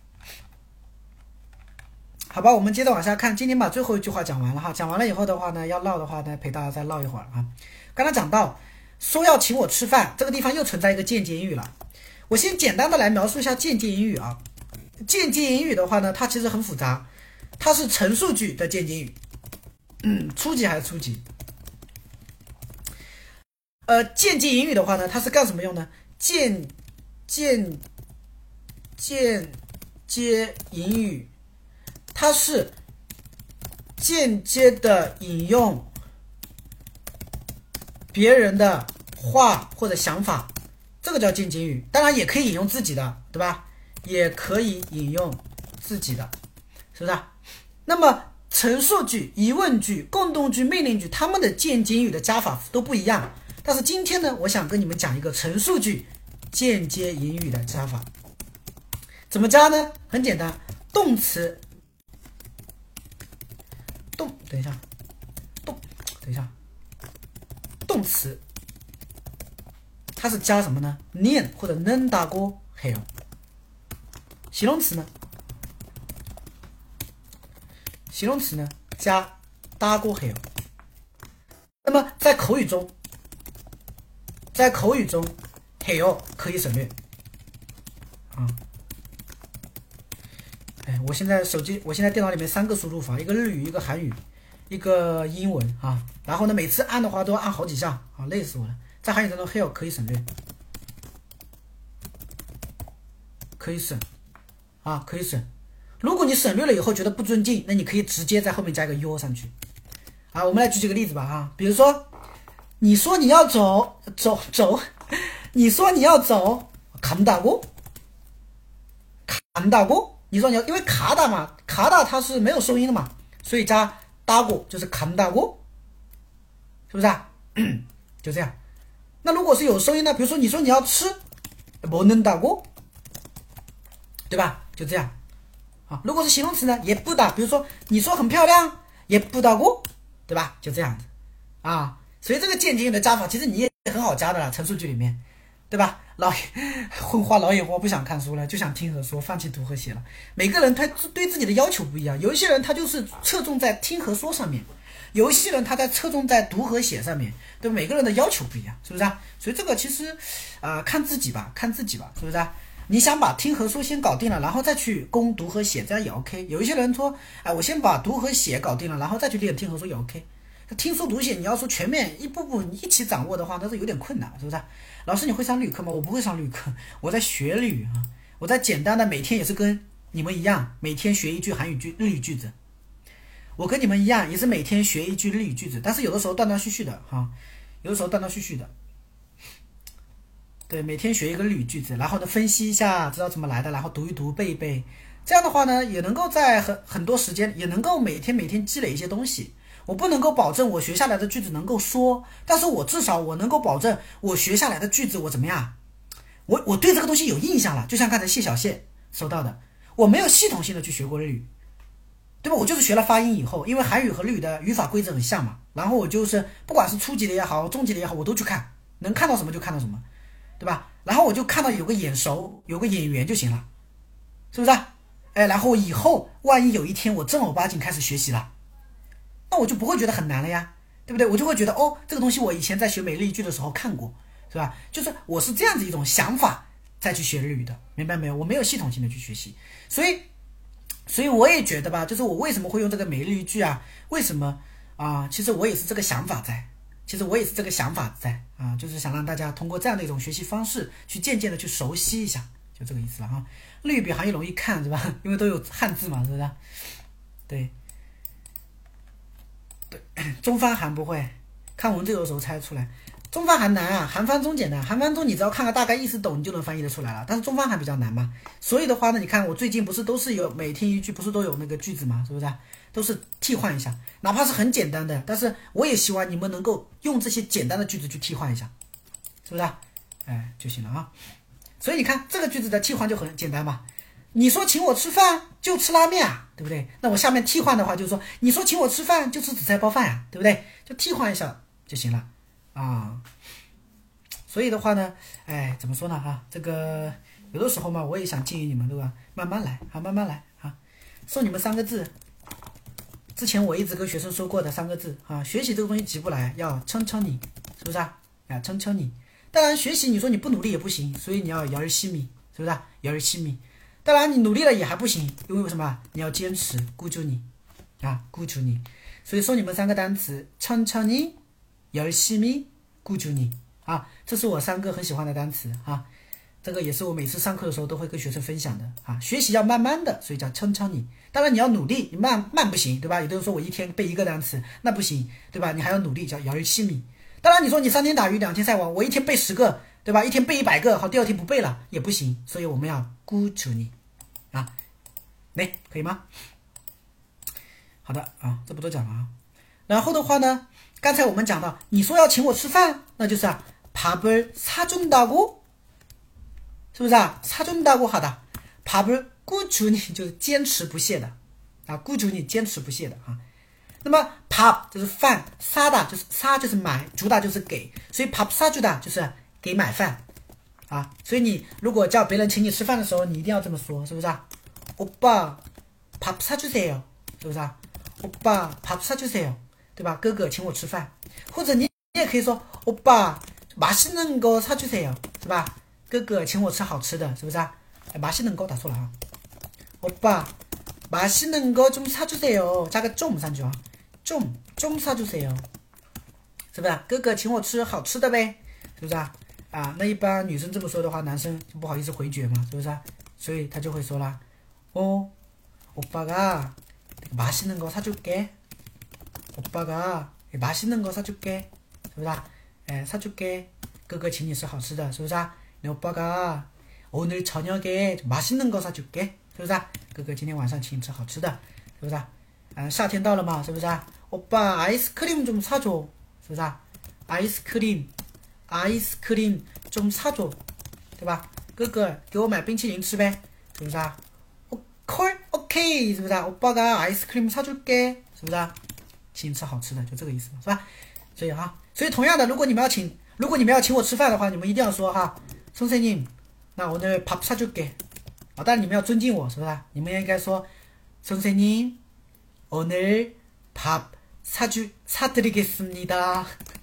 好吧，我们接着往下看，今天把最后一句话讲完了哈，讲完了以后的话呢，要唠的话呢，陪大家再唠一会儿啊。刚才讲到说要请我吃饭，这个地方又存在一个间接引语了。我先简单的来描述一下间接引语啊。间接引语的话呢，它其实很复杂，它是陈述句的间接引语。嗯，初级还是初级？呃，间接引语的话呢，它是干什么用呢？间间间接引语，它是间接的引用别人的话或者想法，这个叫间接引语。当然也可以引用自己的，对吧？也可以引用自己的，是不是？那么陈述句、疑问句、共动句、命令句，它们的间接语的加法都不一样。但是今天呢，我想跟你们讲一个陈述句间接引语的加法。怎么加呢？很简单，动词动，等一下，动，等一下，动词，它是加什么呢？念或者能打过还有形容词呢？形容词呢加搭过还有。那么在口语中，在口语中还有可以省略啊。哎，我现在手机，我现在电脑里面三个输入法，一个日语，一个韩语，一个英文啊。然后呢，每次按的话都要按好几下啊，累死我了。在韩语当中 ，hail 可以省略。 可以省啊，可以省。如果你省略了以后觉得不尊敬，那你可以直接在后面加一个 yo 上去。啊，我们来举几个例子吧啊，比如说你说你要走走走，你说你要走，간다고 간다고，你说你要，因为卡达嘛，卡达它是没有收音的嘛，所以加다고就是간다고，是不是啊？就这样。那如果是有收音呢，比如说你说你要吃먹는다고，对吧？就这样。啊，如果是形容词呢，예쁘다，比如说你说很漂亮，예쁘다고，对吧？就这样子啊。所以这个间接的加法，其实你也很好加的啦，陈述句里面，对吧？老混话老眼花，不想看书了，就想听和说，放弃读和写了。每个人他对自己的要求不一样，有一些人他就是侧重在听和说上面，有一些人他在侧重在读和写上面，对吧？每个人的要求不一样，是不是啊？所以这个其实，呃，看自己吧，看自己吧，是不是啊？你想把听和说先搞定了，然后再去攻读和写，这样也 OK。有一些人说，哎，我先把读和写搞定了，然后再去练听和说也 OK。听说读写你要说全面一步步一起掌握的话，那是有点困难，是不是？老师你会上律课吗？我不会上律课，我在学日语啊，我在简单的每天也是跟你们一样，每天学一句韩语句日语句子。我跟你们一样，也是每天学一句日语句子，但是有的时候断断续续的哈，有的时候断断续续的。对，每天学一个日语句子，然后呢分析一下，知道怎么来的，然后读一读，背一背。这样的话呢，也能够在很很多时间，也能够每天每天积累一些东西。我不能够保证我学下来的句子能够说，但是我至少我能够保证我学下来的句子我怎么样，我我对这个东西有印象了。就像刚才谢小谢收到的，我没有系统性的去学过日语，对吧？我就是学了发音以后，因为韩语和日语的语法规则很像嘛，然后我就是不管是初级的也好，中级的也好，我都去看，能看到什么就看到什么，对吧？然后我就看到有个眼熟，有个演员就行了，是不是啊？哎，然后以后万一有一天我正儿八经开始学习了，那我就不会觉得很难了呀，对不对？我就会觉得哦，这个东西我以前在学美日句的时候看过，是吧？就是我是这样子一种想法再去学日语的，明白没有？我没有系统性的去学习，所以，所以我也觉得吧，就是我为什么会用这个美日句啊？为什么啊？其实我也是这个想法在，其实我也是这个想法在啊，就是想让大家通过这样的一种学习方式，去渐渐的去熟悉一下，就这个意思了哈。日语比韩语容易看是吧？因为都有汉字嘛，是不是？对。对，中翻韩不会，看文字有时候猜出来。中翻韩难啊，韩翻中简单。韩翻中你只要看个大概意思懂，你就能翻译得出来了。但是中翻韩比较难嘛，所以的话呢，你看我最近不是都是有每天一句，不是都有那个句子吗？是不是、啊？都是替换一下，哪怕是很简单的，但是我也希望你们能够用这些简单的句子去替换一下，是不是、啊？哎，就行了啊。所以你看这个句子的替换就很简单嘛。你说请我吃饭就吃拉面啊，对不对？那我下面替换的话就是说，你说请我吃饭就吃紫菜包饭呀、啊，对不对？就替换一下就行了啊。所以的话呢，哎，怎么说呢哈？这个有的时候嘛，我也想建议你们，对吧？慢慢来啊，慢慢来啊。送你们三个字，之前我一直跟学生说过的三个字啊，学习这个东西急不来，要撑撑你，是不是啊？啊，撑撑你。当然学习你说你不努力也不行，所以你要열심히，是不是啊？열심히。当然你努力了也还不行，因为为什么？你要坚持，꾸준히啊，꾸준히。所以送你们三个单词，천천히、열심히、꾸준히啊，这是我三个很喜欢的单词啊。这个也是我每次上课的时候都会跟学生分享的啊。学习要慢慢的，所以叫천천히。当然你要努力，你慢慢不行，对吧？有的人说我一天背一个单词，那不行，对吧？你还要努力，叫열심히。当然你说你三天打鱼两天晒网，我一天背十个，对吧？一天背一百个，好，第二天不背了也不行，所以我们要꾸준히啊，来，可以吗？好的啊，这不都讲了啊。然后的话呢，刚才我们讲到，你说要请我吃饭，那就是啊，밥을 사준다고，是不是啊？사준다고 하다，밥을 꾸준히就是坚持不懈的啊，꾸준히坚持不懈的啊。那么밥就是饭，사다就是사就是买，주다就是给，所以밥 사주다就是给买饭。啊，所以你如果叫别人请你吃饭的时候，你一定要这么说，是不是啊？오빠 밥 사주세요，是不是啊？오빠 밥 사주세요，对吧？哥哥请我吃饭，或者你你也可以说오빠 맛있는 거 사주세요，是吧？哥哥请我吃好吃的，是不是啊？哎，맛있는 거打错了啊。오빠 맛있는 거 좀 사주세요，加个좀上去啊，좀 좀 사주세요，是不是啊？哥哥请我吃好吃的呗，是不是啊？啊，那一般女生这么说的话，男生就不好意思回绝嘛，是不是啊？ 所以他就会说啦，哦，오빠가 맛있는 거 사줄게. 오빠가 맛있는 거 사줄게. 是不是啊？哎， 사줄게. 哥哥请你吃好吃的，是不是啊？你 오빠가 오늘 저녁에 맛있는 거 사줄게. 是不是啊？哥哥今天晚上请你吃好吃的，是不是啊？啊，夏天到了嘛，是不是啊？ 오빠 아이스크림 좀 사줘. 是不是啊？ 아이스크림 아이스크림 좀 사줘. 对吧？哥哥给我买冰淇淋吃呗，是不是啊？ 콜 오케이 是不是啊？ 오빠가 아이스크림 사줄게. 是不是啊？请你吃好吃的，就这个意思，是吧？所以哈，所以同样的，如果你们要请，如果你们要请我吃饭的话，你们一定要说哈，선생님，那我那밥 사줄게。啊，当然你们要尊敬我，是不是啊？你们应该说선생님 오늘 밥 사주 사드리겠습니다。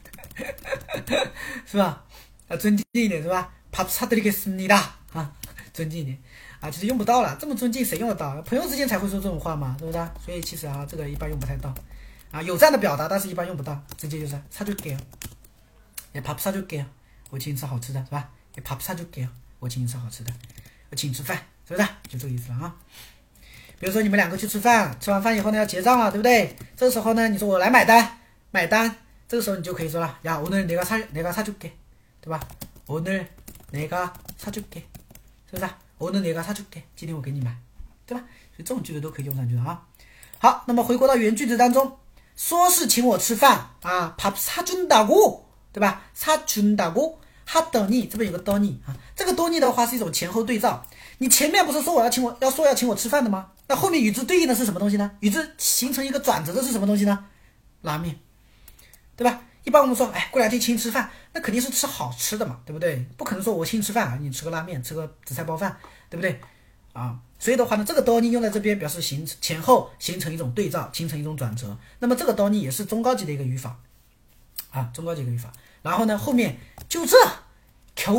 是吧？啊，尊敬一点是吧？밥 사드리겠습니다。啊，尊敬一点。啊，其实用不到了，这么尊敬谁用得到？朋友之间才会说这种话嘛，是不是啊？所以其实啊，这个一般用不太到。啊，有这样的表达，但是一般用不到，直接就是사줄게요。也밥 사줄게요，我请你吃好吃的，是吧？也밥 사줄게요，我请你吃好吃的，我请你吃饭，是不是？就这个意思了啊。比如说你们两个去吃饭，吃完饭以后呢要结账了，对不对？这个时候呢，你说我来买单，买单，这个时候你就可以说了，呀，오늘 내가 사 내가 사줄게，对吧？오늘 내가 사줄게，是不是？오늘 내가 사줄게，今天我给你买，对吧？所以这种句子都可以用上去的啊。好，那么回归到原句子当中，说是请我吃饭啊，밥 사준다고，对吧？사준다고 하더니，这边有个더니啊，这个더니的话是一种前后对照。你前面不是说我要请我要说要请我吃饭的吗？那后面与之对应的是什么东西呢？与之形成一个转折的是什么东西呢？拉面，对吧？一般我们说，哎，过两天请你吃饭，那肯定是吃好吃的嘛，对不对？不可能说我请你吃饭啊，你吃个拉面，吃个紫菜包饭，对不对？啊，所以的话呢，这个더니用在这边表示形前后形成一种对照，形成一种转折。那么这个더니也是中高级的一个语法，啊，中高级的语法。然后呢，后面就这，겨우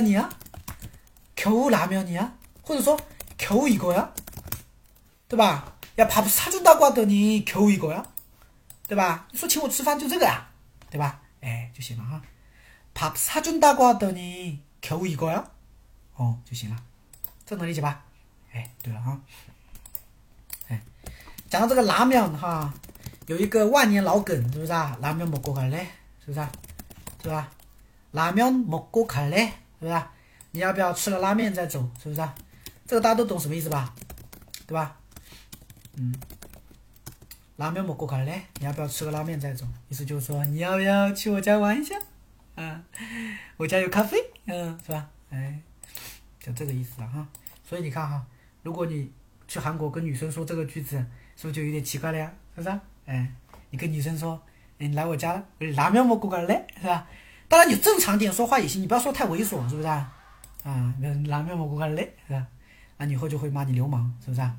라면이야，겨우 라면이야，或者说겨우 이거야，对吧？야 밥 사준다고 하더니 겨우 이거야，对吧？你说请我吃饭就这个呀，对吧？哎，就行了哈。밥 사준다고 하더니 겨우 이거야，哦，就行了，这能理解吧？哎，对了哈。哎，讲到这个拉面哈，有一个万年老梗，是不是啊？라면 먹고 갈래，是不是啊？是吧？라면 먹고 갈래，是不是啊？你要不要吃了拉面再走，是不是啊？这个大家都懂什么意思吧？对吧？嗯。라면 먹고 갈래？你要不要吃个拉面再走？意思就是说你要不要去我家玩一下？啊，我家有咖啡，嗯，是吧？哎，就这个意思了哈。所以你看哈，如果你去韩国跟女生说这个句子，是不是就有点奇怪了呀？是不是啊？哎，你跟女生说，哎，你来我家了，라면 먹고 갈래？是吧？当然你正常点说话也行，你不要说太猥琐，是不是啊？啊，라면 먹고 갈래？是吧？那你以后就会骂你流氓，是不是啊？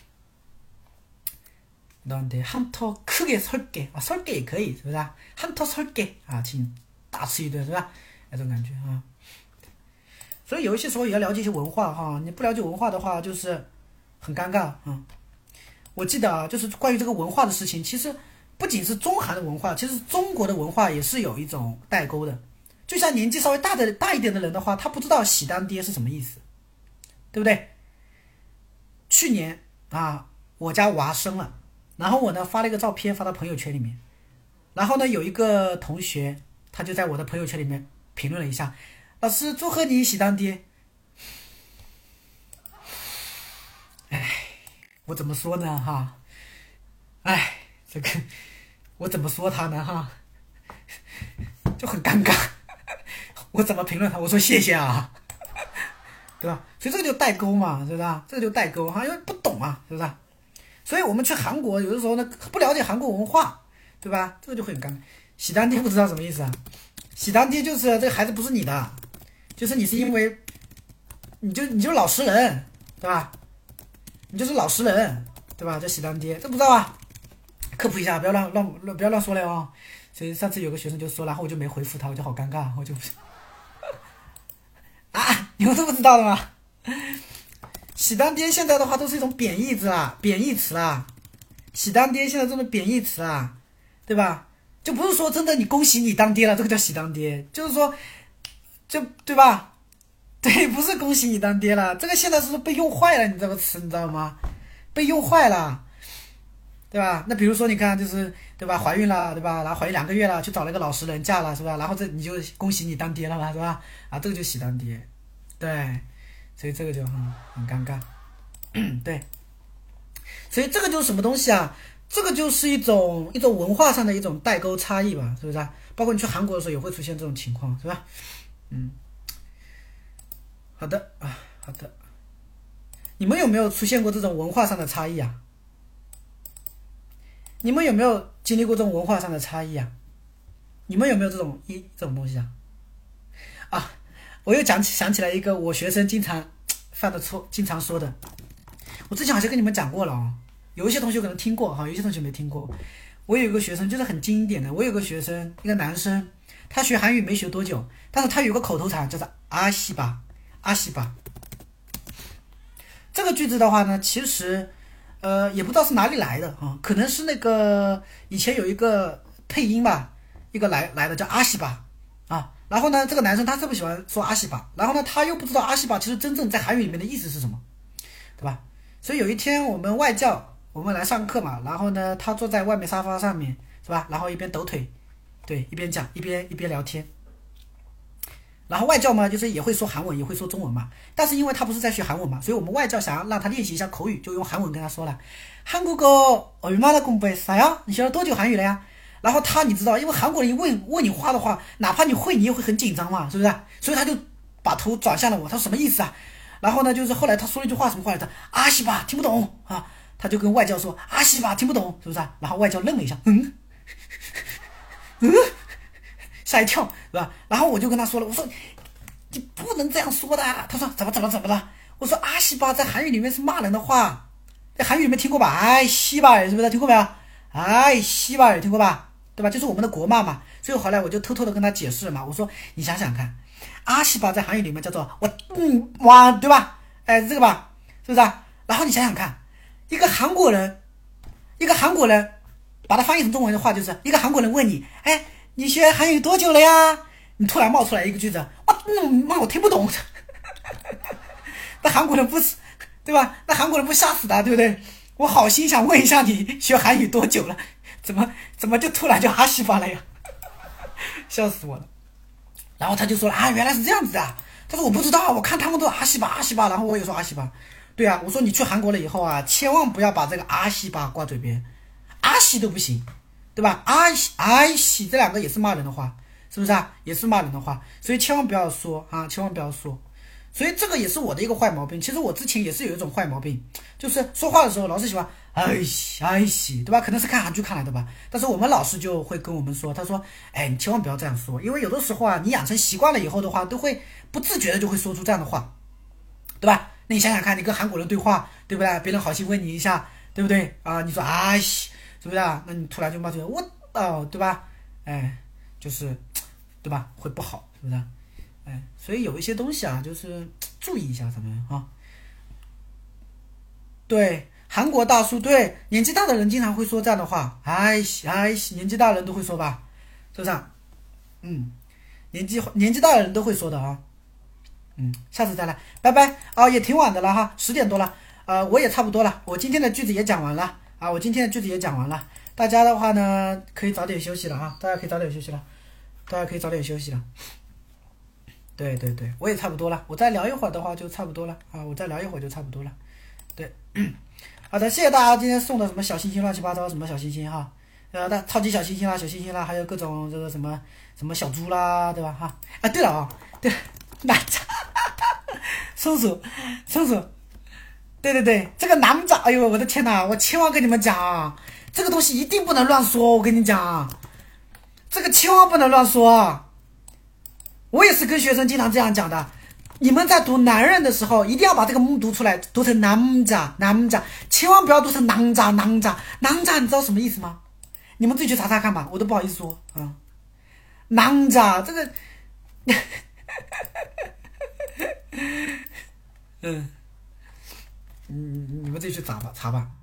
너한테 한터 크게 설게， 啊， 설게也可以，是不是啊？ 한터 설게， 啊，请大吃一顿，是吧？那种感觉啊。所以有一些时候也要了解一些文化哈，你不了解文化的话，就是很尴尬啊。我记得啊，就是关于这个文化的事情，其实不仅是中韩的文化，其实中国的文化也是有一种代沟的。就像年纪稍微大的大一点的人的话，他不知道喜当爹是什么意思，对不对？去年啊，我家娃生了。 然后我呢发了一个照片发到朋友圈里面，然后呢有一个同学他就在我的朋友圈里面评论了一下，老师祝贺你喜当爹。哎，我怎么说呢哈？哎，这个我怎么说他呢哈？就很尴尬。我怎么评论他？我说谢谢啊，对吧？所以这个就代沟嘛，是不是啊？这个就代沟哈，因为不懂啊，是不是啊？ 所以我们去韩国，有的时候呢不了解韩国文化，对吧？这个就会很尴尬。喜当爹不知道什么意思啊？喜当爹就是这个孩子不是你的，就是你是因为，你就你就老实人，对吧？你就是老实人，对吧？叫喜当爹，这不知道啊？科普一下，不要乱乱不要乱说了哦。所以上次有个学生就说，然后我就没回复他，我就好尴尬，我就啊，你们都不知道的吗？ 喜当爹现在的话都是一种贬义词啦，贬义词啦。喜当爹现在这种贬义词啦，对吧？就不是说真的你恭喜你当爹了，这个叫喜当爹，就是说，就对吧？ 对，不是恭喜你当爹了，这个现在是被用坏了，你这个词你知道吗？被用坏了，对吧？那比如说你看，就是对吧，怀孕了，对吧？然后怀孕两个月了，去找了一个老实人嫁了，是吧？然后这你就恭喜你当爹了嘛，是吧？啊，这个就喜当爹，对，所以这个就很很尴尬，对，所以这个就是什么东西啊？这个就是一种一种文化上的一种代沟差异吧，是不是啊？包括你去韩国的时候也会出现这种情况，是吧？嗯。好的啊，好的。你们有没有出现过这种文化上的差异啊？你们有没有经历过这种文化上的差异啊？你们有没有这种一这种东西啊？啊，我又讲起想起来一个我学生经常犯的错，经常说的。我之前好像跟你们讲过了哦，有一些同学可能听过哈，有一些同学没听过。我有一个学生就是很经典的，我有个学生，一个男生，他学韩语没学多久，但是他有个口头禅叫做阿西吧。阿西吧，这个句子的话呢，其实，呃，也不知道是哪里来的啊，可能是那个以前有一个配音吧，一个来来的叫阿西吧啊，然后呢，这个男生他特别喜欢说阿西吧，然后呢，他又不知道阿西吧其实真正在韩语里面的意思是什么，对吧？所以有一天我们外教我们来上课嘛，然后呢，他坐在外面沙发上面，是吧？然后一边抖腿，对，一边讲一边一边聊天。然后外教嘛，就是也会说韩文，也会说中文嘛。但是因为他不是在学韩文嘛，所以我们外教想要让他练习一下口语，就用韩文跟他说了：한국어 얼마나 공부했어요？你学了多久韩语了呀？然后他你知道，因为韩国人一问问你话的话，哪怕你会，你也会很紧张嘛，是不是？所以他就把头转向了我，他说什么意思啊？然后呢，就是后来他说了一句话，什么话来着？阿西吧，听不懂啊。他就跟外教说阿西吧，听不懂，是不是？然后外教愣了一下，嗯嗯。吓一跳，是吧？然后我就跟他说了，我说你不能这样说的。他说怎么怎么怎么了？我说阿西吧在韩语里面是骂人的话，在韩语里面听过吧？哎西吧，是不是听过没有？哎西吧，听过吧？对吧？就是我们的国骂嘛。所以后来我就偷偷的跟他解释了嘛。我说你想想看，阿西吧在韩语里面叫做我嗯哇，对吧？哎这个吧，是不是啊？然后你想想看，一个韩国人，一个韩国人，把它翻译成中文的话就是一个韩国人问你，哎。你学韩语多久了呀？你突然冒出来一个句子，哇，嗯，妈，我听不懂。那韩国人不是，对吧？那韩国人不吓死的，对不对？我好心想问一下你学韩语多久了，怎么怎么就突然就哈西吧了呀？笑死我了。然后他就说了啊，原来是这样子啊。他说我不知道，我看他们都阿西吧阿西吧，然后我也说阿西吧。对啊，我说你去韩国了以后啊，千万不要把这个阿西吧挂嘴边，阿西都不行。对吧？阿西阿西这两个也是骂人的话，是不是啊？也是骂人的话，所以千万不要说啊，千万不要说。所以这个也是我的一个坏毛病。其实我之前也是有一种坏毛病，就是说话的时候老是喜欢哎西哎西，对吧？可能是看韩剧看来的吧。但是我们老师就会跟我们说，他说，哎，你千万不要这样说，因为有的时候啊，你养成习惯了以后的话，都会不自觉的就会说出这样的话，对吧？那你想想看，你跟韩国人对话，对不对？别人好心问你一下，对不对啊？你说哎西。是不是啊？那你突然就冒出来，我哦，对吧？哎，就是，对吧？会不好，是不是？哎，所以有一些东西啊，就是注意一下咱们啊。对，韩国大叔，对，年纪大的人经常会说这样的话，哎哎，年纪大的人都会说吧，是不是啊？嗯，年纪年纪大的人都会说的啊。嗯，下次再来，拜拜啊，也挺晚的了哈，十点多了，呃，我也差不多了，我今天的句子也讲完了。啊，我今天的句子也讲完了，大家的话呢，可以早点休息了哈，大家可以早点休息了，大家可以早点休息了。对对对，我也差不多了，我再聊一会儿的话就差不多了啊，我再聊一会儿就差不多了。对，好的，谢谢大家今天送的什么小星星乱七八糟什么小星星哈，呃，那超级小星星啦、小星星啦，还有各种这个什么什么小猪啦，对吧哈？啊，对了啊、哦，对，那松鼠，松鼠。对对对，这个男长，哎呦我的天哪！我千万跟你们讲，这个东西一定不能乱说。我跟你讲，这个千万不能乱说。我也是跟学生经常这样讲的。你们在读男人的时候，一定要把这个木读出来，读成男家男家，千万不要读成男家男家男家。你知道什么意思吗？你们自己去查查看吧，我都不好意思说啊。男家这个，嗯。嗯，你们自己去查吧，查吧。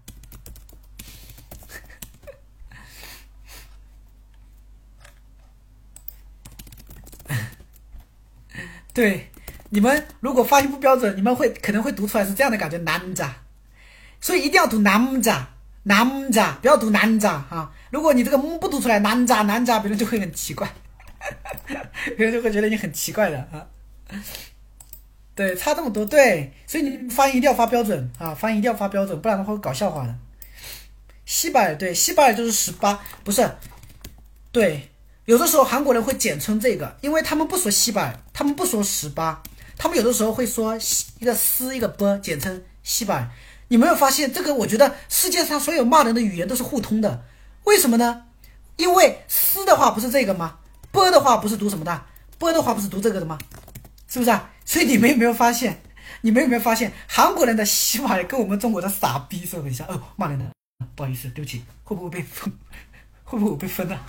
对， 你们如果发音不标准，你们会可能会读出来是这样的感觉，男家，所以一定要读男家，男家，不要读男家啊！如果你这个嗯不读出来，男家男家，别人就会很奇怪，别人就会觉得你很奇怪的啊。对，差这么多，对，所以你发音一定要发标准啊，发音一定要发标准，不然的话会搞笑话的。西巴尔，对，西巴尔就是十八，不是，对，有的时候韩国人会简称这个，因为他们不说西巴尔，他们不说十八。他们有的时候会说一个斯一个波，简称西巴尔。你没有发现这个？我觉得世界上所有骂人的语言都是互通的。为什么呢？因为斯的话不是这个吗？波的话不是读什么的？波的话不是读这个的吗？是不是啊？所以你们有没有发现？你们有没有发现韩国人的西巴尔跟我们中国的傻逼是很像？哦，骂人的，不好意思，对不起，会不会被封？会不会我被封啊？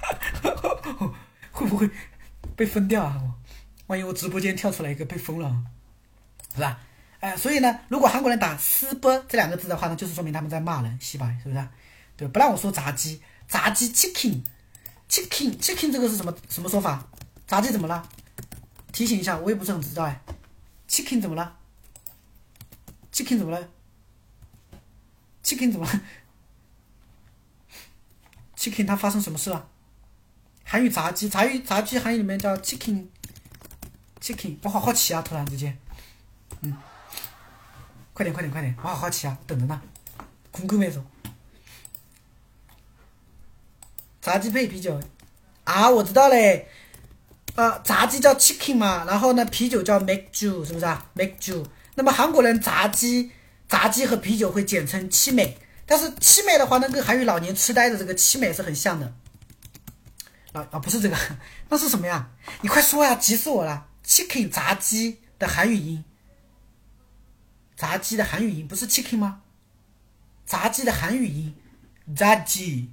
会不会被封掉啊？万一我直播间跳出来一个被封了，是吧？哎、呃，所以呢，如果韩国人打斯波这两个字的话呢，就是说明他们在骂人，西巴，是不是？对，不让我说炸鸡，炸鸡 chicken，chicken chicken 这个是什么什么说法？炸鸡怎么了？提醒一下，我也不是很知道哎。chicken 怎么了 ？chicken 怎么了 ？chicken 怎么了 ？chicken 它发生什么事了？韩语炸鸡，炸鱼炸鸡韩语里面叫 chicken。chicken， 我好好奇啊！突然之间，嗯，快点快点快点，我好好奇啊，等着呢。궁금해서炸鸡配啤酒啊，我知道嘞。呃，炸鸡叫 chicken 嘛，然后呢，啤酒叫 맥주， 是不是啊 ？맥주。那么韩国人炸鸡，炸鸡和啤酒会简称七美，但是七美的话呢，跟韩语老年痴呆的这个七美是很像的。啊啊，不是这个，那是什么呀？你快说呀，急死我了！ chicken 炸鸡的韩语音，炸鸡的韩语音不是 chicken 吗？炸鸡的韩语音，炸鸡，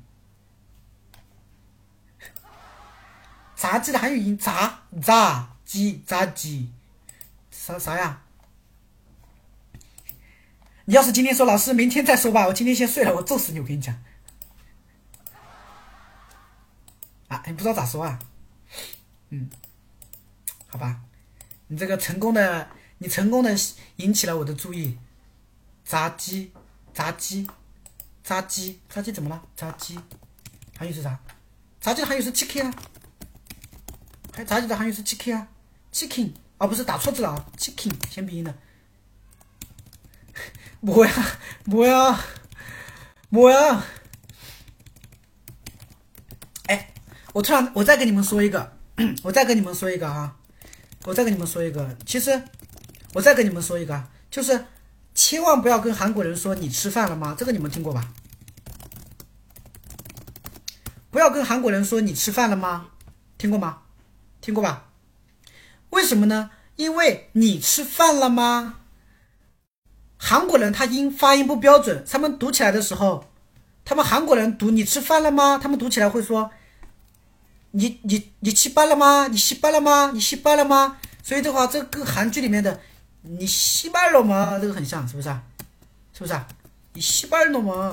炸鸡的韩语音，炸炸鸡炸鸡，啥啥呀？你要是今天说老师，明天再说吧，我今天先睡了，我揍死你！我跟你讲，啊，你不知道咋说啊？嗯。好吧，你这个成功的，你成功的引起了我的注意。炸鸡，炸鸡，炸鸡，炸鸡怎么了？炸鸡，韩语是啥？炸鸡的韩语是 chicken 啊，还炸鸡的韩语是 chicken 啊 ，chicken 啊，不是打错字了啊 ，chicken 先鼻音的。뭐야 뭐야 뭐야？哎，我突然，我再跟你们说一个，我再跟你们说一个啊。我再跟你们说一个，其实我再跟你们说一个，就是千万不要跟韩国人说你吃饭了吗？这个你们听过吧？不要跟韩国人说你吃饭了吗？听过吗？听过吧？为什么呢？因为你吃饭了吗？韩国人他音发音不标准，他们读起来的时候，他们韩国人读你吃饭了吗？他们读起来会说。你你你吃饭了吗？你吃饭了吗？你吃饭了吗？所以的话，这个跟韩剧里面的你吃饭了吗？这个很像，是不是啊？是不是啊？你吃饭了吗？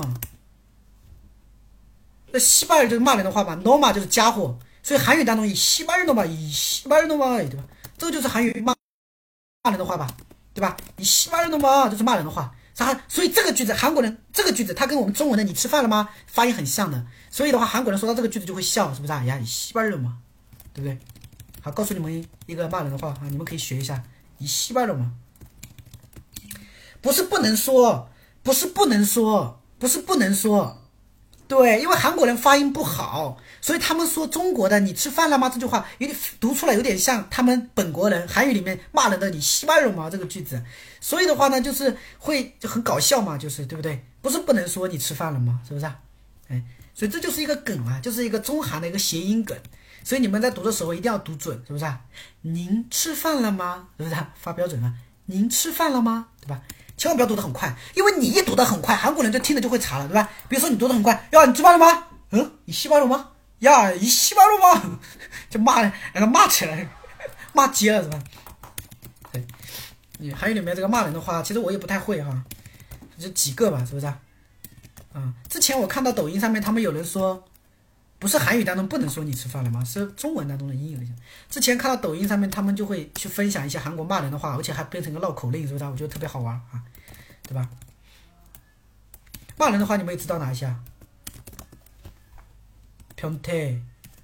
那吃饭就是骂人的话吧 ，no 嘛就是家伙，所以韩语当中以吃饭了嘛，以吃饭了嘛，对吧？这个就是韩语骂骂人的话吧，对吧？你吃饭了吗？就是骂人的话。啥？所以这个句子，韩国人这个句子，它跟我们中文的“你吃饭了吗”发音很像的。所以的话，韩国人说到这个句子就会笑，是不是啊？呀，你西班了吗？对不对？好，告诉你们一个骂人的话啊，你们可以学一下。你西班了吗？不是不能说，不是不能说，不是不能说。对，因为韩国人发音不好，所以他们说中国的“你吃饭了吗”这句话有点读出来有点像他们本国人韩语里面骂人的“你西班了吗”这个句子。所以的话呢，就是会就很搞笑嘛，就是对不对？不是不能说你吃饭了吗？是不是啊？哎，所以这就是一个梗啊，就是一个中韩的一个谐音梗。所以你们在读的时候一定要读准，是不是啊？您吃饭了吗？是不是啊？发标准了，您吃饭了吗？对吧？千万不要读得很快，因为你一读得很快，韩国人就听着就会查了，对吧？比如说你读得很快，呀，你吃饭了吗？嗯，你吃饭了吗？呀，你吃饭了吗？就骂人，然后骂起来，骂街了，是吧？对。你韩语里面这个骂人的话，其实我也不太会哈，就几个吧，是不是啊？嗯，之前我看到抖音上面他们有人说， 不是韩语当中不能说你吃饭了吗？是中文当中的英语。之前看到抖音上面他们就会去分享一些韩国骂人的话，而且还变成个绕口令，是不是？我觉得特别好玩啊，对吧？骂人的话你们也知道哪一些啊？변태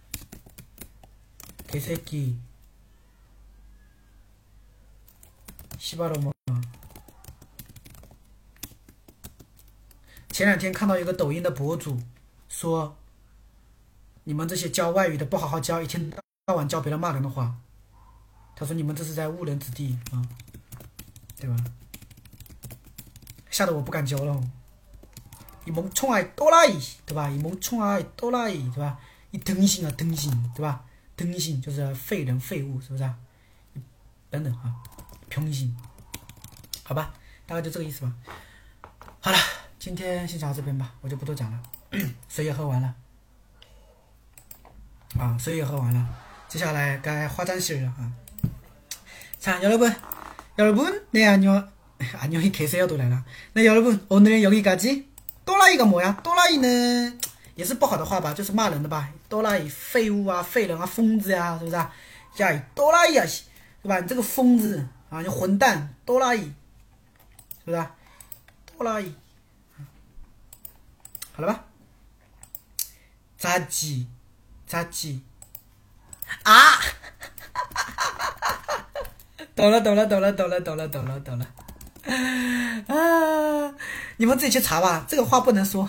개새끼 시바로마。前两天看到一个抖音的博主说，你们这些教外语的不好好教，一天到晚教别人骂人的话，他说你们这是在误人子弟啊，对吧？吓得我不敢教了。一蒙冲爱多拉伊，对吧？一蒙冲爱多拉伊，对吧？一등신啊등신，对吧？등신就是废人废物，是不是啊？等等啊，平行，好吧，大概就这个意思吧。好了，今天先讲到这边吧，我就不多讲了。水也喝完了，啊，水也喝完了，接下来该化妆실了啊。자 여러분, 여러분, 네 안녕, 안녕히 계세요도来了。那여러분, 오늘은 여기까지。多拉伊个뭐야？多拉伊呢，也是不好的话吧，就是骂人的吧。多拉伊废物啊，废人啊，疯子呀、啊，是不是啊？呀，多拉伊啊，对吧？你这个疯子啊，你混蛋，多拉伊，是不是啊？多拉伊，好了吧？炸鸡，炸鸡，啊！懂了，懂了，懂了，懂了，懂了，懂了，懂了。啊！你们自己去查吧，这个话不能说，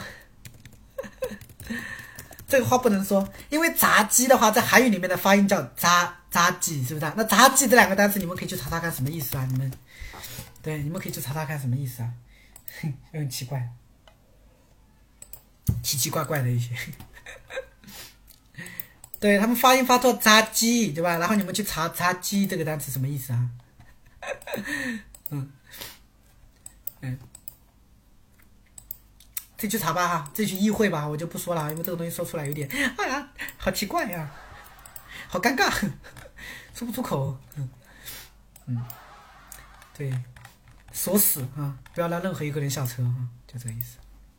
这个话不能说，因为炸鸡的话，在韩语里面的发音叫炸炸鸡，是不是？那炸鸡这两个单词，你们可以去查查看什么意思啊？你们，对，你们可以去查查看什么意思啊？哼，很奇怪，奇奇怪怪的一些，对他们发音发错炸鸡，对吧？然后你们去查炸鸡这个单词什么意思啊？嗯。嗯，自己去查吧哈，自己去意会吧，我就不说了，因为这个东西说出来有点哎呀，好奇怪呀、啊，好尴尬，说不出口。嗯嗯，对，锁死啊，不要让任何一个人下车啊，就这个意思。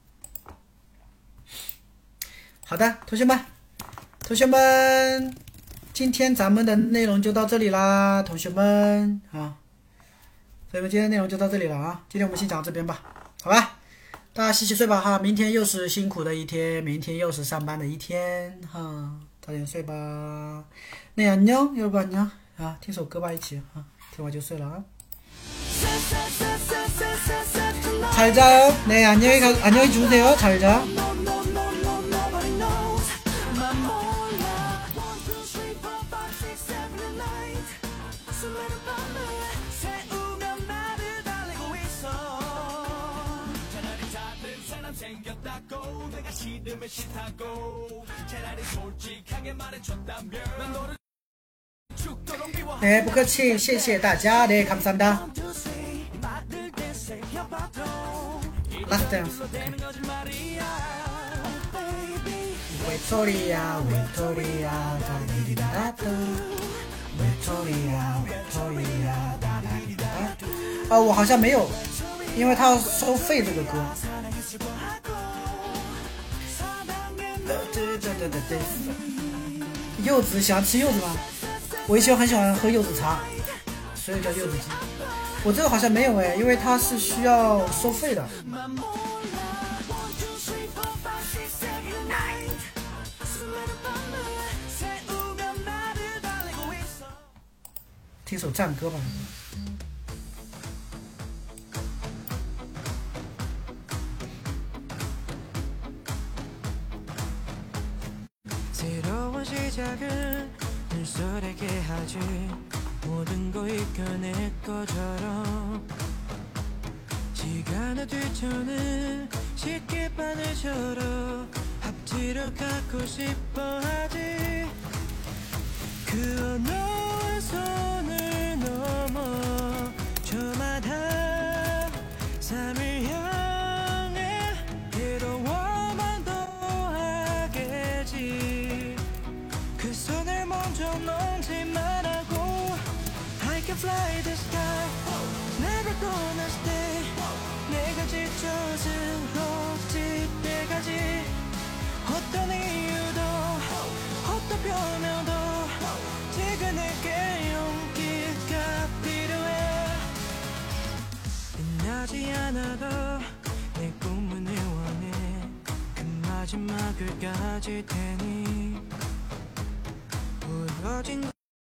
好的，同学们，同学们，今天咱们的内容就到这里啦，同学们啊。所以我们今天的内容就到这里了啊！今天我们先讲到这边吧，好吧？大家洗洗睡吧哈，明天又是辛苦的一天，明天又是上班的一天哈，早点睡吧。那안녕，여러분 안녕啊，听首歌吧，一起啊，听完就睡了啊。잘 자요. 네, 안녕히 가, 안녕히 주무세요. 잘 자. 네, 不客气，谢谢大家。네, 감사합니다. Last dance. 웨토리아, 웨토리아, 다리리다다. 웨토리아, 웨토리아, 다리리다다. 啊，我好像没有，因为他要收费这个歌。柚子，喜欢吃柚子吗？我以前很喜欢喝柚子茶，所以叫柚子鸡。我这个好像没有哎，因为它是需要收费的。听首战歌吧。시간을 뒤처는 쉽게 바늘처럼 합치려 갖고 싶어 하지 그 어느 손을 넘어 저마다 삶을 향해 괴로워만 더하겠지 그 손을 먼저 놓지 말라고 I can fly the sky Never gonna stay 내가 지쳐 쓰러질 때까지 어떤 이유도 변명도 지금 내게 용기가 필요해 빛나지 않아도 내 꿈은 응원해 그 마지막을 가질 테니 부러진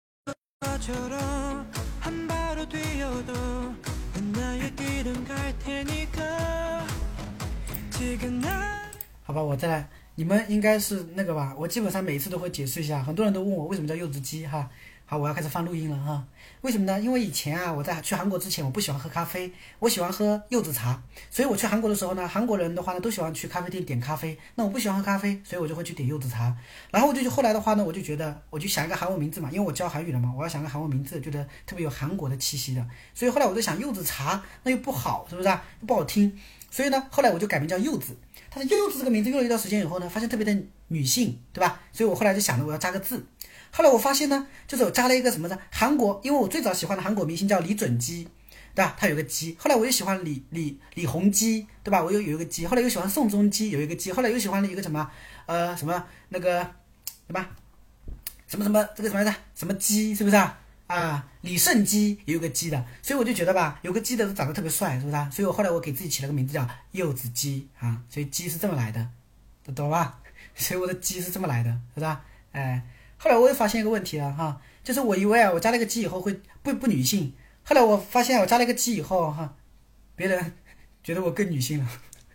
것처럼 한 발로 뛰어도 난 나의 길은 갈 테니까 지금 나 好吧，我再来。你们应该是那个吧？我基本上每次都会解释一下，很多人都问我为什么叫柚子鸡哈。好，我要开始放录音了哈。为什么呢？因为以前啊，我在去韩国之前，我不喜欢喝咖啡，我喜欢喝柚子茶。所以我去韩国的时候呢，韩国人的话呢，都喜欢去咖啡店点咖啡。那我不喜欢喝咖啡，所以我就会去点柚子茶。然后我就后来的话呢，我就觉得，我就想一个韩文名字嘛，因为我教韩语了嘛，我要想个韩文名字，觉得特别有韩国的气息的。所以后来我就想，柚子茶那又不好，是不是啊？不好听。所以呢，后来我就改名叫柚子。但是柚子这个名字用了一段时间以后呢，发现特别的女性，对吧？所以我后来就想着我要加个字。后来我发现呢，就是我加了一个什么呢？韩国，因为我最早喜欢的韩国明星叫李准基，对吧？他有个基。后来我又喜欢李李李弘基，对吧？我又有一个基。后来又喜欢宋仲基，有一个基。后来又喜欢了一个什么呃什么那个什么什么什么这个什么来着？什么基，是不是啊？啊，李胜基也有个基的，所以我就觉得吧，有个基的都长得特别帅，是不是啊？所以我后来我给自己起了个名字叫柚子鸡啊，所以鸡是这么来的，懂吧？所以我的鸡是这么来的，是吧？哎，后来我又发现一个问题了哈，就是我以为啊，我加了个鸡以后会不不女性，后来我发现我加了个鸡以后哈，别人觉得我更女性了，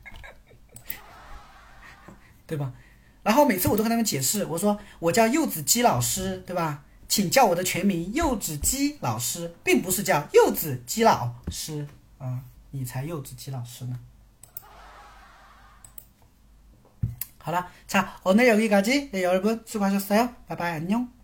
对吧？然后每次我都跟他们解释，我说我叫柚子鸡老师，对吧？请叫我的全名柚子鸡老师，并不是叫柚子鸡老师啊，你才柚子鸡老师呢。好了，자 오늘 여기까지. 네, 여러분 수고하셨어요. 바이바이 안녕.